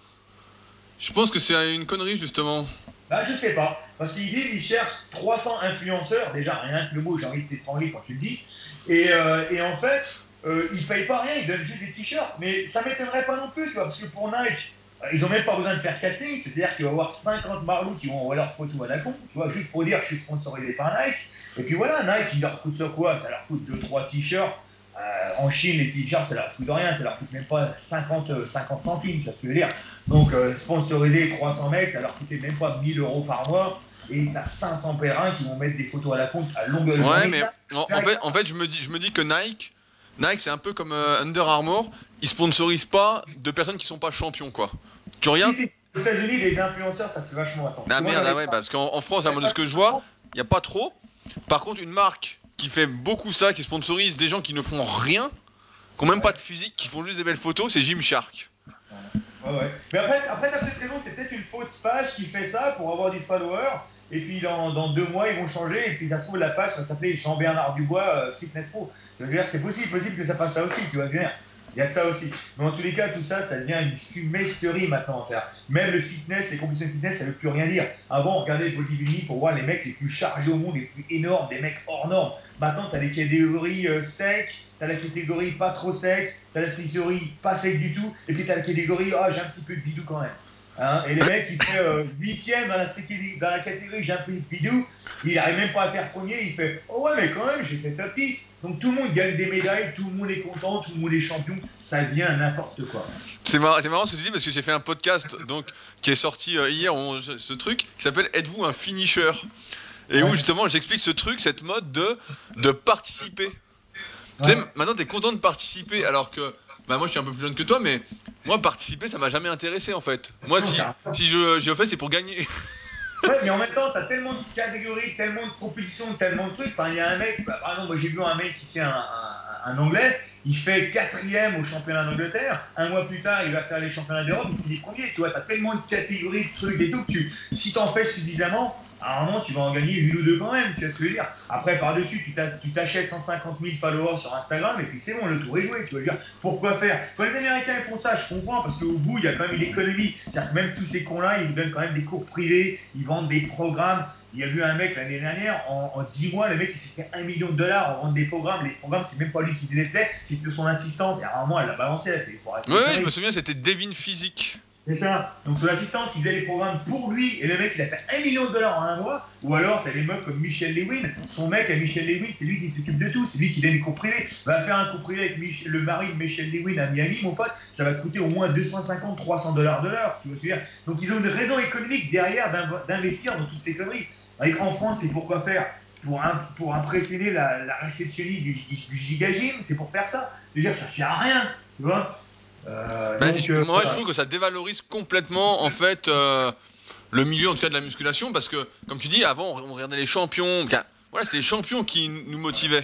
[SPEAKER 1] Je pense que c'est une connerie, justement.
[SPEAKER 2] Bah, je sais pas. Parce qu'ils disent ils cherchent trois cents influenceurs. Déjà, rien que le mot, j'ai envie de t'étrangler quand tu le dis. Et, euh, et en fait, euh, ils payent pas rien, ils donnent juste des t-shirts. Mais ça m'étonnerait pas non plus, tu vois, parce que pour Nike, ils ont même pas besoin de faire casting. C'est-à-dire qu'il va y avoir cinquante marlous qui vont envoyer leur photo à la con, tu vois, juste pour dire que je suis sponsorisé par Nike. Et puis voilà, Nike, il leur coûte quoi? Ça leur coûte deux trois t-shirts. Euh, en Chine, les t-shirts, ça leur coûte rien, ça leur coûte même pas cinquante, cinquante centimes, tu vois ce que je veux dire. Donc, euh, sponsoriser trois cents mecs, ça leur coûtait même pas mille euros par mois. Et t'as cinq cents pèlerins qui vont mettre des photos à la compte à longueur de
[SPEAKER 1] ouais,
[SPEAKER 2] journée.
[SPEAKER 1] mais en, en fait, en fait je, me dis, je me dis que Nike, Nike c'est un peu comme euh, Under Armour, ils sponsorisent pas de personnes qui sont pas champions, quoi. Tu regardes?
[SPEAKER 2] Si, si, aux États-Unis, les influenceurs, ça se fait vachement attendre.
[SPEAKER 1] Ah
[SPEAKER 2] Moi,
[SPEAKER 1] merde,
[SPEAKER 2] j'en ai
[SPEAKER 1] ah ouais,
[SPEAKER 2] pas.
[SPEAKER 1] parce qu'en en France, à moi de ce que je vois, il n'y a pas trop. Par contre, une marque qui fait beaucoup ça, qui sponsorise des gens qui ne font rien, qui n'ont même pas
[SPEAKER 2] Ouais.
[SPEAKER 1] de physique, qui font juste des belles photos, c'est Gymshark.
[SPEAKER 2] Ouais, ouais. Mais après, après t'as peut-être raison, c'est peut-être une fausse page qui fait ça pour avoir du follower. Et puis dans, dans deux mois, ils vont changer. Et puis ça se trouve, la page va s'appeler Jean-Bernard Dubois euh, Fitness Pro. Je veux dire, c'est possible, possible que ça fasse ça aussi, tu vois bien. Il y a de ça aussi. Mais en tous les cas, tout ça, ça devient une fumisterie maintenant. Faire. Même le fitness, les compétitions de fitness, ça ne veut plus rien dire. Avant, on regardait le bodybuilding pour voir les mecs les plus chargés au monde, les plus énormes, des mecs hors normes. Maintenant, tu as les catégories euh, secs, tu as la catégorie pas trop sec, tu as la catégorie pas sec du tout, et puis tu as la catégorie, ah, j'ai un petit peu de bidou quand même. Hein, et les mecs, ils font euh, huitième dans la, dans la catégorie j'ai un peu de bidou, il n'arrive même pas à faire premier, il fait oh ouais, mais quand même, j'ai fait top dix. Donc tout le monde gagne des médailles, tout le monde est content, tout le monde est champion, ça devient n'importe quoi.
[SPEAKER 1] C'est marrant, c'est marrant ce que tu dis parce que j'ai fait un podcast donc qui est sorti euh, hier, on- ce truc qui s'appelle Êtes-vous un finisher? Et où
[SPEAKER 2] Ouais,
[SPEAKER 1] justement j'explique ce truc, cette mode de, de participer. Tu sais,
[SPEAKER 2] ouais.
[SPEAKER 1] maintenant t'es content de participer alors que bah moi je suis un peu plus jeune que toi, mais moi participer ça m'a jamais intéressé en fait. Moi
[SPEAKER 2] Non,
[SPEAKER 1] si,
[SPEAKER 2] carrément.
[SPEAKER 1] si je, je fais c'est pour gagner.
[SPEAKER 2] Ouais, mais en même temps, t'as tellement de catégories, tellement de compétitions, tellement de trucs. Enfin, il y a un mec, bah, par exemple, moi j'ai vu un mec qui c'est un, un, un anglais, il fait quatrième au championnat d'Angleterre. Un mois plus tard, il va faire les championnats d'Europe, il finit premier. Tu vois, t'as tellement de catégories, de trucs et tout que tu, si t'en fais suffisamment, à un moment, tu vas en gagner une ou deux quand même. Tu vois ce que je veux dire? Après, par-dessus, tu t'achètes cent cinquante mille followers sur Instagram et puis c'est bon, le tour est joué. Tu vas dire, pourquoi faire? Quand les Américains font ça, je comprends parce qu'au bout, il y a quand même une économie. C'est-à-dire que même tous ces cons-là, ils vous donnent quand même des cours privés, ils vendent des programmes. Il y a eu un mec l'année dernière, en, en dix mois, le mec il s'est fait un million de dollars en vente des programmes. Les programmes, c'est même pas lui qui les laissait, c'est de son assistante. Et à un moment, elle l'a balancé, elle a fait pour arrêter
[SPEAKER 1] Ouais,
[SPEAKER 2] les
[SPEAKER 1] ouais, je me
[SPEAKER 2] conneries.
[SPEAKER 1] souviens, c'était Devin Physique.
[SPEAKER 2] C'est ça. Donc son assistante, il faisait les programmes pour lui, et le mec, il a fait un million de dollars en un mois. Ou alors, t'as des meufs comme Michel Lewin. Son mec, à Michel Lewin, c'est lui qui s'occupe de tout. C'est lui qui donne les cours privés. Va faire un cours privé avec Mich le mari de Michel Lewin à Miami, mon pote. Ça va te coûter au moins deux cent cinquante, trois cents dollars de l'heure. Tu vois ce que je veux dire? Donc ils ont une raison économique derrière d'investir dans toutes ces conneries. Avec, en France, c'est pourquoi faire? Pour, un, pour impressionner la, la réceptionniste du, du gigagym, c'est pour faire ça. Je veux dire, ça sert à rien. Tu vois? Euh,
[SPEAKER 1] Bah,
[SPEAKER 2] donc,
[SPEAKER 1] je-
[SPEAKER 2] euh,
[SPEAKER 1] moi je
[SPEAKER 2] voilà.
[SPEAKER 1] trouve que ça dévalorise complètement en fait euh, le milieu en tout cas de la musculation parce que comme tu dis avant on regardait les champions, voilà c'était les champions qui nous motivaient.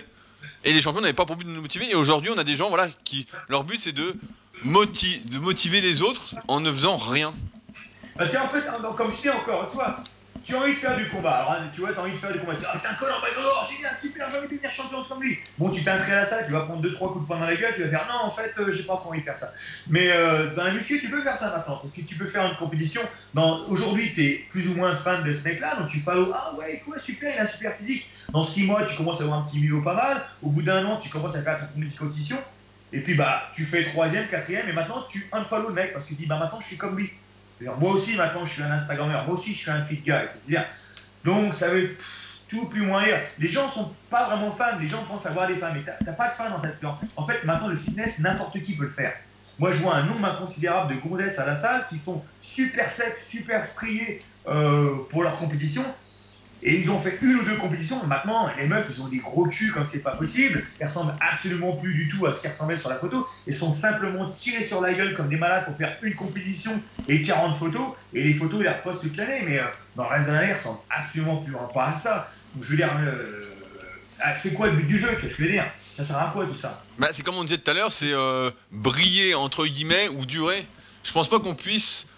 [SPEAKER 1] Et les champions n'avaient pas pour but de nous motiver. Et aujourd'hui, on a des gens, voilà, qui leur but c'est de, moti- de motiver les autres en ne faisant rien.
[SPEAKER 2] Parce qu'en fait, comme je dis encore, tu vois, tu as envie de faire du combat. Alors, hein, tu vois, tu as envie de faire du combat. Tu dis, ah, putain, Conor McGregor, génial, super, j'ai envie de devenir champion comme lui. Bon, tu t'inscris à la salle, tu vas prendre deux trois coups de poing dans la gueule, tu vas faire, non, en fait, euh, j'ai pas trop envie de faire ça. Mais euh, dans la muscu, tu peux faire ça maintenant. Parce que tu peux faire une compétition. Aujourd'hui, tu es plus ou moins fan de ce mec-là, donc tu follow, ah ouais, quoi, super, il a un super physique. Dans six mois, tu commences à avoir un petit milieu pas mal. Au bout d'un an, tu commences à faire ton première compétition. Et puis, bah, tu fais troisième, quatrième, et maintenant, tu unfollow le mec parce que tu dis, bah, maintenant, je suis comme lui. Moi aussi, maintenant, je suis un Instagrammeur. Moi aussi, je suis un fit guy. Bien. Donc, ça veut pff, tout plus ou moins rire. Les gens ne sont pas vraiment fans. Les gens pensent avoir des fans. Mais tu n'as pas de fans, en fait. En fait, maintenant, le fitness, n'importe qui peut le faire. Moi, je vois un nombre inconsidérable de gonzesses à la salle qui sont super secs, super striés euh, pour leur compétition. Et ils ont fait une ou deux compétitions. Maintenant, les meufs, ils ont des gros culs comme c'est pas possible. Elles ressemblent absolument plus du tout à ce qu'ils ressemblaient sur la photo. Ils sont simplement tirés sur la gueule comme des malades pour faire une compétition et quarante photos. Et les photos, ils les repostent toute l'année. Mais euh, dans le reste de l'année, ils ressemblent absolument plus pas à ça. Donc, je veux dire, euh, c'est quoi le but du jeu? Qu'est-ce que je veux dire? Ça sert à quoi tout ça?
[SPEAKER 1] Bah, c'est comme on disait tout à l'heure, c'est euh, briller entre guillemets ou durer. Je pense pas qu'on puisse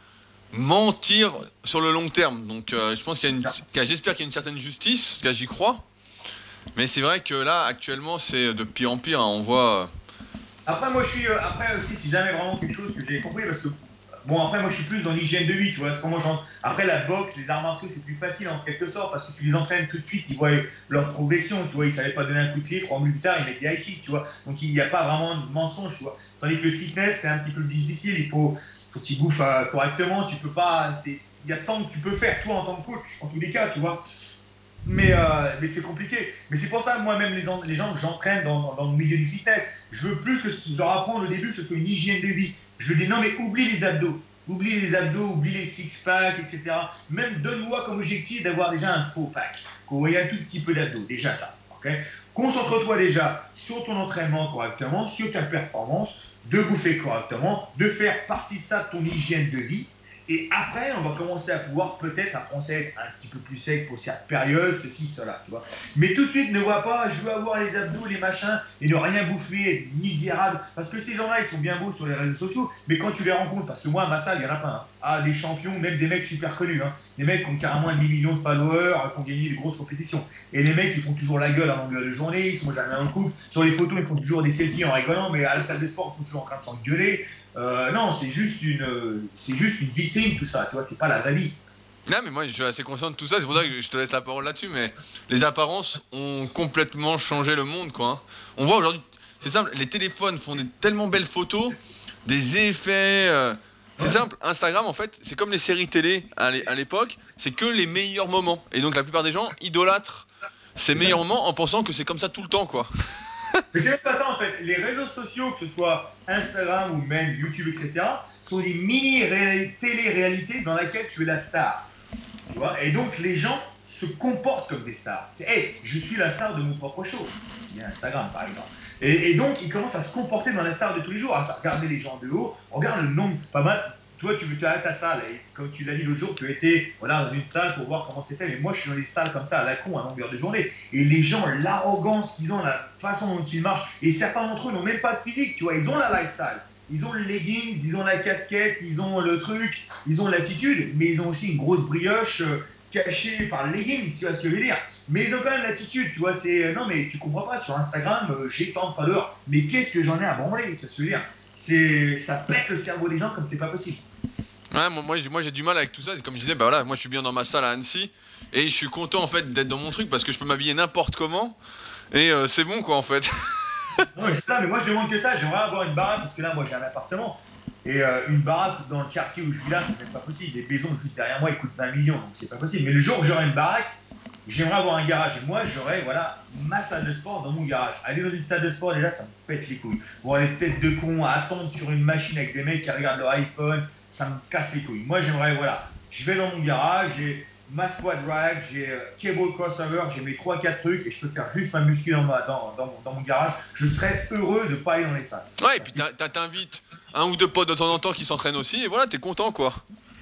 [SPEAKER 1] mentir sur le long terme. Donc, euh, je pense qu'il y a une, qu'il y a- j'espère qu'il y a une certaine justice, car j'y crois. Mais c'est vrai que là, actuellement, c'est de pire en pire, hein. On voit. euh,
[SPEAKER 2] Après, moi, je suis. Euh, après aussi, si jamais vraiment quelque chose que j'ai compris, parce que. Bon, après, moi, je suis plus dans l'hygiène de vie, tu vois. Comment j'en... Après, la boxe, les arts martiaux, c'est plus facile en quelque sorte, parce que tu les entraînes tout de suite, ils voient leur progression, tu vois. Ils ne savaient pas donner un coup de pied, trois minutes plus tard, ils mettent des high kicks, tu vois. Donc, il n'y a pas vraiment de mensonge, tu vois. Tandis que le fitness, c'est un petit peu plus difficile. Il faut, faut que tu bouffes euh, correctement. Tu peux pas. Il y a tant que tu peux faire, toi, en tant que coach, en tous les cas, tu vois. Mais, euh, mais c'est compliqué. Mais c'est pour ça, moi-même, les, les gens que j'entraîne dans, dans, le milieu du fitness, je veux plus que je leur apprendre au début que ce soit une hygiène de vie. Je leur dis non, mais oublie les abdos. Oublie les abdos, oublie les six-packs, et cetera. Même donne-moi comme objectif d'avoir déjà un faux pack. Qu'on voit un tout petit peu d'abdos. Déjà ça. Okay. Concentre-toi déjà sur ton entraînement correctement, sur ta performance, de bouffer correctement, de faire partie de ça de ton hygiène de vie. Et après, on va commencer à pouvoir peut-être apprendre à être un petit peu plus sec pour cette période, ceci, cela, tu vois. Mais tout de suite, ne vois pas, je veux avoir les abdos, les machins, et ne rien bouffer, être misérable. Parce que ces gens-là, ils sont bien beaux sur les réseaux sociaux, mais quand tu les rencontres, parce que moi, à ma salle, il y en a plein. Hein. Ah, des champions, même des mecs super connus. Hein. Des mecs qui ont carrément un demi-million de followers, qui ont gagné des grosses compétitions. Et les mecs, ils font toujours la gueule à longueur de journée, ils sont jamais en couple. Sur les photos, ils font toujours des selfies en rigolant, mais à la salle de sport, ils sont toujours en train de s'engueuler. Euh, non, c'est juste une, c'est juste une vitrine tout ça, tu vois, c'est pas la vraie vie.
[SPEAKER 1] Non, mais moi, je suis assez conscient de tout ça. C'est pour ça que je te laisse la parole là-dessus. Mais les apparences ont complètement changé le monde, quoi. Hein. On voit aujourd'hui, c'est simple, les téléphones font des tellement belles photos, des effets. euh, C'est
[SPEAKER 2] Ouais.
[SPEAKER 1] simple, Instagram en fait, c'est comme les séries télé à l'é- à l'époque, c'est que les meilleurs moments. Et donc la plupart des gens idolâtrent ces
[SPEAKER 2] C'est ça.
[SPEAKER 1] meilleurs moments en pensant que c'est comme ça tout le temps, quoi.
[SPEAKER 2] Mais c'est même pas ça en fait. Les réseaux sociaux, que ce soit Instagram ou même YouTube, et cetera, sont des mini-télé-réalités dans lesquelles tu es la star. Tu vois. Et donc les gens se comportent comme des stars. C'est, hey, je suis la star de mon propre show. Il y a Instagram par exemple. Et, et donc ils commencent à se comporter dans la star de tous les jours, à regarder les gens de haut, regarde le nombre, pas mal. Toi, tu veux à ta salle, et comme tu l'as dit l'autre jour, tu étais voilà, dans une salle pour voir comment c'était. Mais moi, je suis dans des salles comme ça, à la con, à longueur de journée. Et les gens, l'arrogance qu'ils ont, la façon dont ils marchent, et certains d'entre eux n'ont même pas de physique, tu vois, ils ont la lifestyle. Ils ont le leggings, ils ont la casquette, ils ont le truc, ils ont l'attitude, mais ils ont aussi une grosse brioche euh, cachée par le leggings, tu vois ce que je veux dire. Mais ils ont quand même l'attitude, tu vois, c'est... euh, non, mais tu comprends pas, sur Instagram, euh, j'ai tant de followers, mais qu'est-ce que j'en ai à branler, tu vois ce que je veux dire. C'est... Ça pète le cerveau des gens comme c'est pas possible.
[SPEAKER 1] Ouais, moi, moi, j'ai, moi, j'ai du mal avec tout ça. C'est comme je disais, bah voilà, moi je suis bien dans ma salle à Annecy. Et je suis content en fait d'être dans mon truc parce que je peux m'habiller n'importe comment. Et euh, c'est bon quoi en fait.
[SPEAKER 2] Non, mais c'est ça, mais moi je demande que ça, j'aimerais avoir une baraque, parce que là, moi j'ai un appartement, et euh, une baraque dans le quartier où je vis là, c'est même pas possible. Les maisons juste derrière moi, ils coûtent vingt millions, donc c'est pas possible. Mais le jour où j'aurai une baraque, j'aimerais avoir un garage. Et moi, j'aurais, voilà, ma salle de sport dans mon garage. Aller dans une salle de sport, déjà, ça me pète les couilles. Voir les têtes de cons à attendre sur une machine avec des mecs qui regardent leur iPhone, ça me casse les couilles. Moi, j'aimerais, voilà, je vais dans mon garage, j'ai ma squat rack, j'ai euh, cable crossover, j'ai mes trois quatre trucs et je peux faire juste ma muscu dans, ma, dans, dans, mon, dans mon garage. Je serais heureux de ne pas aller dans les salles.
[SPEAKER 1] Ouais, et puis
[SPEAKER 2] Parce que
[SPEAKER 1] t'invites un ou deux potes de temps en temps qui s'entraînent aussi. Et voilà, t'es content quoi.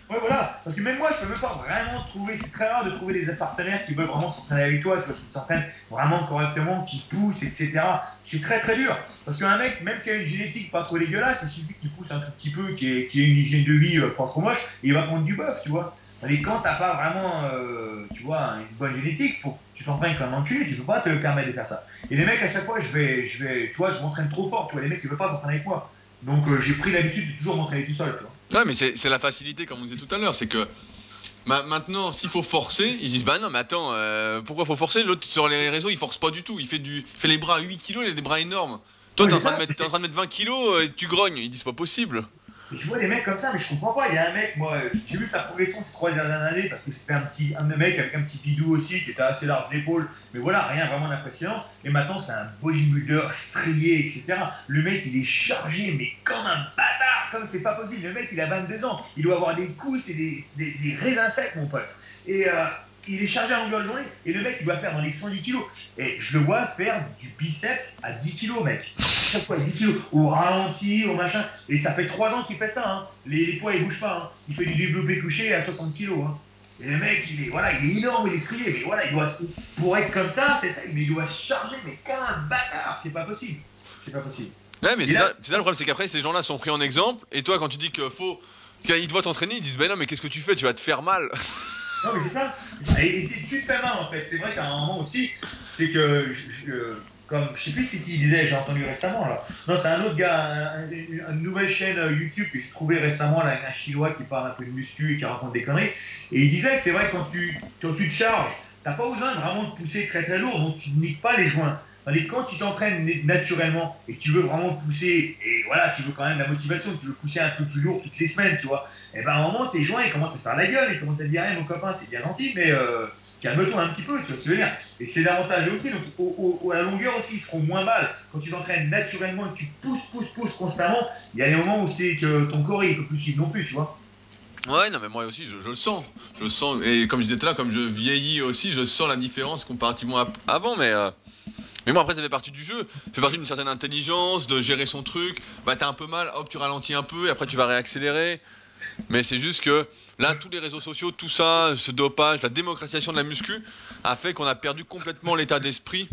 [SPEAKER 2] Ouais, voilà. Parce que même moi, je peux même pas vraiment trouver. C'est très rare de trouver des partenaires qui veulent vraiment s'entraîner avec toi, tu vois, qui s'entraînent vraiment correctement, qui poussent, et cetera. C'est très très dur. Parce qu'un mec, même qui a une génétique pas trop dégueulasse, il suffit qu'il pousse un tout petit peu, qui ait, qui ait une hygiène de vie euh, pas trop moche, et il va prendre du bœuf, tu vois. Mais quand t'as pas vraiment, euh, tu vois, une bonne génétique, faut que tu t'entraînes comme un enculé, tu peux pas te le permettre de faire ça. Et les mecs, à chaque fois, je vais, je vais, tu vois, je m'entraîne trop fort, tu vois, les mecs, ils veulent pas s'entraîner avec moi. Donc, euh, j'ai pris l'habitude de toujours m'entraîner tout seul, tu vois.
[SPEAKER 1] Ouais, mais c'est c'est la facilité, comme on disait tout à l'heure. C'est que ma- maintenant, s'il faut forcer, ils disent bah non, mais attends, euh, pourquoi faut forcer? L'autre sur les réseaux, il force pas du tout. Il fait, du, il fait les bras à huit kilos, il a des bras énormes. Toi,
[SPEAKER 2] Non,
[SPEAKER 1] t'es
[SPEAKER 2] mais
[SPEAKER 1] en
[SPEAKER 2] c'est
[SPEAKER 1] train de
[SPEAKER 2] ça.
[SPEAKER 1] mettre, t'es en train de mettre vingt kilos et tu grognes. Ils disent pas possible.
[SPEAKER 2] Et je vois des mecs comme ça, mais je comprends pas. Il y a un mec, moi, j'ai vu sa progression ces trois dernières années parce que c'était un petit un mec avec un petit bidou aussi qui était assez large d'épaule, mais voilà, rien vraiment d'impressionnant. Et maintenant, c'est un bodybuilder strié, et cetera. Le mec, il est chargé, mais comme un bâtard, comme c'est pas possible. Le mec, il a vingt-deux ans, il doit avoir des couilles et des, des, des raisins secs, mon pote. Et euh, il est chargé à longueur de journée. Et le mec, il doit faire dans les cent dix kilos. Et je le vois faire du biceps à dix kilos, mec. À chaque fois, dix kilos, au ralenti, au machin. Et ça fait trois ans qu'il fait ça. Hein. Les, les poids, ils bougent pas. Hein. Il fait du développé couché à soixante kilos. Hein. Et le mec, il est, voilà, il est énorme, il est strié. Mais voilà, il doit, pour être comme ça, c'est, mais il doit charger, mais comme un bâtard. C'est pas possible. C'est pas possible.
[SPEAKER 1] Ouais, mais
[SPEAKER 2] Et
[SPEAKER 1] c'est
[SPEAKER 2] là,
[SPEAKER 1] ça, c'est ça le problème, c'est qu'après, ces gens-là sont pris en exemple. Et toi, quand tu dis que faut. Qu'ils doivent t'entraîner, ils disent bah non, mais qu'est-ce que tu fais? Tu vas te faire mal.
[SPEAKER 2] non, mais c'est ça. C'est ça. Et, et tu te fais mal, en fait. C'est vrai qu'à un moment aussi, c'est que, je, je, comme, je sais plus c'est qui disait, j'ai entendu récemment, là. Non, c'est un autre gars, un, une, une nouvelle chaîne YouTube que j'ai trouvé récemment, là, avec un Chinois qui parle un peu de muscu et qui raconte des conneries. Et il disait que c'est vrai, quand tu, quand tu te charges, t'as pas besoin de vraiment de pousser très très lourd, donc tu ne niques pas les joints. Tandis que quand tu t'entraînes naturellement et que tu veux vraiment pousser, et voilà, tu veux quand même la motivation, tu veux pousser un peu plus lourd toutes les semaines, tu vois, et ben à un moment, tes joints, ils commencent à te faire la gueule, ils commencent à te dire, hey, mon copain, c'est bien gentil, mais euh, calme-toi un petit peu, tu vois ce que je veux dire. Et c'est l'avantage aussi, donc au, au, à la longueur aussi, ils seront moins mal. Quand tu t'entraînes naturellement et que tu pousses, pousses, pousses constamment, il y a des moments où c'est que ton corps, il peut plus suivre non plus, tu vois.
[SPEAKER 1] Ouais, non, mais moi aussi, je, je le sens. Je le sens. Et comme je disais tout à l'heure, comme je vieillis aussi, je sens la différence comparativement à avant, mais. euh, Mais moi, après, ça fait partie du jeu. Ça fait partie d'une certaine intelligence, de gérer son truc. Bah, t'as un peu mal, hop, tu ralentis un peu, et après, tu vas réaccélérer. Mais c'est juste que là, tous les réseaux sociaux, tout ça, ce dopage, la démocratisation de la muscu, a fait qu'on a perdu complètement l'état d'esprit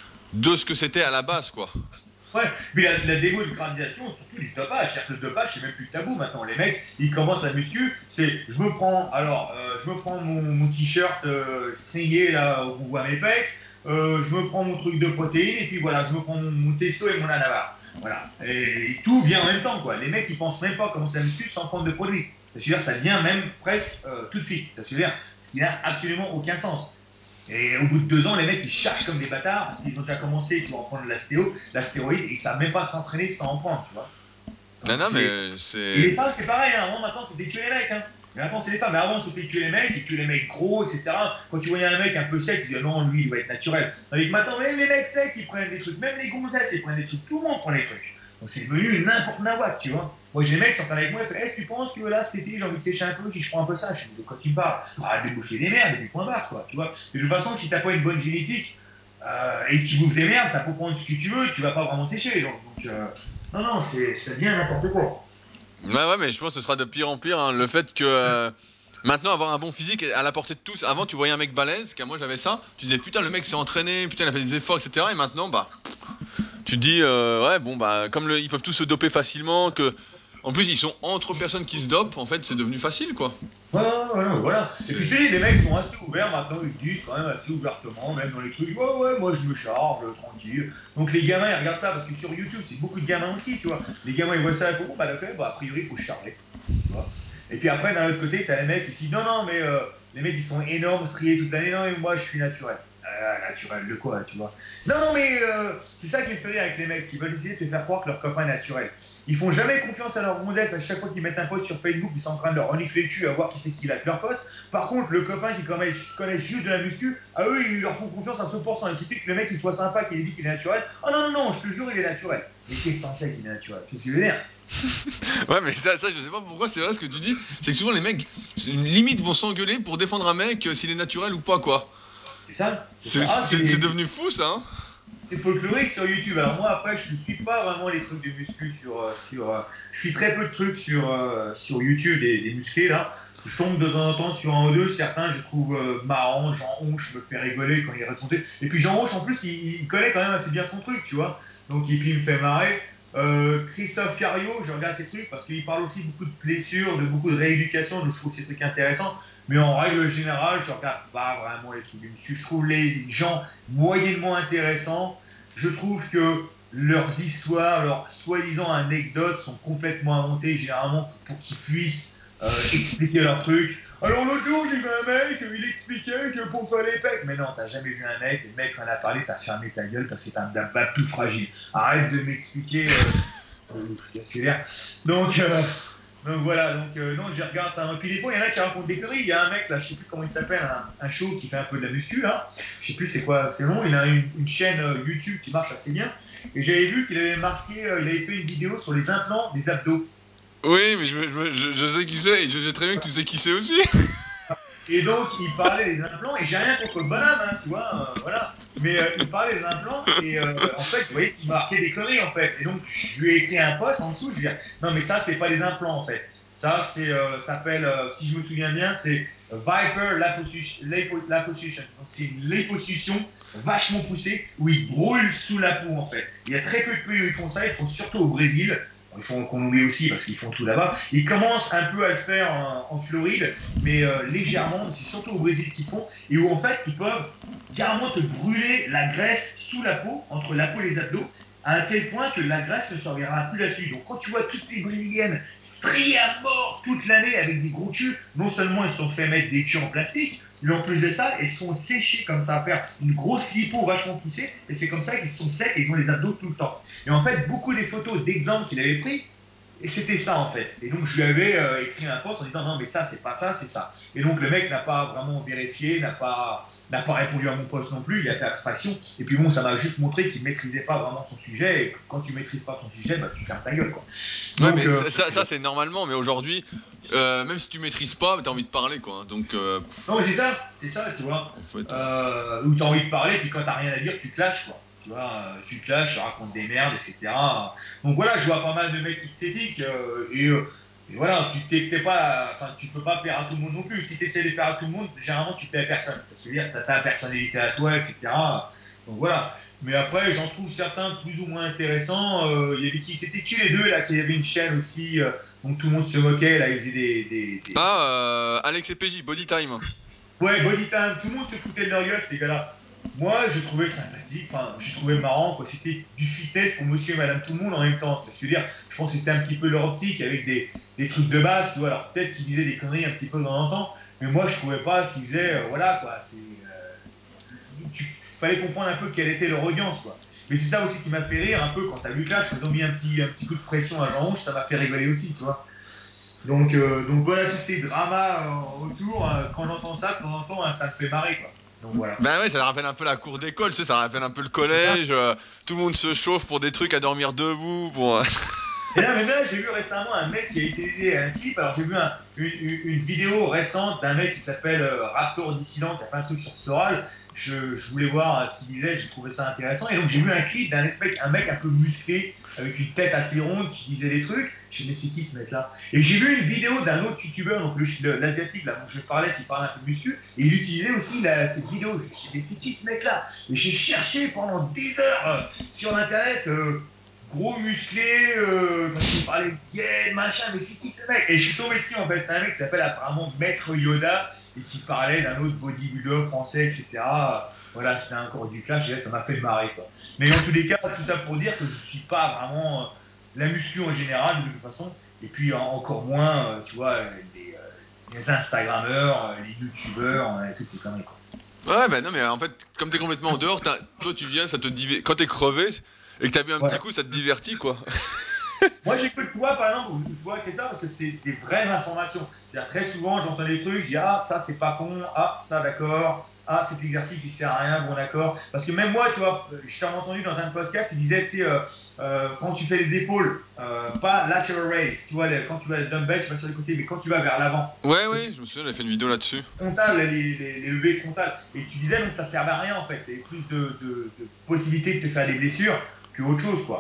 [SPEAKER 1] de ce que c'était à la base, quoi.
[SPEAKER 2] Ouais, puis la, la démocratisation, surtout du dopage. C'est-à-dire que le dopage, c'est même plus tabou maintenant. Les mecs, ils commencent la muscu, c'est je me prends, alors, euh, je me prends mon, mon t-shirt euh, stringé là où on voit mes pecs, euh, je me prends mon truc de protéines, et puis voilà, je me prends mon, mon testo et mon anavar. Voilà. Et, et tout vient en même temps, quoi. Les mecs, ils pensent même pas commencer la muscu sans prendre de produits. C'est-à-dire, ça vient même presque euh, tout de suite. C'est-à-dire, ce qui n'a absolument aucun sens. Et au bout de deux ans, les mecs, ils cherchent comme des bâtards parce qu'ils ont déjà commencé, tu vois, à prendre l'astéo, l'astéroïde, et ils savent même pas s'entraîner sans en prendre, tu vois.
[SPEAKER 1] Non,
[SPEAKER 2] Donc
[SPEAKER 1] non,
[SPEAKER 2] c'est.
[SPEAKER 1] mais
[SPEAKER 2] Et
[SPEAKER 1] c'est.
[SPEAKER 2] les femmes, c'est pareil, hein. Avant, maintenant, c'était tuer les mecs, hein. Mais maintenant, c'est les femmes. Mais avant, c'était tuer les mecs, et tuer les mecs gros, et cetera. Quand tu voyais un mec un peu sec, tu disais non, lui, il doit être naturel. Tandis que maintenant, même les mecs secs, ils prennent des trucs. Même les gonzesses, ils prennent des trucs. Tout le monde prend des trucs. Donc c'est devenu n'importe nawak, tu vois. Moi, j'ai des mecs qui s'entraînent avec moi, ils font, est-ce que tu penses que là, cet été, j'ai envie de sécher un peu si je prends un peu ça? Je dis, de quoi tu me parles? Arrête de bouffer des merdes, et puis point barre, quoi, tu vois. De toute façon, si t'as pas une bonne génétique, euh, et que tu bouffes des merdes, t'as pour prendre ce que tu veux, tu vas pas vraiment sécher. Donc, donc euh, non, non, c'est, ça devient n'importe quoi.
[SPEAKER 1] Ouais, ouais, mais je pense que ce sera de pire en pire, hein. Le fait que. euh, Maintenant, avoir un bon physique est à la portée de tous. Avant, tu voyais un mec balèze, car moi j'avais ça. Tu disais, putain, le mec s'est entraîné, putain, il a fait des efforts, et cetera. Et maintenant, bah, tu te dis, euh, ouais, bon, bah, comme le- ils peuvent tous se doper facilement, que. En plus, ils sont entre personnes qui se dopent, en fait, c'est devenu facile, quoi.
[SPEAKER 2] Ouais, ouais, ouais, voilà. Et puis je
[SPEAKER 1] C'est.
[SPEAKER 2] te dis, les mecs sont assez ouverts maintenant, ils le disent quand même assez ouvertement, même dans les trucs, ouais, ouais, moi je me charge, euh, tranquille. Donc les gamins, ils regardent ça, parce que sur YouTube, c'est beaucoup de gamins aussi, tu vois. Les gamins, ils voient ça, ils font, bon, bah d'accord, bah, a priori, il faut se charger, tu vois. Et puis après, d'un autre côté, t'as les mecs qui se disent, non, non, mais euh, les mecs, ils sont énormes, striés toute l'année, non, mais moi, je suis naturel. Ah, naturel de quoi, tu vois. Non, non, mais euh, c'est ça qui me fait rire avec les mecs, qui veulent essayer de te faire croire que leur copain est naturel. Ils font jamais confiance à leur gonzesse. À chaque fois qu'ils mettent un post sur Facebook, ils sont en train de leur renifler le cul à voir qui c'est qui like leur post. Par contre, le copain qui connaît, connaît juste de la muscu, à eux, ils leur font confiance à cent pour cent. Il suffit que le mec il soit sympa, qu'il ait dit qu'il est naturel. Ah oh, non, non, non, je te jure, il est naturel. Mais qu'est-ce que t'en sais qu'il est naturel? Qu'est-ce que je veux dire?
[SPEAKER 1] Ouais, mais ça, ça, je sais pas pourquoi, c'est vrai ce que tu dis. C'est que souvent, les mecs, limite, vont s'engueuler pour défendre un mec, euh, s'il est naturel ou pas, quoi.
[SPEAKER 2] C'est ça? C'est ça.
[SPEAKER 1] C'est
[SPEAKER 2] Ah,
[SPEAKER 1] c'est- c'est
[SPEAKER 2] c'est
[SPEAKER 1] devenu fou, ça, hein.
[SPEAKER 2] c'est folklorique sur YouTube. Alors moi après je ne suis pas vraiment les trucs de muscu sur euh, sur. euh, je suis très peu de trucs sur euh, sur YouTube des, des musclés là. je tombe de temps en temps sur un ou deux, certains je trouve euh, marrants, Jean Honche me fait rigoler quand il est raconté. Et puis Jean Honche en plus il, il connaît quand même assez bien son truc, tu vois. Donc et puis il me fait marrer. Euh, Christophe Cario, je regarde ses trucs parce qu'il parle aussi beaucoup de blessures, de beaucoup de rééducation, donc je trouve ces trucs intéressants. Mais en règle générale, je regarde pas vraiment les trucs de muscu. Je trouve les gens moyennement intéressants. Je trouve que leurs histoires, leurs soi-disant anecdotes sont complètement inventées, généralement pour qu'ils puissent euh, expliquer leurs trucs. Alors l'autre jour, j'ai vu un mec, il expliquait que pour faire les pecs. Mais non, t'as jamais vu un mec, et le mec, quand il a parlé, t'as fermé ta gueule parce que t'es un bab tout fragile. Arrête de m'expliquer. Euh, euh, donc, euh, donc voilà, donc euh, non, je regarde ça. Et puis des fois, il y en a qui racontent des conneries. Il y a un mec, là, je sais plus comment il s'appelle, un, un show qui fait un peu de la muscu, là. Je sais plus c'est quoi, c'est long. Il a une, une chaîne euh, YouTube qui marche assez bien. Et j'avais vu qu'il avait marqué, euh, il avait fait une vidéo sur les implants des abdos.
[SPEAKER 1] Oui, mais je, je, je, je sais qui c'est, et je sais très bien que tu sais qui c'est aussi.
[SPEAKER 2] Et donc, il parlait des implants, et j'ai rien contre le bonhomme, hein, tu vois, euh, voilà. Mais euh, il parlait des implants, et euh, en fait, vous voyez qu'il marquait des conneries, en fait. Et donc, je lui ai écrit un post en dessous, je lui ai dit, non, mais ça, c'est pas des implants, en fait. Ça, c'est, euh, ça s'appelle, euh, si je me souviens bien, c'est Viper Liposuction. Liposuction. Donc, c'est une liposuction vachement poussée, où ils brûlent sous la peau, en fait. Il y a très peu de pays où ils font ça, ils font surtout au Brésil. Il faut qu'on oublie aussi parce qu'ils font tout là-bas. Ils commencent un peu à le faire en, en Floride, mais euh, légèrement, c'est surtout au Brésil qu'ils font, et où en fait ils peuvent carrément te brûler la graisse sous la peau, entre la peau et les abdos, à un tel point que la graisse ne servira plus là-dessus. Donc quand tu vois toutes ces Brésiliennes striées à mort toute l'année avec des gros culs, non seulement ils se sont fait mettre des culs en plastique, mais en plus de ça, elles sont séchées comme ça, à faire une grosse lipo vachement poussée, et c'est comme ça qu'ils sont secs et ils ont les abdos tout le temps. Et en fait, beaucoup des photos d'exemples qu'il avait pris, et c'était ça en fait. Et donc je lui avais euh, écrit un post en disant non mais ça c'est pas ça, c'est ça. Et donc le mec n'a pas vraiment vérifié, n'a pas, n'a pas répondu à mon post non plus, il a fait abstraction. Et puis bon, ça m'a juste montré qu'il maîtrisait pas vraiment son sujet. Et quand tu maîtrises pas ton sujet, bah tu fermes ta gueule quoi.
[SPEAKER 1] Ouais,
[SPEAKER 2] Donc
[SPEAKER 1] mais
[SPEAKER 2] euh,
[SPEAKER 1] ça, ça, ça, c'est normalement, mais aujourd'hui, euh, même si tu maîtrises pas, t'as envie de parler, quoi. Hein. Donc, euh,
[SPEAKER 2] non, c'est ça, c'est ça, tu vois.
[SPEAKER 1] en fait. Euh...
[SPEAKER 2] Euh, où t'as envie de parler, puis quand t'as rien à dire, tu te lâches quoi. Tu vois, euh, tu te lâches, tu racontes des merdes, et cetera. Donc voilà, je vois pas mal de mecs qui te critiquent, euh, et euh, et voilà, tu t'es, t'es pas, enfin, tu peux pas plaire à tout le monde non plus. Si tu essaies de plaire à tout le monde, généralement tu plais à personne. Parce que dire, t'as ta personnalité à toi, et cetera. Donc voilà. Mais après, j'en trouve certains plus ou moins intéressants. Euh, il y avait qui, c'était qui les deux là, qui avait une chaîne aussi, euh, donc tout le monde se moquait là, ils faisaient des, des, des...
[SPEAKER 1] Ah, euh, Alex et P J, Body Time.
[SPEAKER 2] Ouais, Body Time, tout le monde se foutait de leur gueule ces gars-là. Moi, je trouvais sympathique, enfin, j'ai trouvé marrant, quoi. C'était du fitness pour monsieur et madame tout le monde en même temps. Tu vois ce que je veux dire, je pense que c'était un petit peu leur optique avec des, des trucs de base, tu vois. Alors peut-être qu'ils disaient des conneries un petit peu de temps en temps, mais moi, je trouvais pas ce qu'ils faisaient, euh, voilà, quoi. C'est, euh, tu, fallait comprendre un peu quelle était leur audience, quoi. Mais c'est ça aussi qui m'a fait rire un peu quand t'as vu le clash, quand ils ont mis un petit, un petit coup de pression à Jean Rouge, ça m'a fait rigoler aussi, tu vois. Donc, euh, donc voilà, tous ces dramas euh, autour, euh, quand j'entends ça, de temps en temps, hein, ça me fait marrer, quoi. Donc voilà.
[SPEAKER 1] Ben ouais, ça rappelle un peu la cour d'école, tu sais, ça rappelle un peu le
[SPEAKER 2] C'est ça.
[SPEAKER 1] collège. Euh, tout le monde se chauffe pour des trucs à dormir debout. Pour...
[SPEAKER 2] Et là, mais là, j'ai vu récemment un mec qui a utilisé un clip. Alors, j'ai vu un- une, une- une vidéo récente d'un mec qui s'appelle euh, Raptor Dissident, qui a fait un truc sur Soral. Je, je voulais voir euh, ce qu'il disait, j'ai trouvé ça intéressant. Et donc, j'ai vu un clip d'un mec, un mec un peu musclé, avec une tête assez ronde, qui disait des trucs. Je me suis dit, mais c'est qui ce mec-là? Et j'ai vu une vidéo d'un autre youtubeur, donc le- le- l'asiatique, là, dont je parlais, qui parle un peu muscu, et il utilisait aussi la- cette vidéo. Je me suis dit, mais c'est qui ce mec-là? Et j'ai cherché pendant des heures euh, sur Internet. Euh, gros musclé, euh, quand il parlait de yeah, machin, mais c'est qui ce mec? Et je suis tombé dessus en fait, c'est un mec qui s'appelle apparemment Maître Yoda et qui parlait d'un autre bodybuilder français, et cetera. Voilà, c'était encore du clash, et là, ça m'a fait marrer quoi. Mais en tous les cas, tout ça pour dire que je suis pas vraiment euh, la muscu en général de toute façon, et puis euh, encore moins, euh, tu vois, les, euh, les Instagrammeurs, euh, les YouTubeurs, euh, toutes ces conneries quoi.
[SPEAKER 1] Ouais, ben non, mais en fait, comme t'es complètement en dehors, t'as- toi tu viens, ça te div... quand t'es crevé et que t'as bu un petit
[SPEAKER 2] Voilà.
[SPEAKER 1] coup, ça te divertit, quoi.
[SPEAKER 2] Moi, j'écoute toi, par exemple, je vois que ça parce que c'est des vraies informations. C'est-à-dire, très souvent, j'entends des trucs, je dis, ah, ça, c'est pas con, ah, ça, d'accord, ah, cet exercice, il sert à rien, bon, d'accord. Parce que même moi, tu vois, je t'ai entendu dans un podcast, tu disais, tu sais, euh, euh, quand tu fais les épaules, euh, pas lateral raise, tu vois, les- quand tu vas le dumbbell, tu vas sur les côtés, mais quand tu vas vers l'avant.
[SPEAKER 1] Ouais,
[SPEAKER 2] Parce que
[SPEAKER 1] ouais, je me souviens, j'avais fait une vidéo là-dessus.
[SPEAKER 2] frontal, les, les, les levées frontales. Et tu disais, donc, ça servait à rien, en fait. Il y avait plus de, de, de possibilités de te faire des blessures que autre chose, quoi.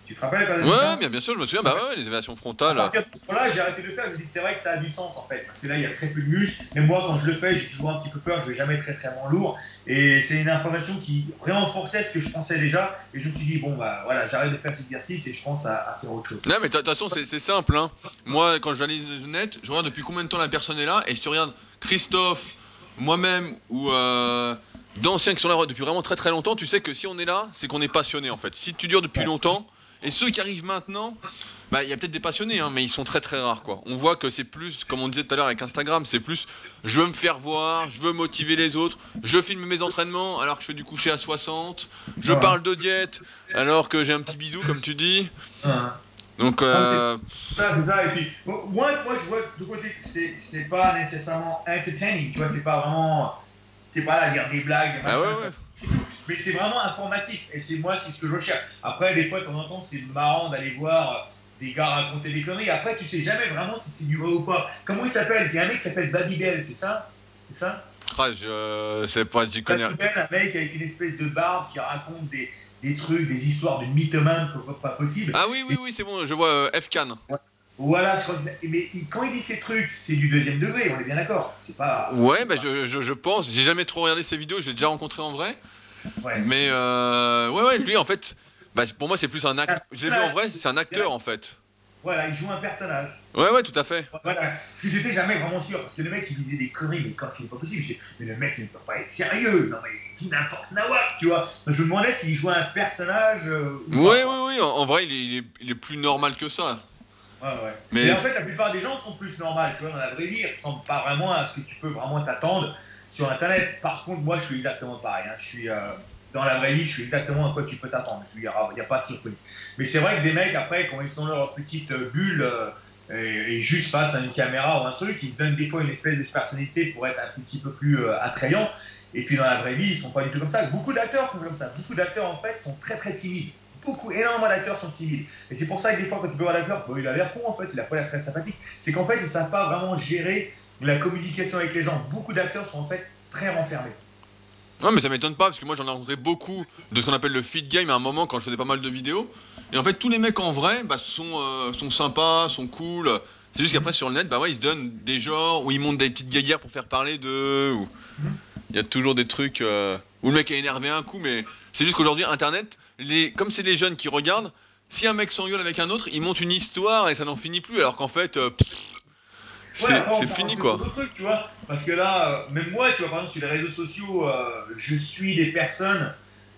[SPEAKER 2] Tu te rappelles quand on a dit
[SPEAKER 1] Ouais,
[SPEAKER 2] ça?
[SPEAKER 1] bien, bien sûr, je me souviens, bah ouais, ouais, les élévations
[SPEAKER 2] À
[SPEAKER 1] frontales.
[SPEAKER 2] partir de ce moment-là, j'ai arrêté de le faire. Je me dis, c'est vrai que ça a du sens en fait, parce que là, il y a très peu de muscles. Mais moi, quand je le fais, j'ai toujours un petit peu peur. Je vais jamais très très lourd. Et c'est une information qui renforçait ce que je pensais déjà. Et je me suis dit, bon, bah voilà, j'arrête de faire cet exercice et je pense à, à faire autre chose.
[SPEAKER 1] Non, mais de toute façon, c'est c'est simple, hein. Moi, quand j'analyse le net, je regarde depuis combien de temps la personne est là, et si tu regardes Christophe, moi-même, ou euh, d'anciens qui sont là depuis vraiment très très longtemps, tu sais que si on est là, c'est qu'on est passionné en fait. Si tu dures depuis
[SPEAKER 2] Ouais.
[SPEAKER 1] longtemps, et ceux qui arrivent maintenant, bah il y a peut-être des passionnés, hein, mais ils sont très très rares quoi. On voit que c'est plus, comme on disait tout à l'heure avec Instagram, c'est plus je veux me faire voir, je veux motiver les autres, je filme mes entraînements alors que je fais du coucher à soixante, je
[SPEAKER 2] Ouais.
[SPEAKER 1] parle de diète alors que j'ai un petit bisou comme tu dis.
[SPEAKER 2] Ouais.
[SPEAKER 1] Donc
[SPEAKER 2] Non, mais c'est
[SPEAKER 1] euh,
[SPEAKER 2] ça, c'est ça. Et puis, bon, moi, moi, je vois de côté que c'est c'est pas nécessairement entertaining, tu vois, c'est pas vraiment. T'es pas là à dire des blagues, des
[SPEAKER 1] ah
[SPEAKER 2] machins,
[SPEAKER 1] ouais
[SPEAKER 2] tu
[SPEAKER 1] ouais.
[SPEAKER 2] vois, c'est tout. Mais c'est vraiment informatif. Et c'est moi, c'est ce que je recherche. Après, des fois, de temps en temps, c'est marrant d'aller voir des gars raconter des conneries. Après, tu sais jamais vraiment si c'est du vrai ou pas. Comment il s'appelle? Il y a un mec qui s'appelle Babybel, c'est ça? C'est ça?
[SPEAKER 1] Ah, je euh, sais pas, j'y connais.
[SPEAKER 2] Babybel, un mec avec une espèce de barbe qui raconte des, des trucs, des histoires de mythomanes pas, pas possible.
[SPEAKER 1] Ah oui oui
[SPEAKER 2] Et
[SPEAKER 1] oui, c'est bon, je vois euh, F-Can.
[SPEAKER 2] voilà, je crois que c'est- mais il- quand il dit ces trucs, c'est du deuxième degré, on est bien d'accord. C'est pas,
[SPEAKER 1] Ouais,
[SPEAKER 2] c'est
[SPEAKER 1] bah
[SPEAKER 2] pas.
[SPEAKER 1] je, je, je pense, j'ai jamais trop regardé ses vidéos, je l'ai déjà rencontré en vrai.
[SPEAKER 2] Ouais.
[SPEAKER 1] Mais euh, ouais ouais, lui en fait, bah pour moi c'est plus un
[SPEAKER 2] Un
[SPEAKER 1] acte. Je l'ai vu en
[SPEAKER 2] personnage.
[SPEAKER 1] vrai, c'est un acteur en fait.
[SPEAKER 2] Voilà, il joue un personnage.
[SPEAKER 1] Ouais ouais, tout à fait.
[SPEAKER 2] Voilà. Parce que j'étais jamais vraiment sûr, parce que le mec il disait des conneries, mais quand c'est pas possible, je dis, mais le mec ne peut pas être sérieux, non mais il dit n'importe quoi, tu vois. Je me demandais s'il jouait un personnage euh, ou pas,
[SPEAKER 1] Ouais
[SPEAKER 2] quoi.
[SPEAKER 1] ouais oui, en, en vrai il est, il est, il est plus normal que ça.
[SPEAKER 2] Ouais, ouais. Mais
[SPEAKER 1] Mais
[SPEAKER 2] en fait, la plupart des gens sont plus normales, tu vois, dans la vraie vie, ils ressemblent pas vraiment à ce que tu peux vraiment t'attendre sur Internet. Par contre, moi, je suis exactement pareil. Hein. Je suis euh, dans la vraie vie, je suis exactement à quoi tu peux t'attendre. Il n'y a, y a pas de surprise. Mais c'est vrai que des mecs, après, quand ils sont dans leur petite euh, bulle euh, et, et juste face à une caméra ou un truc, ils se donnent des fois une espèce de personnalité pour être un tout petit peu plus euh, attrayant. Et puis dans la vraie vie, ils sont pas du tout comme ça. Beaucoup d'acteurs sont comme ça. Beaucoup d'acteurs, en fait, sont très très timides. Beaucoup, énormément d'acteurs sont timides. Et c'est pour ça que des fois, quand tu peux voir l'acteur, bon, il a l'air con en fait, il a pas l'air très sympathique. C'est qu'en fait, ils ne savent pas vraiment gérer la communication avec les gens. Beaucoup d'acteurs sont en fait très renfermés.
[SPEAKER 1] ouais, mais ça m'étonne pas parce que moi j'en ai rencontré beaucoup de ce qu'on appelle le feed game à un moment quand je faisais pas mal de vidéos. Et en fait tous les mecs en vrai bah, sont, euh, sont sympas, sont cool. C'est juste qu'après
[SPEAKER 2] Mhm.
[SPEAKER 1] sur le net, bah ouais, ils se donnent des genres où ils montent des petites guéguerres pour faire parler d'eux. Ou
[SPEAKER 2] Mhm.
[SPEAKER 1] il y a toujours des trucs euh, où le mec est énervé un coup, mais c'est juste qu'aujourd'hui internet, les... comme c'est les jeunes qui regardent, si un mec s'engueule avec un autre, il monte une histoire et ça n'en finit plus. Alors qu'en fait, euh, pff,
[SPEAKER 2] Ouais,
[SPEAKER 1] c'est
[SPEAKER 2] après, on
[SPEAKER 1] c'est
[SPEAKER 2] parle
[SPEAKER 1] fini
[SPEAKER 2] aussi
[SPEAKER 1] quoi.
[SPEAKER 2] d'autres trucs, tu vois. Parce que là, euh, même moi, tu vois, par exemple, sur les réseaux sociaux, euh, je suis des personnes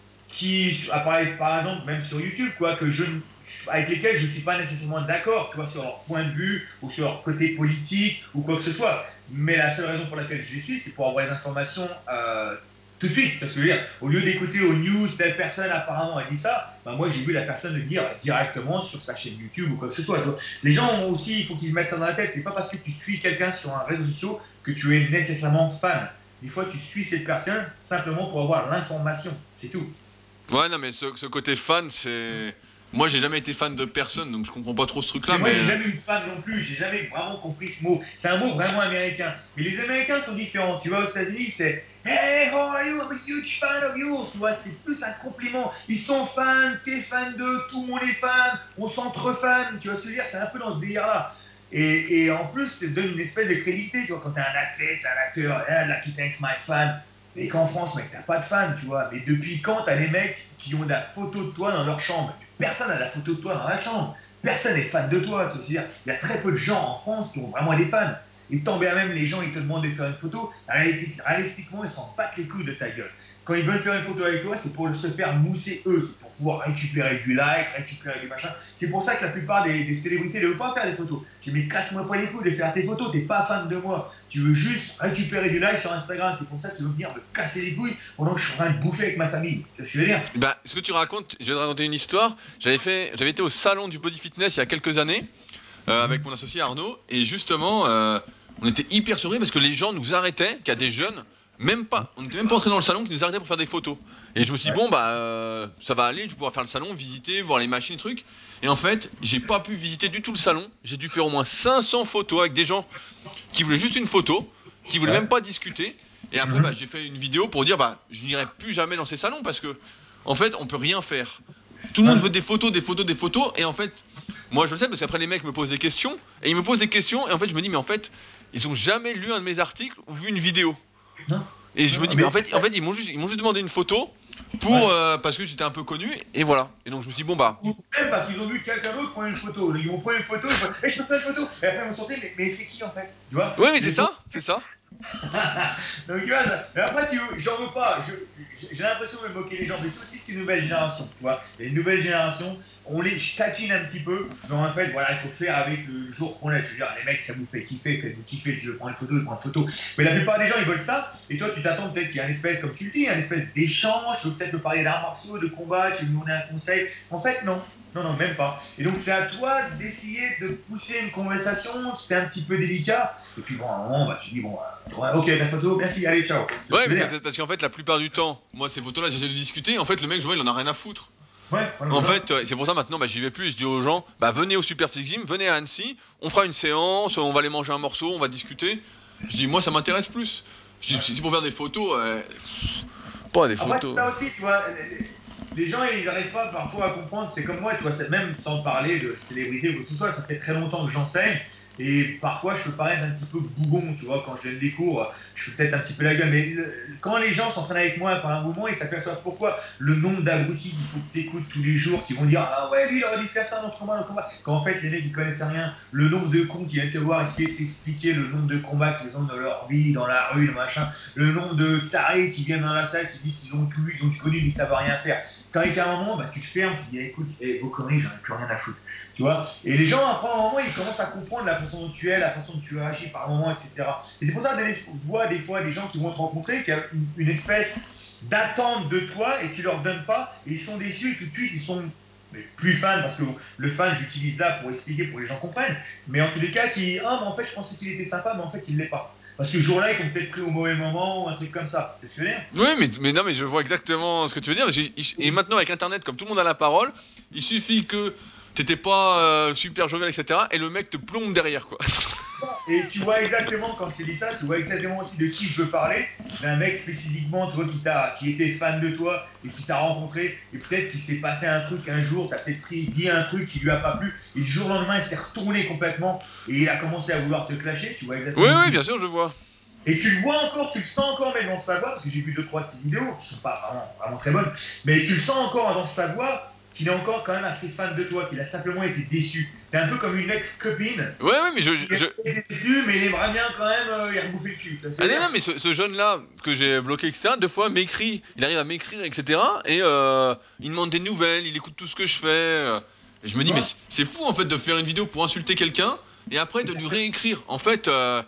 [SPEAKER 2] qui, par, par exemple, même sur YouTube, quoi, que je, avec lesquels je ne suis pas nécessairement d'accord, tu vois, sur leur point de vue ou sur leur côté politique ou quoi que ce soit. Mais la seule raison pour laquelle je les suis, c'est pour avoir les informations euh, tout de suite. Parce que je veux dire, au lieu d'écouter aux news, telle personne apparemment a dit ça, bah moi j'ai vu la personne le dire directement sur sa chaîne YouTube ou quoi que ce soit. Les gens ont aussi, il faut qu'ils se mettent ça dans la tête. C'est pas parce que tu suis quelqu'un sur un réseau social que tu es nécessairement fan. Des fois, tu suis cette personne simplement pour avoir l'information. C'est tout.
[SPEAKER 1] Ouais, non, mais ce, ce côté fan, c'est. Moi, j'ai jamais été fan de personne, donc je comprends pas trop ce truc-là,
[SPEAKER 2] Mais moi,
[SPEAKER 1] mais.
[SPEAKER 2] j'ai jamais eu de fan non plus. J'ai jamais vraiment compris ce mot. C'est un mot vraiment américain. Mais les Américains sont différents. Tu vas aux États-Unis, c'est Hey, how are you? I'm a huge fan of yours. Tu vois, c'est plus un compliment. Ils sont fans, t'es fan d'eux, tout le monde est fan, on s'entre-fan. Tu vois ce que je veux dire? C'est un peu dans ce délire-là. Et, et en plus, ça donne une espèce de crédibilité. Tu vois, quand t'es un athlète, un acteur, hey, Lucky Thanks, my fan. Et qu'en France, mec, t'as pas de fan, tu vois. Mais depuis quand t'as les mecs qui ont la photo de toi dans leur chambre? Personne n'a la photo de toi dans la chambre. Personne n'est fan de toi. C'est-à-dire, il y a très peu de gens en France qui ont vraiment des fans. Et tant bien même les gens, ils te demandent de faire une photo, réalistiquement, ils s'en battent les couilles de ta gueule. Quand ils veulent faire une photo avec toi, c'est pour se faire mousser eux, c'est pour pouvoir récupérer du like, récupérer du machin. C'est pour ça que la plupart des, des célébrités ne veulent pas faire des photos. Je dis, mais casse-moi pas les couilles de faire tes photos, t'es pas fan de moi. Tu veux juste récupérer du like sur Instagram. C'est pour ça que tu veux venir me casser les couilles pendant que je suis en train de bouffer avec ma famille. Tu vois ce que je veux dire?
[SPEAKER 1] Bah, ce que tu racontes, je vais te raconter une histoire. J'avais fait, j'avais été au salon du body fitness il y a quelques années euh, avec mon associé Arnaud, et justement, euh, on était hyper surpris parce que les gens nous arrêtaient, qu'il y a des jeunes, même pas, on n'était même pas entrés dans le salon, qui nous arrêtaient pour faire des photos. Et je me suis dit
[SPEAKER 2] Ouais.
[SPEAKER 1] bon bah euh, ça va aller, je vais pouvoir faire le salon, visiter, voir les machines, trucs. Et en fait, j'ai pas pu visiter du tout le salon. J'ai dû faire au moins cinq cents photos avec des gens qui voulait juste une photo, qui voulait même
[SPEAKER 2] Ouais.
[SPEAKER 1] pas discuter. Et après, bah,
[SPEAKER 2] Mhm.
[SPEAKER 1] j'ai fait une vidéo pour dire, bah, je n'irai plus jamais dans ces salons parce que, en fait, on peut rien faire. Tout le
[SPEAKER 2] Non,
[SPEAKER 1] monde veut des photos, des photos, des photos, et en fait, moi je le sais parce qu'après les mecs me posent des questions, et ils me posent des questions, et en fait je me dis, mais en fait, ils ont jamais lu un de mes articles ou vu une vidéo.
[SPEAKER 2] non,
[SPEAKER 1] Et je me
[SPEAKER 2] non,
[SPEAKER 1] dis, mais
[SPEAKER 2] mais
[SPEAKER 1] en fait, en fait ils m'ont juste, ils m'ont juste demandé une photo pour,
[SPEAKER 2] ouais.
[SPEAKER 1] euh, parce que j'étais un peu connu, et voilà. Et donc je me suis dit, bon bah,
[SPEAKER 2] Ou même parce qu'ils ont vu quelqu'un d'autre prendre une photo. Ils vont prendre une photo, ils font, hey, je peux faire une photo. Et après, ils vont sortir, mais, mais c'est qui en fait? Tu vois?
[SPEAKER 1] ouais, mais c'est
[SPEAKER 2] Les gens.
[SPEAKER 1] ça, c'est ça.
[SPEAKER 2] Donc, tu vois, ça. Mais après, tu, j'en veux pas. Je, j'ai l'impression de me moquer les gens, mais c'est aussi c'est une nouvelle génération. Tu vois? Les nouvelles générations, on les taquine un petit peu, mais en fait, voilà, il faut faire avec le jour qu'on est. Tu veux dire, les mecs, ça vous fait kiffer, faites-vous kiffer, tu veux prendre une photo, tu prends une photo. Mais la plupart des gens, ils veulent ça, et toi, tu t'attends peut-être qu'il y a une espèce, comme tu le dis, une espèce d'échange, tu veux peut-être me parler d'arts martiaux, de combat, tu veux me demander un conseil. En fait, non. Non, non, même pas. Et donc, c'est à toi d'essayer de pousser une conversation, c'est un petit peu délicat. Et puis, bon, à un moment, bah, tu dis, bon, euh, ouais, ok, ta photo, merci, allez, ciao. C'est ce que
[SPEAKER 1] Ouais,
[SPEAKER 2] je veux
[SPEAKER 1] mais
[SPEAKER 2] dire.
[SPEAKER 1] parce qu'en fait, la plupart du temps, moi, ces photos-là, j'essaie de discuter, en fait, le mec, je vois, il en a rien à foutre.
[SPEAKER 2] Ouais, voilà,
[SPEAKER 1] En
[SPEAKER 2] voilà.
[SPEAKER 1] fait, euh, c'est pour ça maintenant, bah, j'y vais plus et je dis aux gens, bah venez au Superphysique Gym, venez à Annecy, on fera une séance, on va aller manger un morceau, on va discuter. Je dis, moi, ça m'intéresse plus. Je dis,
[SPEAKER 2] Ouais.
[SPEAKER 1] si c'est pour faire des photos, euh, pas des
[SPEAKER 2] Après, c'est
[SPEAKER 1] photos.
[SPEAKER 2] ça aussi, tu vois. Les, les gens, ils n'arrivent pas parfois à comprendre. C'est comme moi, tu vois, c'est même sans parler de célébrité ou quoi que ce soit, ça fait très longtemps que j'enseigne. Et parfois, je peux paraître un petit peu bougon, tu vois, quand je donne des cours, je fais peut-être un petit peu la gueule. Mais le, quand les gens s'entraînent avec moi pendant un moment, ils s'aperçoivent pourquoi le nombre d'abrutis qu'il faut que tu écoutes tous les jours, qui vont dire ah ouais, lui, il aurait dû faire ça dans ce combat, dans le combat. Quand en fait, les mecs, ils connaissent rien. Le nombre de cons qui viennent te voir, essayer de t'expliquer le nombre de combats qu'ils ont dans leur vie, dans la rue, le machin, le nombre de tarés qui viennent dans la salle, qui disent qu'ils ont tout vu, qu'ils ont tout connu, mais ils savent rien faire. Quand à un moment, bah, tu te fermes, tu dis écoute, eh, vos conneries, j'en ai plus rien à foutre. Tu vois. Et les gens, après un moment, ils commencent à comprendre la façon dont tu es, la façon dont tu réagis par moment, et cetera. Et c'est pour ça que tu vois des fois des gens qui vont te rencontrer, qui ont une, une espèce d'attente de toi et tu leur donnes pas, et ils sont déçus et tout de suite ils sont mais plus fans, parce que le fan, j'utilise là pour expliquer, pour que les gens comprennent, mais en tous les cas, qui, ah, mais en fait, je pensais qu'il était sympa, mais en fait, il l'est pas. Parce que ce jour-là, ils t'ont peut-être pris au mauvais moment ou un truc comme ça. C'est ce que je veux dire?
[SPEAKER 1] Oui, mais, mais non, mais je vois exactement ce que tu veux dire. Parce que- et maintenant, avec Internet, comme tout le monde a la parole, il suffit que t'étais pas euh, super jovial, et cetera. Et le mec te plombe derrière, quoi.
[SPEAKER 2] Et tu vois exactement, quand je te dis ça, tu vois exactement aussi de qui je veux parler, d'un mec spécifiquement, tu vois, qui, t'a, qui était fan de toi et qui t'a rencontré, et peut-être qu'il s'est passé un truc un jour, t'as peut-être pris, dit un truc qui lui a pas plu, et le jour au lendemain, il s'est retourné complètement, et il a commencé à vouloir te clasher, tu vois
[SPEAKER 1] Oui,
[SPEAKER 2] exactement
[SPEAKER 1] oui,
[SPEAKER 2] qui je...
[SPEAKER 1] bien sûr, je vois.
[SPEAKER 2] Et tu le vois encore, tu le sens encore même dans sa voix, parce que j'ai vu deux, trois de ses vidéos qui sont pas vraiment, vraiment très bonnes, mais tu le sens encore dans sa voix qu'il est encore quand même assez fan de toi, qu'il a simplement été déçu. T'es un peu comme une ex-copine
[SPEAKER 1] Ouais, ouais, mais je,
[SPEAKER 2] qui
[SPEAKER 1] je,
[SPEAKER 2] est déçu, mais il aimerait bien quand même euh, y rebouffer le cul. Tu vois ce que
[SPEAKER 1] ah
[SPEAKER 2] je veux
[SPEAKER 1] non, non,
[SPEAKER 2] dire?
[SPEAKER 1] mais ce, ce jeune-là que j'ai bloqué, et cetera, deux fois m'écrit, il arrive à m'écrire, et cetera. Et euh, il demande des nouvelles, il écoute tout ce que je fais. euh, Et je me
[SPEAKER 2] Tu
[SPEAKER 1] dis, mais
[SPEAKER 2] vois?
[SPEAKER 1] c'est c'est fou en fait de faire une vidéo pour insulter quelqu'un et après de lui réécrire. En fait, euh,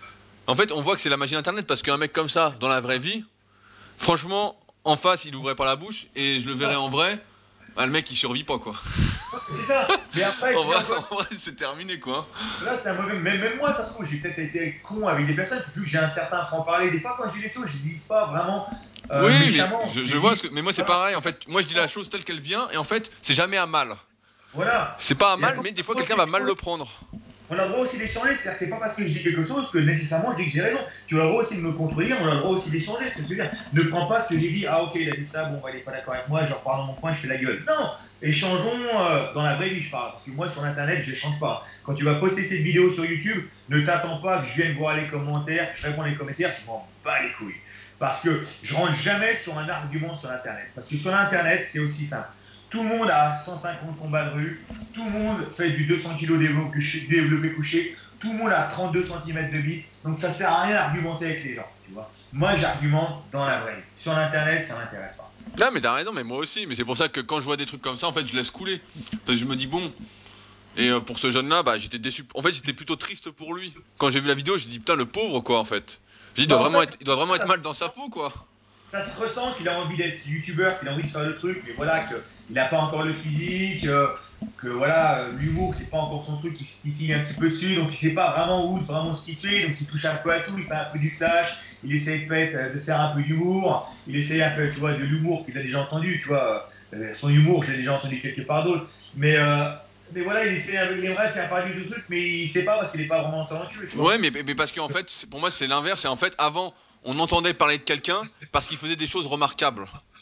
[SPEAKER 1] en fait, on voit que c'est la magie d'Internet parce qu'un mec comme ça, dans la vraie vie, franchement, en face, il ouvrait pas la bouche et je le verrais en vrai, bah, le mec il survit pas quoi.
[SPEAKER 2] C'est ça. Mais après,
[SPEAKER 1] En
[SPEAKER 2] je dis
[SPEAKER 1] vrai,
[SPEAKER 2] encore,
[SPEAKER 1] en vrai c'est terminé quoi.
[SPEAKER 2] là, c'est un mauvais. Même, même moi, ça se trouve, j'ai peut-être été con avec des personnes, vu que j'ai un certain franc-parler. Des fois, quand je dis les choses, je ne les dis pas vraiment euh,
[SPEAKER 1] Oui, mais
[SPEAKER 2] méchamment.
[SPEAKER 1] je,
[SPEAKER 2] Je
[SPEAKER 1] je
[SPEAKER 2] les
[SPEAKER 1] vois ce
[SPEAKER 2] dis.
[SPEAKER 1] que, mais moi c'est
[SPEAKER 2] Voilà.
[SPEAKER 1] pareil. En fait, moi je dis la chose telle qu'elle vient et en fait, c'est jamais à mal.
[SPEAKER 2] Voilà.
[SPEAKER 1] C'est pas à
[SPEAKER 2] Et
[SPEAKER 1] mal,
[SPEAKER 2] après,
[SPEAKER 1] mais des fois
[SPEAKER 2] on a
[SPEAKER 1] quelqu'un va mal le prendre.
[SPEAKER 2] on a le droit aussi d'échanger, c'est-à-dire que c'est pas parce que je dis quelque chose que nécessairement je dis que j'ai raison. Tu as le droit aussi de me contredire, on a le droit aussi d'échanger, c'est ce que je veux dire. Ne prends pas ce que j'ai dit, ah ok, il a dit ça, bon, bah, il est pas d'accord avec moi, je repars dans mon coin, je fais la gueule. Non, échangeons euh, dans la vraie vie, je parle. Parce que moi, sur Internet, je n'échange pas. Quand tu vas poster cette vidéo sur YouTube, ne t'attends pas que je vienne voir les commentaires, que je réponds les commentaires, je m'en bats les couilles. Parce que je rentre jamais sur un argument sur Internet. Parce que sur Internet, c'est aussi simple. Tout le monde a cent cinquante combats de rue, tout le monde fait du deux cents kilos développé couché, tout le monde a trente-deux centimètres de bite, donc ça sert à rien d'argumenter avec les gens, tu vois. Moi, j'argumente dans la vraie vie. Sur l'internet, ça m'intéresse pas.
[SPEAKER 1] Ah, mais t'as raison, mais moi aussi. Mais c'est pour ça que quand je vois des trucs comme ça, en fait, je laisse couler. Parce que je me dis, bon. Et euh, pour ce jeune-là, bah, j'étais déçu. En fait, j'étais plutôt triste pour lui. Quand j'ai vu la vidéo, j'ai dit, putain, le pauvre, quoi, en fait. J'ai dit, il doit
[SPEAKER 2] Bah, en
[SPEAKER 1] vraiment
[SPEAKER 2] fait,
[SPEAKER 1] être, il doit vraiment être
[SPEAKER 2] ça,
[SPEAKER 1] mal dans sa peau, quoi.
[SPEAKER 2] ça se ressent qu'il a envie d'être youtubeur, qu'il a envie de faire le truc, mais voilà, qu'il n'a pas encore le physique, euh, que voilà, euh, l'humour, c'est pas encore son truc, il se titille un petit peu dessus, donc il sait pas vraiment où vraiment se situer, donc il touche un peu à tout, il fait un peu du clash, il essaye de faire un peu d'humour, il essaye un peu, tu vois, de l'humour qu'il a déjà entendu, tu vois, euh, son humour, j'ai déjà entendu quelque part d'autre, mais, euh, mais voilà, il, essaie, il aimerait faire parler du truc, mais il sait pas parce qu'il est pas vraiment talentueux, tu
[SPEAKER 1] Ouais,
[SPEAKER 2] vois.
[SPEAKER 1] mais, mais parce qu'en fait, c'est- pour moi, c'est l'inverse. Et en fait, avant, on entendait parler de quelqu'un parce qu'il faisait des choses remarquables.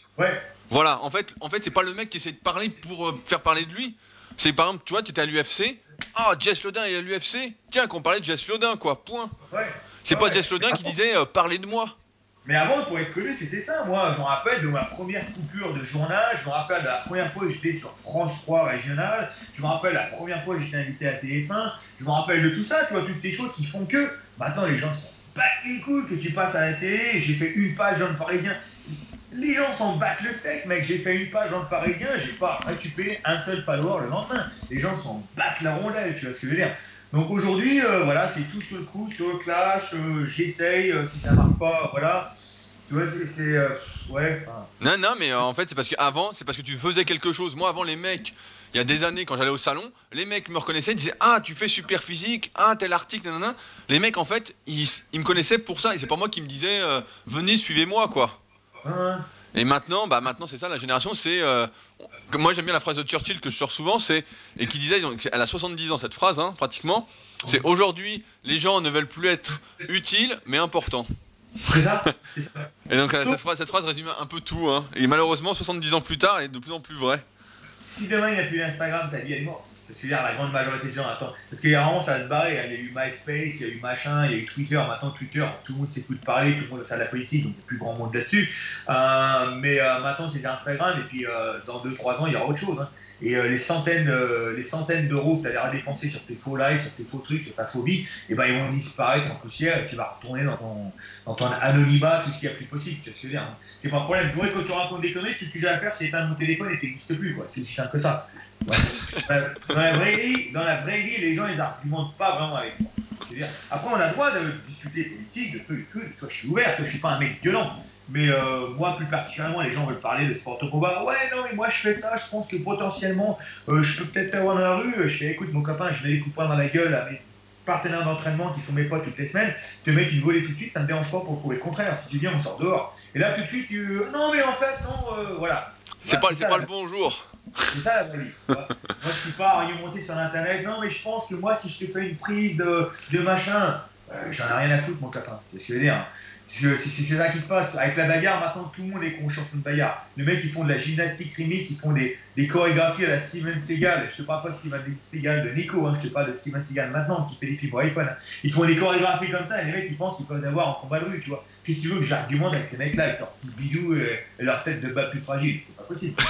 [SPEAKER 2] Ouais,
[SPEAKER 1] Voilà, en fait, en fait c'est pas le mec qui essaie de parler pour euh, faire parler de lui. C'est par exemple, tu vois, tu étais à l'U F C. Ah, Jess Lodin est à l'U F C. Tiens, qu'on parlait de Jess Lodin, quoi, point.
[SPEAKER 2] ouais,
[SPEAKER 1] C'est
[SPEAKER 2] ouais,
[SPEAKER 1] pas
[SPEAKER 2] ouais.
[SPEAKER 1] Jess Lodin qui disait euh, parlez de moi.
[SPEAKER 2] Mais avant, pour être connu, c'était ça. Moi, je me rappelle de ma première coupure de journal. Je me rappelle de la première fois que j'étais sur France trois régional. Je me rappelle la première fois que j'étais invité à T F un. Je me rappelle de tout ça, tu vois, toutes ces choses qui font que maintenant les gens s'en battent les couilles que tu passes à la télé. J'ai fait une page dans le Parisien. Les gens s'en battent le steak, mec. J'ai fait une page dans le Parisien. J'ai pas récupéré un seul follower le lendemain. Les gens s'en battent la rondelle, tu vois ce que je veux dire. Donc aujourd'hui, euh, voilà, c'est tout sur le coup, sur le clash. Euh, J'essaye. Euh, si ça marche pas, voilà. Tu vois, c'est. Euh, ouais, enfin.
[SPEAKER 1] Non, non, mais euh, en fait, c'est parce que avant, c'est parce que tu faisais quelque chose. Moi, avant, les mecs, il y a des années, quand j'allais au salon, les mecs me reconnaissaient, ils disaient ah, tu fais super physique, ah, tel article, nanana. Les mecs, en fait, ils, ils me connaissaient pour ça. Et c'est pas moi qui me disais euh, venez, suivez-moi, quoi.
[SPEAKER 2] Hein,
[SPEAKER 1] Et maintenant, bah maintenant c'est ça, la génération, c'est euh, moi j'aime bien la phrase de Churchill que je sors souvent, c'est et qui disait, donc, elle a soixante-dix ans cette phrase, hein, pratiquement. C'est aujourd'hui les gens ne veulent plus être utiles mais importants.
[SPEAKER 2] c'est ça, c'est ça.
[SPEAKER 1] Et donc euh, cette
[SPEAKER 2] Sauf
[SPEAKER 1] phrase, cette phrase résume un peu tout, hein. Et malheureusement soixante-dix ans plus tard, elle est de plus en plus vraie.
[SPEAKER 2] si demain il n'y a plus d'Instagram, ta vie elle est morte. Je veux dire, la grande majorité des gens attendent. Parce qu'il y a vraiment, ça va se barrer. Il y a eu MySpace, il y a eu machin, il y a eu Twitter. Maintenant, Twitter, tout le monde s'écoute parler, tout le monde veut faire de la politique, donc il n'y a plus grand monde là-dessus. Euh, mais euh, maintenant, c'est Instagram, et puis euh, dans deux trois ans, il y aura autre chose. Hein. Et euh, les centaines, euh, les centaines d'euros que tu as l'air à dépenser sur tes faux lives, sur tes faux trucs, sur ta phobie, et ben, ils vont disparaître en poussière et tu vas retourner dans ton, dans ton anonymat, tout ce qu'il y a plus possible. Tu vois ce que je veux dire hein. C'est pas un problème. Moi, quand tu racontes des conneries, tout ce que j'ai à faire, c'est éteindre mon téléphone et tu n'existes plus. C'est aussi simple que ça. Ouais. Dans, la, dans, la vraie vie, dans la vraie vie, les gens, ils argumentent pas vraiment avec moi. Je veux dire, après, on a le droit de discuter politique, de trucs, de trucs. Toi, je suis ouvert, toi, je suis pas un mec violent. Mais euh, moi, plus particulièrement, les gens veulent parler de sport au combat. Ouais, non, mais moi, je fais ça. Je pense que potentiellement, euh, je peux peut-être t'avoir dans la rue. Je fais, écoute, mon copain, je vais les couper dans la gueule à mes partenaires d'entraînement qui sont mes potes toutes les semaines. Te mettre une volée tout de suite, ça me dérange pas pour prouver le contraire. Si tu viens, on sort dehors. Et là, tout de suite, tu. Non, mais en fait, non, euh, voilà.
[SPEAKER 1] C'est
[SPEAKER 2] Voilà,
[SPEAKER 1] pas,
[SPEAKER 2] c'est
[SPEAKER 1] c'est
[SPEAKER 2] ça
[SPEAKER 1] pas
[SPEAKER 2] la
[SPEAKER 1] le bonjour.
[SPEAKER 2] c'est ça la vraie vie. Tu vois. Moi, je suis pas argumenté sur l'internet. Non, mais je pense que moi, si je te fais une prise de, de machin, euh, j'en ai rien à foutre, mon copain. C'est ce que je veux dire. C'est c'est ça qui se passe. Avec la bagarre, maintenant, tout le monde est con champion de bagarre. Les mecs, ils font de la gymnastique rythmique, ils font des, des chorégraphies à la Steven Seagal. Je te parle pas de Steven Seagal de Nico, hein, je te parle de Steven Seagal maintenant qui fait des films pour iPhone. Ils font des chorégraphies comme ça et les mecs, ils pensent qu'ils peuvent avoir en combat de rue, tu vois. Qu'est-ce que tu veux que j'argumente avec ces mecs-là, avec leurs petits bidous et, et leur tête de balle plus fragile? C'est pas possible.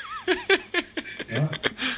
[SPEAKER 2] Hein.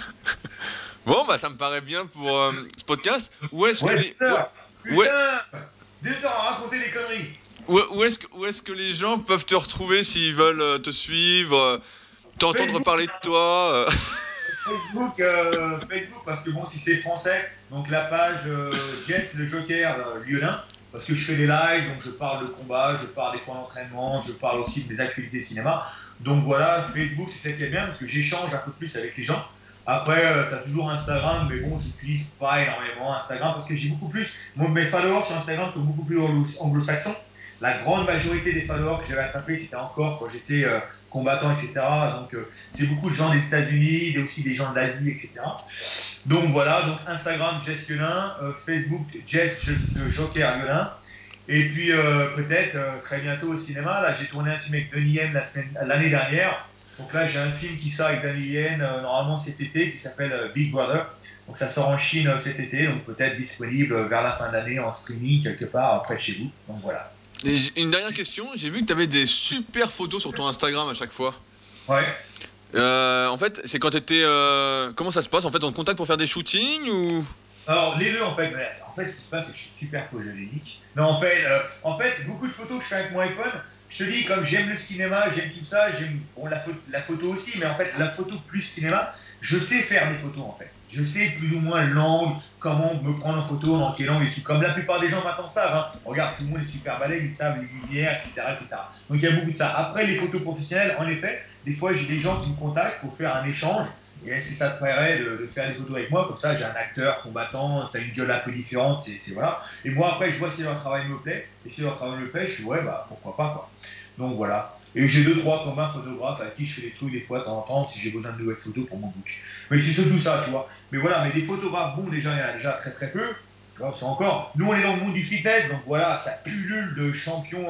[SPEAKER 1] Bon, bah ça me paraît bien pour euh, ce podcast. Où est-ce que
[SPEAKER 2] Ouais,
[SPEAKER 1] les,
[SPEAKER 2] deux
[SPEAKER 1] où,
[SPEAKER 2] heures.
[SPEAKER 1] où est-
[SPEAKER 2] Putain, deux heures à raconter des conneries.
[SPEAKER 1] où- où est-ce que, où est-ce que les gens peuvent te retrouver s'ils veulent euh, te suivre, euh, t'entendre
[SPEAKER 2] Facebook,
[SPEAKER 1] parler de toi euh.
[SPEAKER 2] Facebook, euh, Facebook, parce que bon, si c'est français, donc la page euh, Jess le Joker euh, Lyonnais, parce que je fais des lives, donc je parle de combat, je parle des fois d'entraînement, je parle aussi de mes activités cinéma. Donc voilà, Facebook, c'est ça qui est bien, parce que j'échange un peu plus avec les gens. Après, euh, tu as toujours Instagram, mais bon, j'utilise pas énormément Instagram parce que j'ai beaucoup plus. Mon, mes followers sur Instagram sont beaucoup plus anglo-saxons. La grande majorité des followers que j'avais attrapés, c'était encore quand j'étais euh, combattant, et cetera. Donc, euh, c'est beaucoup de gens des États-Unis, et aussi des gens d'Asie, et cetera. Donc voilà, donc Instagram Jess Yolin, euh, Facebook Jess le Joker Yolin. Et puis euh, peut-être euh, très bientôt au cinéma. Là, j'ai tourné un film avec Donnie Yen l'année dernière. Donc là, j'ai un film qui sort avec Donnie Yen euh, normalement cet été qui s'appelle euh, Big Brother. Donc ça sort en Chine euh, cet été, donc peut-être disponible euh, vers la fin d'année en streaming quelque part près de chez vous. Donc voilà.
[SPEAKER 1] Et une dernière question, j'ai vu que tu avais des super photos sur ton Instagram à chaque fois.
[SPEAKER 2] Ouais.
[SPEAKER 1] Euh, en fait, c'est quand t'étais. Euh, comment ça se passe? En fait, on te contacte pour faire des shootings ou.
[SPEAKER 2] Alors, les deux, en fait, en fait, ce qui se passe, c'est que je suis super photogénique. Non, en fait, euh, en fait, beaucoup de photos que je fais avec mon iPhone, je te dis, comme j'aime le cinéma, j'aime tout ça, j'aime bon, la, photo, la photo aussi, mais en fait, la photo plus cinéma, je sais faire des photos, en fait. Je sais plus ou moins l'angle, comment me prendre en photo, dans quel angle, et comme la plupart des gens maintenant savent. Hein. Regarde, tout le monde est super balèze, ils savent les lumières, et cetera, et cetera. Donc, il y a beaucoup de ça. Après, les photos professionnelles, en effet, des fois, j'ai des gens qui me contactent pour faire un échange. Et est-ce que ça te plairait de, de, faire des photos avec moi? Comme ça, j'ai un acteur combattant, tu as une gueule un peu différente, c'est voilà. Et moi, après, je vois si leur travail me plaît. Et si leur travail me plaît, je suis ouais, bah pourquoi pas, quoi. Donc voilà. Et j'ai deux, trois combats photographes à qui je fais des trucs des fois de temps en temps si j'ai besoin de nouvelles photos pour mon book. Mais c'est surtout ça, tu vois. Mais voilà, mais des photographes, bon, déjà, il y en a déjà très très peu. Tu vois, c'est encore. Nous, on est dans le monde du fitness, donc voilà, ça pullule de champions. Euh,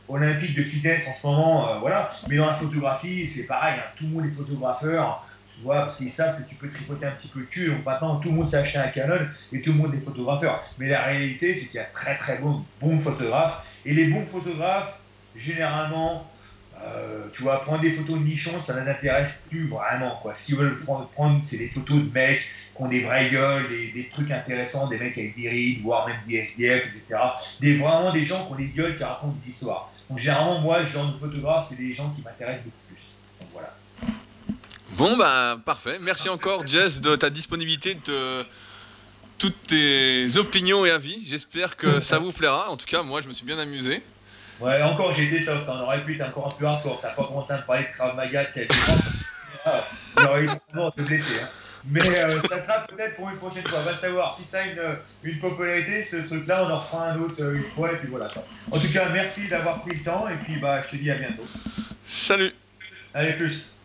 [SPEAKER 2] olympique de fitness en ce moment, euh, voilà. Mais dans la photographie, c'est pareil, hein, tout le monde est photographeur, tu vois, parce qu'ils savent que tu peux tripoter un petit peu le cul. Donc maintenant, tout le monde s'est acheté un Canon et tout le monde est photographeur. Mais la réalité, c'est qu'il y a très très bons, bons photographes. Et les bons photographes, généralement, euh, tu vois, prendre des photos de nichons, ça ne les intéresse plus vraiment, quoi. S'ils veulent prendre, prendre c'est des photos de mecs qui ont des vraies gueules, des, des trucs intéressants, des mecs avec des rides, voire même des S D F, et cetera. Des, vraiment des gens qui ont des gueules, qui racontent des histoires. Donc généralement, moi, ce genre de photographe, c'est des gens qui m'intéressent beaucoup plus. Donc voilà.
[SPEAKER 1] Bon, bah, parfait. Merci encore, Jess, de ta disponibilité, de toutes tes opinions et avis. J'espère que ça vous plaira. En tout cas, moi, je me suis bien amusé.
[SPEAKER 2] Ouais, encore, j'ai été soft. On aurait pu être encore un peu hardcore. T'as pas commencé à me parler de Krav Maga, de self-défense. Ah, j'aurais eu très peur de te blesser. Hein. Mais euh, ça sera peut-être pour une prochaine fois. Va savoir si ça a une, une popularité, ce truc-là, on en reprend un autre euh, une fois. Et puis voilà. Quoi. En tout cas, merci d'avoir pris le temps. Et puis, bah, je te dis à bientôt.
[SPEAKER 1] Salut!
[SPEAKER 2] Allez, plus.